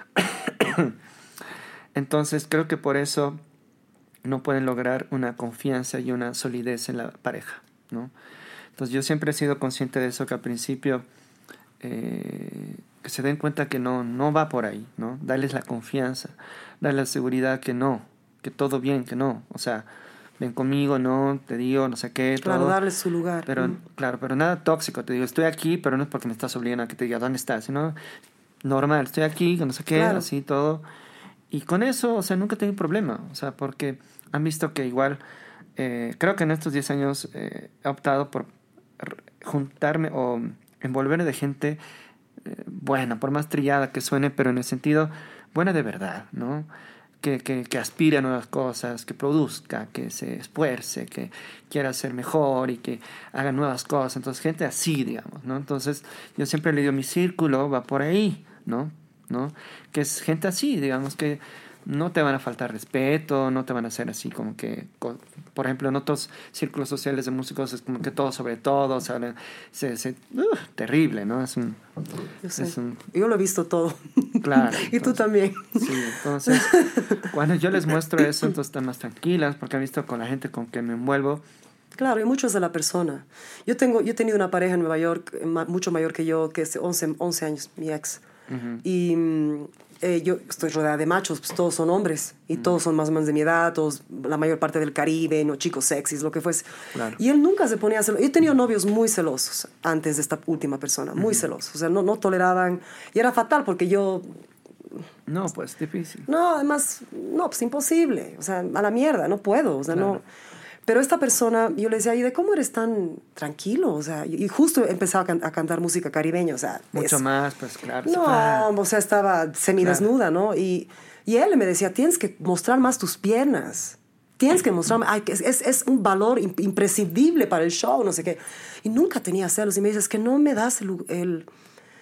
Entonces creo que por eso no pueden lograr una confianza y una solidez en la pareja, ¿no? Entonces yo siempre he sido consciente de eso, que al principio eh, que se den cuenta que no, no va por ahí, ¿no? Darles la confianza, darles la seguridad que no, que todo bien, que no, o sea, ven conmigo, no, te digo, no sé qué, Claro, todo. darles su lugar. Pero, Mm. claro, pero nada tóxico, te digo, estoy aquí, pero no es porque me estás obligando a que te diga dónde estás, sino normal, estoy aquí, que no sé qué, Claro. así todo. Y con eso, o sea, nunca he tenido problema, o sea, porque han visto que igual, eh, creo que en estos diez años eh, he optado por r- juntarme o envolverme de gente eh, buena, por más trillada que suene, pero en el sentido buena de verdad, ¿no? Que, que, que aspire a nuevas cosas, que produzca, que se esfuerce, que quiera ser mejor y que haga nuevas cosas. Entonces, gente así, digamos, ¿no? Entonces, yo siempre le digo, mi círculo va por ahí, ¿no? ¿no? Que es gente así, digamos, que no te van a faltar respeto, no te van a hacer así como que, por ejemplo, en otros círculos sociales de músicos es como que todo sobre todo, o sea, se, se, uh, terrible, ¿no? Es un... Yo sé. Es un Yo lo he visto todo. claro. Y tú entonces, también. Sí, entonces, cuando yo les muestro eso, entonces están más tranquilas, porque han visto con la gente con que me envuelvo. Claro, y mucho es de la persona. Yo, tengo, yo he tenido una pareja en Nueva York, ma- mucho mayor que yo, que es once, once años, mi ex. Uh-huh. Y mm, eh, yo estoy rodeada de machos, pues todos son hombres. Y Mm. todos son más o menos de mi edad, todos, la mayor parte del Caribe, no chicos sexys, lo que fuese. Claro. Y él nunca se ponía celoso. Yo he tenido novios muy celosos antes de esta última persona, muy celosos. O sea, no, no toleraban. Y era fatal porque yo... No, pues difícil. No, además, no, pues imposible. O sea, a la mierda, no puedo. O sea, Claro. no... Pero esta persona, yo le decía, ¿y de cómo eres tan tranquilo? O sea, y justo empezaba a, can- a cantar música caribeña, o sea... Mucho es- más, pues claro. No, Ah, o sea, estaba semidesnuda, ¿no? Y, y él me decía, tienes que mostrar más tus piernas. Tienes que mostrar, ay, que es, es, es un valor im- imprescindible para el show, no sé qué. Y nunca tenía celos. Y me dice, es que no me das el... el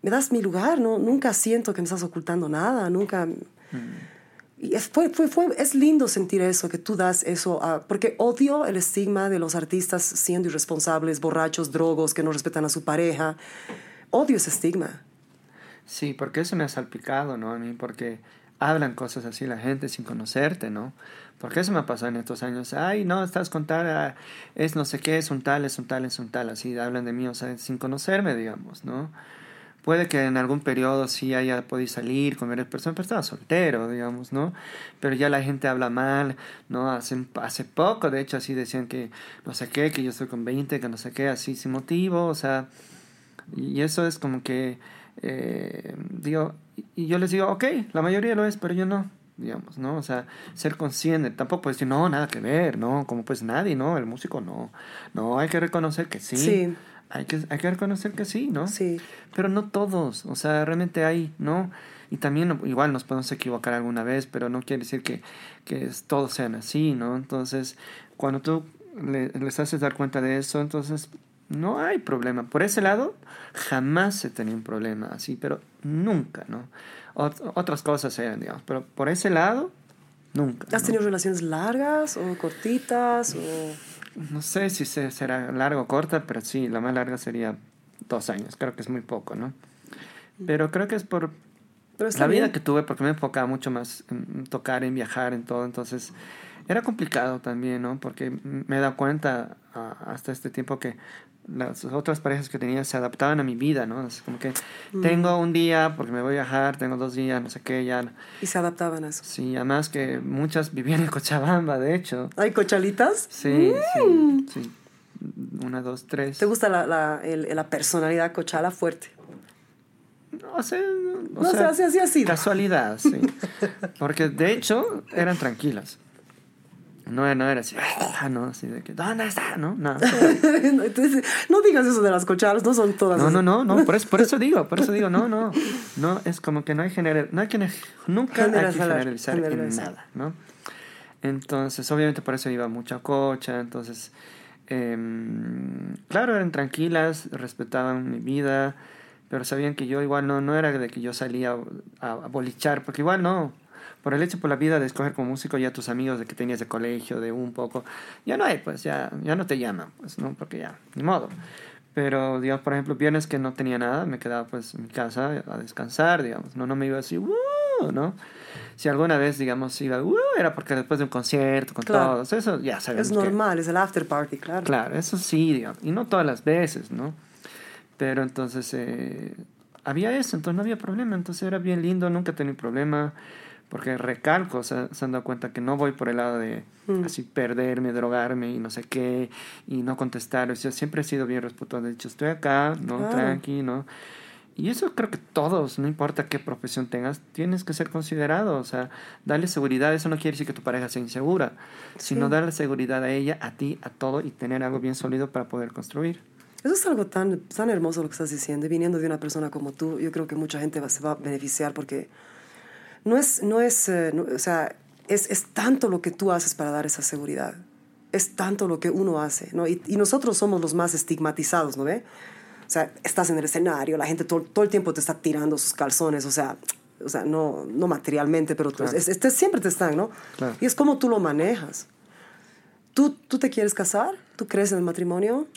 me das mi lugar, ¿no? Nunca siento que me estás ocultando nada, nunca... Mm. Y es, fue, fue, fue, es lindo sentir eso, que tú das eso, a, porque odio el estigma de los artistas siendo irresponsables, borrachos, drogos, que no respetan a su pareja. Odio ese estigma. Sí, porque eso me ha salpicado, ¿no? A mí, porque hablan cosas así la gente sin conocerte, ¿no? Porque eso me ha pasado en estos años. Ay, no, estás con tal, ah, es no sé qué, es un tal, es un tal, es un tal. Así hablan de mí, o sea, sin conocerme, digamos, ¿no? Puede que en algún periodo sí haya podido salir con varias personas, pero estaba soltero, digamos, ¿no? Pero ya la gente habla mal, ¿no? Hace, hace poco, de hecho, así decían que no sé qué, que yo estoy con veinte, que no sé qué, así sin motivo, o sea... Y eso es como que, eh, digo, y yo les digo, ok, la mayoría lo es, pero yo no, digamos, ¿no? O sea, ser consciente, tampoco puedes decir, no, nada que ver, ¿no? Como pues nadie, ¿no? El músico no. No, hay que reconocer que sí. Sí. Hay que, hay que reconocer que sí, ¿no? Sí. Pero no todos, o sea, realmente hay, ¿no? Y también igual nos podemos equivocar alguna vez, pero no quiere decir que, que es, todos sean así, ¿no? Entonces, cuando tú le, les haces dar cuenta de eso, entonces no hay problema. Por ese lado, jamás se tenía un problema así, pero nunca, ¿no? Ot- otras cosas eran, digamos, pero por ese lado, nunca. ¿Has ¿no? tenido relaciones largas o cortitas o...? No sé si se, será larga o corta, pero sí, la más larga sería dos años. Creo que es muy poco, ¿no? Pero creo que es por Pero está la vida bien. que tuve, porque me enfocaba mucho más en tocar, en viajar, en todo. Entonces, era complicado también, ¿no? Porque me he dado cuenta uh, hasta este tiempo que las otras parejas que tenía se adaptaban a mi vida, ¿no? Es como que mm. tengo un día porque me voy a viajar, tengo dos días, no sé qué, ya. Y se adaptaban a eso. Sí, además que muchas vivían en Cochabamba, de hecho. ¿Hay cochalitas? Sí, mm. sí, sí. Una, dos, tres. ¿Te gusta la, la, el, la personalidad cochala fuerte? No sé, o no sea, sé, así, así, así. Casualidad, sí. Porque de hecho eran tranquilas. No, no era así, ah, no, así de que, ¿dónde está? No, no. Entonces, no digas eso de las cochalas, no son todas. No, así. no, no, no, por eso, por eso digo, por eso digo, no, no. No, es como que no hay general, no hay que, nunca hay que generalizar en nada, ¿no? Entonces, obviamente por eso iba mucha cocha, entonces, eh, claro, eran tranquilas, respetaban mi vida, pero sabían que yo igual no, no era de que yo salía a, a bolichar, porque igual no. Por el hecho, por la vida de escoger como músico, ya tus amigos de que tenías de colegio, de un poco, ya no hay, pues, ya, ya no te llaman, pues, ¿no? Porque ya, ni modo. Pero, digamos, por ejemplo, viernes que no tenía nada, me quedaba, pues, en mi casa a descansar, digamos, no, no me iba así, ¡uh! ¿no? Si alguna vez, digamos, iba, ¡uh! Era porque después de un concierto, con claro. todos, eso ya sabemos. Es normal, que, es el after party, claro. Claro, eso sí, digamos, y no todas las veces, ¿no? Pero entonces, eh, había eso, entonces no había problema, entonces era bien lindo, nunca tenía problema. Porque recalco, o sea, se han dado cuenta que no voy por el lado de mm. así perderme, drogarme y no sé qué, y no contestar. O sea, siempre he sido bien respetuoso. De hecho, estoy acá, ¿no? Claro. Tranqui, ¿no? Y eso creo que todos, no importa qué profesión tengas, tienes que ser considerado. O sea, darle seguridad, eso no quiere decir que tu pareja sea insegura, sí. sino darle seguridad a ella, a ti, a todo, y tener algo bien sólido para poder construir. Eso es algo tan, tan hermoso lo que estás diciendo. Y viniendo de una persona como tú, yo creo que mucha gente va, se va a beneficiar porque... No es, no es, eh, no, o sea, es, es tanto lo que tú haces para dar esa seguridad. Es tanto lo que uno hace, ¿no? Y, y nosotros somos los más estigmatizados, ¿no ve? O sea, estás en el escenario, la gente todo, todo el tiempo te está tirando sus calzones, o sea, o sea no, no materialmente, pero claro. es, es, siempre te están, ¿no? Claro. Y es como tú lo manejas. ¿Tú, ¿Tú te quieres casar? ¿Tú crees en el matrimonio?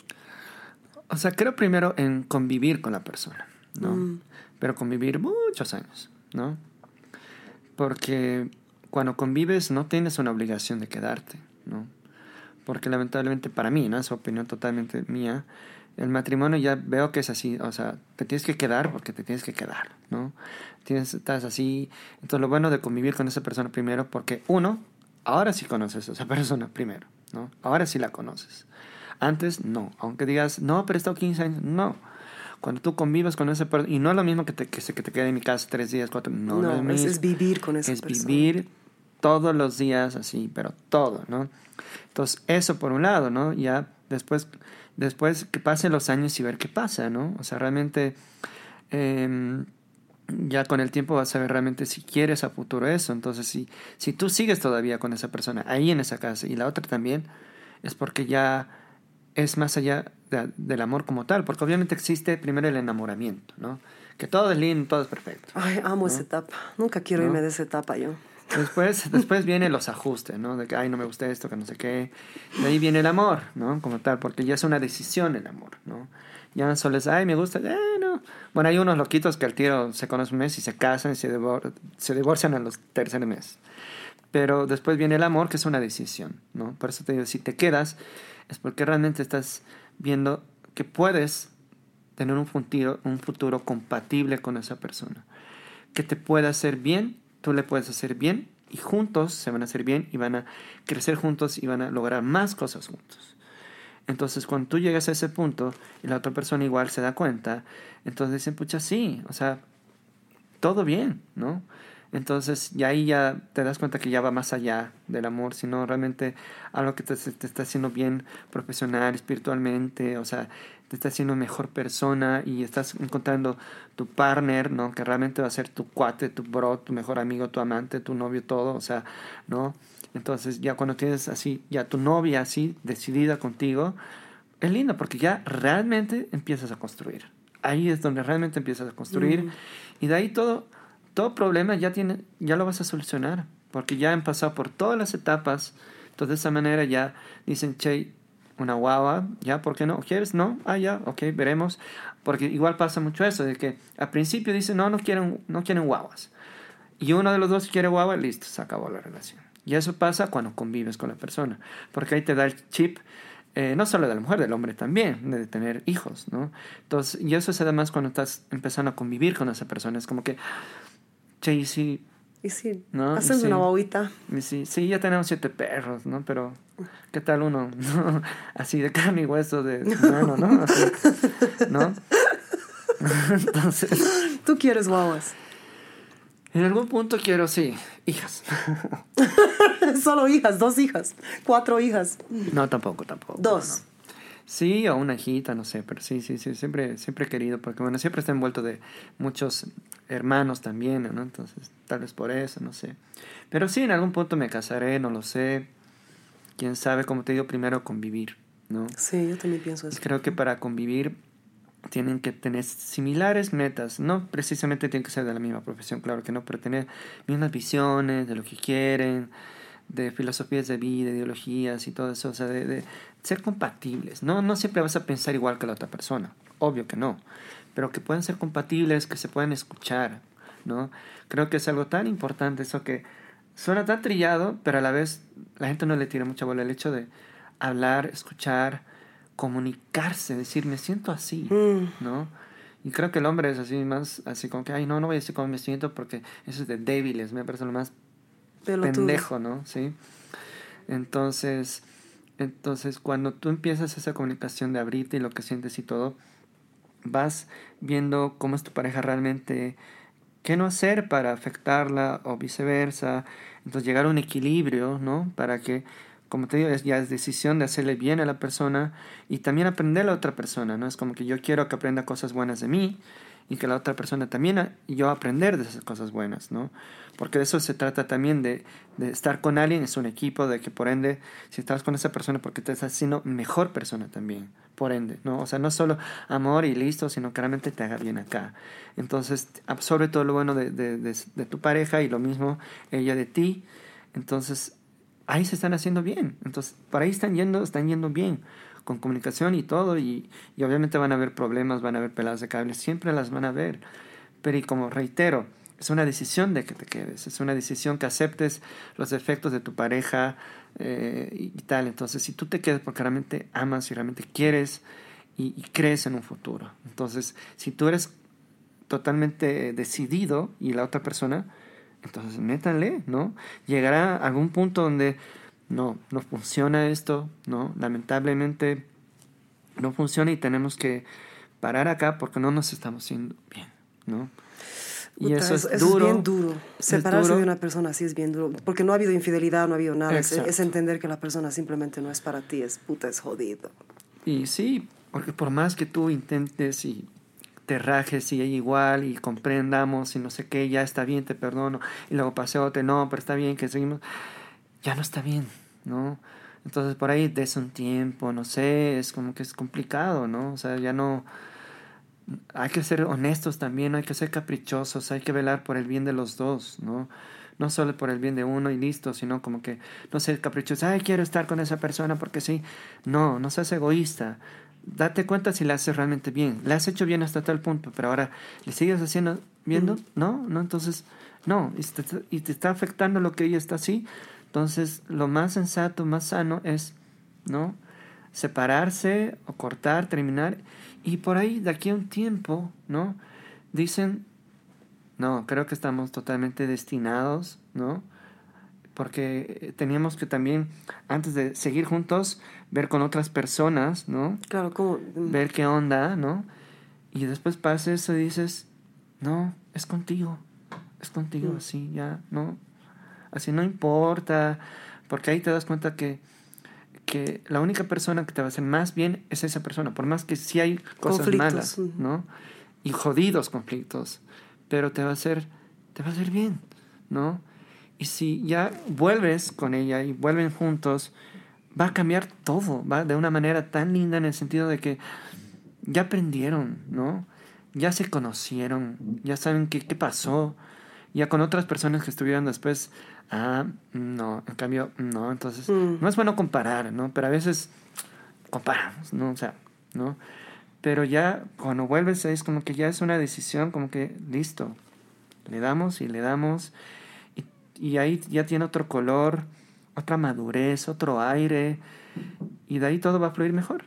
O sea, creo primero en convivir con la persona, ¿no? Mm. Pero convivir muchos años, ¿no? Porque cuando convives no tienes una obligación de quedarte, ¿no? Porque lamentablemente para mí, ¿no? Es opinión totalmente mía, el matrimonio ya veo que es así, o sea, te tienes que quedar porque te tienes que quedar, ¿no? Tienes, estás así, entonces lo bueno de convivir con esa persona primero, porque uno, ahora sí conoces a esa persona primero, ¿no? Ahora sí la conoces. Antes no, aunque digas, no, pero he estado quince años, no. Cuando tú convives con esa persona, y no es lo mismo que te, que, que te quede en mi casa tres días, cuatro, no, no, no es, es, es vivir con esa es persona. Es vivir todos los días así, pero todo, ¿no? Entonces, eso por un lado, ¿no? Ya después, después que pasen los años y ver qué pasa, ¿no? O sea, realmente, eh, ya con el tiempo vas a ver realmente si quieres a futuro eso. Entonces, si, si tú sigues todavía con esa persona ahí en esa casa y la otra también, es porque ya... es más allá de, del amor como tal, porque obviamente existe primero el enamoramiento, ¿no? Que todo es lindo, todo es perfecto. Ay, amo ¿no? esa etapa. Nunca quiero ¿no? irme de esa etapa yo. Después, después vienen los ajustes, ¿no? De que, ay, no me gusta esto, que no sé qué. De ahí viene el amor, ¿no? Como tal, porque ya es una decisión el amor, ¿no? Ya no solo es, ay, me gusta, eh, no. Bueno, hay unos loquitos que al tiro se conocen un mes y se casan y se, divor se divorcian a los tercer mes. Pero después viene el amor, que es una decisión, ¿no? Por eso te digo, si te quedas, es porque realmente estás viendo que puedes tener un futuro, un futuro compatible con esa persona. Que te pueda hacer bien, tú le puedes hacer bien, y juntos se van a hacer bien y van a crecer juntos y van a lograr más cosas juntos. Entonces, cuando tú llegas a ese punto y la otra persona igual se da cuenta, entonces dicen, pucha, sí, o sea, todo bien, ¿no? Entonces, y ahí ya te das cuenta que ya va más allá del amor, sino realmente algo que te, te está haciendo bien profesional, espiritualmente, o sea, te está haciendo mejor persona y estás encontrando tu partner, ¿no? Que realmente va a ser tu cuate, tu bro, tu mejor amigo, tu amante, tu novio, todo, o sea, ¿no? Entonces, ya cuando tienes así, ya tu novia así, decidida contigo, es lindo porque ya realmente empiezas a construir. Ahí es donde realmente empiezas a construir. Mm. Y de ahí todo, todo problema ya, tiene, ya lo vas a solucionar. Porque ya han pasado por todas las etapas. Entonces, de esa manera ya dicen, che, una guagua, ¿ya? ¿Por qué no? ¿Quieres? No. Ah, ya, ok, veremos. Porque igual pasa mucho eso, de que al principio dicen, no, no quieren, no quieren guaguas. Y uno de los dos quiere guagua, listo, se acabó la relación. Y eso pasa cuando convives con la persona. Porque ahí te da el chip, eh, no solo de la mujer, del hombre también, de tener hijos, ¿no? Entonces, y eso se da más cuando estás empezando a convivir con esa persona. Es como que, che, y sí... Y sí, ¿no? haces sí, una guaguita. Y sí, sí, ya tenemos siete perros, ¿no? Pero, ¿qué tal uno? ¿No? Así de carne y hueso, de humano, ¿no? Así, ¿no? Entonces... ¿Tú quieres guaguas? En algún punto quiero, sí, hijas. Solo hijas, dos hijas, cuatro hijas. No, tampoco, tampoco. Dos. No. Sí, o una hijita, no sé, pero sí, sí, sí, siempre, siempre he querido, porque bueno, siempre está envuelto de muchos hermanos también, ¿no? Entonces, tal vez por eso, no sé. Pero sí, en algún punto me casaré, no lo sé. Quién sabe, como te digo, primero convivir, ¿no? Sí, yo también pienso eso. Y creo que para convivir tienen que tener similares metas, no precisamente tienen que ser de la misma profesión, claro que no, pero tener mismas visiones de lo que quieren, de filosofías de vida, ideologías y todo eso, o sea, de, de ser compatibles. No, no siempre vas a pensar igual que la otra persona, obvio que no, pero que puedan ser compatibles, que se puedan escuchar, ¿no? Creo que es algo tan importante eso que suena tan trillado, pero a la vez la gente no le tira mucha bola el hecho de hablar, escuchar, comunicarse, decir, me siento así, mm. ¿no? Y creo que el hombre es así más, así como que, ay, no, no voy a decir cómo me siento porque eso es de débiles, me parece lo más Pelotudo. pendejo, ¿no? ¿Sí? Entonces, entonces, cuando tú empiezas esa comunicación de abrirte y lo que sientes y todo, vas viendo cómo es tu pareja realmente, qué no hacer para afectarla o viceversa, entonces llegar a un equilibrio, ¿no? Para que, como te digo, es, ya es decisión de hacerle bien a la persona y también aprender a la otra persona, ¿no? Es como que yo quiero que aprenda cosas buenas de mí y que la otra persona también, y yo aprender de esas cosas buenas, ¿no? Porque de eso se trata también, de, de estar con alguien, es un equipo, de que por ende, si estás con esa persona, porque te estás haciendo mejor persona también, por ende, ¿no? O sea, no solo amor y listo, sino que realmente te haga bien acá. Entonces, absorbe todo lo bueno de, de, de, de tu pareja y lo mismo ella de ti. Entonces, ahí se están haciendo bien. Entonces, por ahí están yendo, están yendo bien, con comunicación y todo, y, y obviamente van a haber problemas, van a haber peladas de cables, siempre las van a haber. Pero y como reitero, es una decisión de que te quedes, es una decisión que aceptes los defectos de tu pareja eh, y, y tal. Entonces, si tú te quedas porque realmente amas y realmente quieres y, y crees en un futuro. Entonces, si tú eres totalmente decidido y la otra persona, entonces métanle, ¿no? Llegará a algún punto donde no, no funciona esto, ¿no? Lamentablemente no funciona y tenemos que parar acá porque no nos estamos haciendo bien, ¿no? Y Puta, eso es, eso duro. Es bien duro. Separarse duro. de una persona así es bien duro. Porque no ha habido infidelidad, no ha habido nada. Es, es entender que la persona simplemente no es para ti. Es puta, es jodido. Y sí, porque por más que tú intentes y te rajes y igual y comprendamos y no sé qué, ya está bien, te perdono. Y luego paseote, no, pero está bien que seguimos. Ya no está bien, ¿no? Entonces por ahí des un tiempo, no sé, es como que es complicado, ¿no? O sea, ya no... Hay que ser honestos también, hay que ser caprichosos, hay que velar por el bien de los dos, ¿no? No solo por el bien de uno y listo, sino como que no ser caprichoso, ay, quiero estar con esa persona porque sí. No, no seas egoísta. Date cuenta si le haces realmente bien. Le has hecho bien hasta tal punto, pero ahora le sigues haciendo, viendo, mm. ¿no? ¿no? Entonces, no, y te, y te está afectando lo que ella está así. Entonces, lo más sensato, más sano es, ¿no? Separarse o cortar, terminar. Y por ahí, de aquí a un tiempo, ¿no? Dicen, no, creo que estamos totalmente destinados, ¿no? Porque teníamos que también, antes de seguir juntos, ver con otras personas, ¿no? Claro, como... Ver qué onda, ¿no? Y después pasa eso y dices, no, es contigo, es contigo, mm. así ya, ¿no? Así no importa, porque ahí te das cuenta que, que la única persona que te va a hacer más bien es esa persona, por más que sí hay cosas conflictos. Malas, ¿no? Y jodidos conflictos, pero te va a hacer, te va a hacer bien, ¿no? Y si ya vuelves con ella y vuelven juntos, va a cambiar todo, va de una manera tan linda en el sentido de que ya aprendieron, ¿no? Ya se conocieron, ya saben qué, qué pasó. Ya con otras personas que estuvieron después, ah, no, en cambio, no, entonces, mm. no es bueno comparar, ¿no? Pero a veces comparamos, ¿no? O sea, ¿no? Pero ya cuando vuelves es como que ya es una decisión, como que listo, le damos y le damos, y, y ahí ya tiene otro color, otra madurez, otro aire, y de ahí todo va a fluir mejor.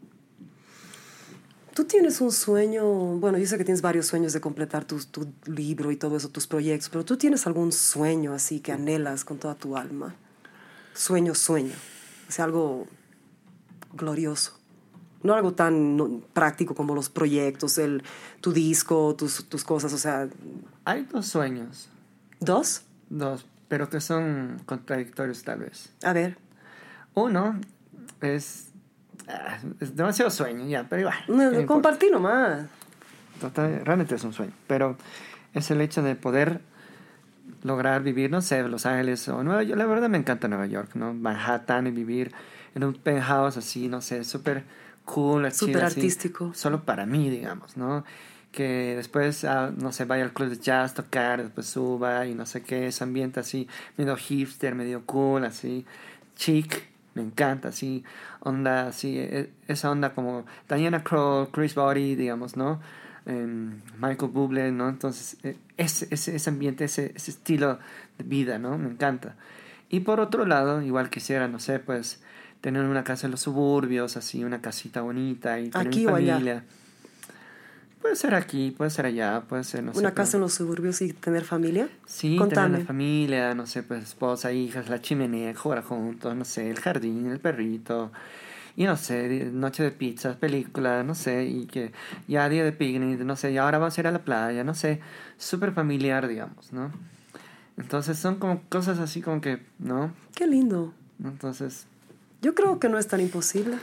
Tú tienes un sueño, bueno, yo sé que tienes varios sueños de completar tu, tu libro y todo eso, tus proyectos, pero ¿tú tienes algún sueño así que anhelas con toda tu alma? Sueño, sueño. O sea, algo glorioso. No algo tan no, práctico como los proyectos, el, tu disco, tus, tus cosas, o sea... Hay dos sueños. ¿Dos? Dos, pero que son contradictorios tal vez. A ver. Uno es... Es demasiado sueño, ya, pero igual. No, no compartí nomás. Total, realmente es un sueño. Pero es el hecho de poder lograr vivir, no sé, Los Ángeles o Nueva York. La verdad me encanta Nueva York, ¿no? Manhattan y vivir en un penthouse así, no sé, súper cool. Súper artístico. Así, solo para mí, digamos, ¿no? Que después, ah, no sé, vaya al club de jazz, tocar, después suba y no sé qué, ese ambiente así, medio hipster, medio cool, así, chic. Me encanta, así, onda, así, esa onda como Diana Krall, Chris Botti, digamos, ¿no? Um, Michael Bublé, ¿no? Entonces, ese, ese, ese ambiente, ese, ese estilo de vida, ¿no? Me encanta. Y por otro lado, igual quisiera, no sé, pues, tener una casa en los suburbios, así, una casita bonita y tener ¿aquí mi o familia. Allá? Puede ser aquí, puede ser allá, puede ser, no sé. ¿Una casa pero... en los suburbios y tener familia? Sí, Contame. tener una familia, no sé, pues esposa, hijas, la chimenea, jugar juntos, no sé, el jardín, el perrito, y no sé, noche de pizzas, película, no sé, y que ya día de picnic, no sé, y ahora vamos a ir a la playa, no sé, súper familiar, digamos, ¿no? Entonces son como cosas así como que, ¿no? Qué lindo. Entonces... Yo creo que no es tan imposible.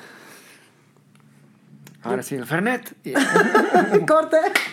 Ahora sí, el Fernet. ¡Corte!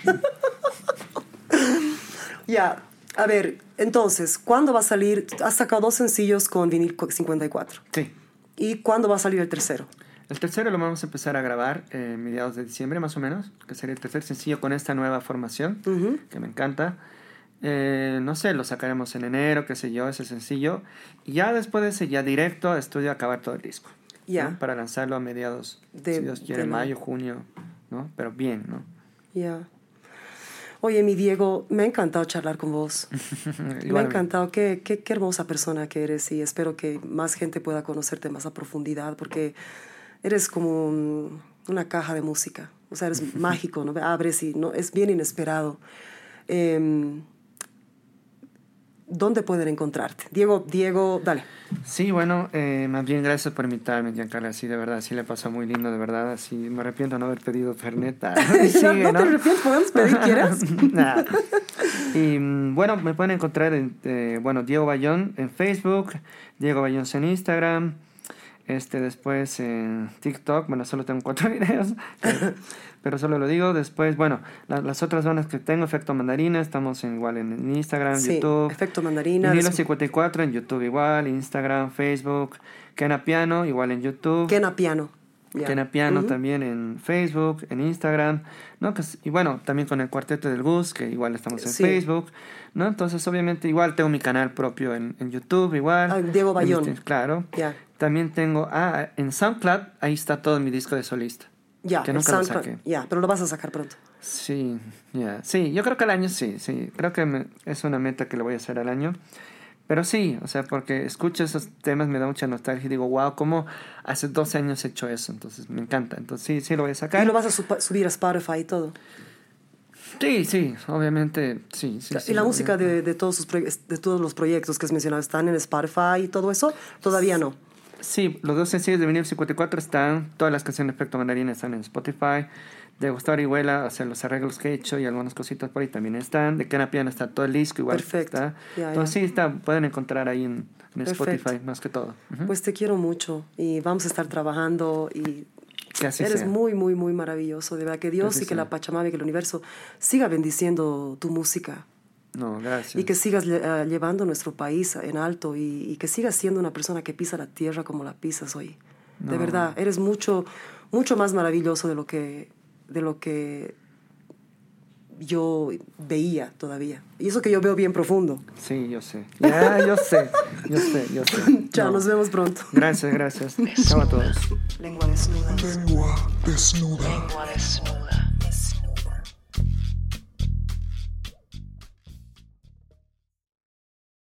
Ya, a ver, entonces, ¿cuándo va a salir? Has sacado dos sencillos con Vinil cincuenta y cuatro. Sí. ¿Y cuándo va a salir el tercero? El tercero lo vamos a empezar a grabar en eh, mediados de diciembre, más o menos, que sería el tercer sencillo con esta nueva formación, uh-huh. que me encanta. Eh, no sé, lo sacaremos en enero, qué sé yo, ese sencillo. Y ya después de ese, ya directo a estudio a acabar todo el disco. Ya. ¿no? Para lanzarlo a mediados, de, si Dios quiere, de mayo, junio, ¿no? Pero bien, ¿no? Ya. Oye, mi Diego, me ha encantado charlar con vos. Me ha encantado. Qué, qué, qué hermosa persona que eres y espero que más gente pueda conocerte más a profundidad porque eres como un, una caja de música. O sea, eres mágico, ¿no? Abres y no, es bien inesperado. Eh, ¿Dónde pueden encontrarte? Diego, Diego, dale. Sí, bueno, eh, más bien gracias por invitarme, Giancarlo, así de verdad, sí le pasó muy lindo, de verdad, así me arrepiento de no haber pedido Fernet. Sí, no, no, ¿no te arrepientes? ¿Podemos pedir, quieras? Nah. Y bueno, me pueden encontrar en, eh, bueno, Diego Bayón en Facebook, Diego Bayón en Instagram, Este, después en TikTok, bueno, solo tengo cuatro videos, pero solo lo digo. Después, bueno, la, las otras bandas que tengo, Efecto Mandarina, estamos en, igual en, en Instagram, Sí, YouTube. Efecto Mandarina. Vinilo des- cincuenta y cuatro en YouTube igual, Instagram, Facebook. Kena Piano, igual en YouTube. Kena Piano. Ya. Kena Piano Ujú. también en Facebook, en Instagram, ¿no? Que es- y bueno, también con el Cuarteto del Gus, que igual estamos en Sí. Facebook, ¿no? Entonces, obviamente, igual tengo mi canal propio en, en YouTube, igual. Ah, Diego Bayón. En este- Claro. Ya. También tengo, ah, en SoundCloud, ahí está todo mi disco de solista. Ya, Que el nunca lo SoundCloud. saqué. Ya, pero lo vas a sacar pronto. Sí, ya. Sí, yo creo que al año sí, sí. Creo que me- es una meta que lo voy a hacer al año. Pero sí, o sea, porque escucho esos temas, me da mucha nostalgia y digo, wow, ¿cómo hace doce años he hecho eso? Entonces me encanta. Entonces sí, sí lo voy a sacar. Y lo vas a supa- subir a Spotify y todo. Sí, sí, obviamente, sí. sí, sí y la lo voy música a- de, de, todos sus proye- de todos los proyectos que has mencionado, ¿están en Spotify y todo eso? Todavía no. Sí, los dos sencillos de Vinilo cincuenta y cuatro están, todas las canciones de Efecto Mandarina están en Spotify. De Gustavo Orihuela, o sea, los arreglos que he hecho y algunas cositas por ahí también están. De Kena Piano está todo el disco igual. Perfecto. Está. Ya, Entonces ya. sí, está, pueden encontrar ahí en, en Perfecto. Spotify más que todo. Ujú. Pues te quiero mucho y vamos a estar trabajando y Que así eres sea. muy, muy, muy maravilloso. De verdad que Dios Así y que sea. la Pachamama y que el universo siga bendiciendo tu música No, gracias. y que sigas lle- eh, llevando nuestro país en alto y, y que sigas siendo una persona que pisa la tierra como la pisas hoy. De No. verdad, eres mucho, mucho más maravilloso de lo que, de lo que yo veía todavía. Y eso que yo veo bien profundo. Sí, yo sé. Ya, yo sé. Yo sé, yo sé. Chao, No. nos vemos pronto. Gracias, gracias. Chao a todos. Lengua desnuda. Lengua desnuda. Lengua desnuda.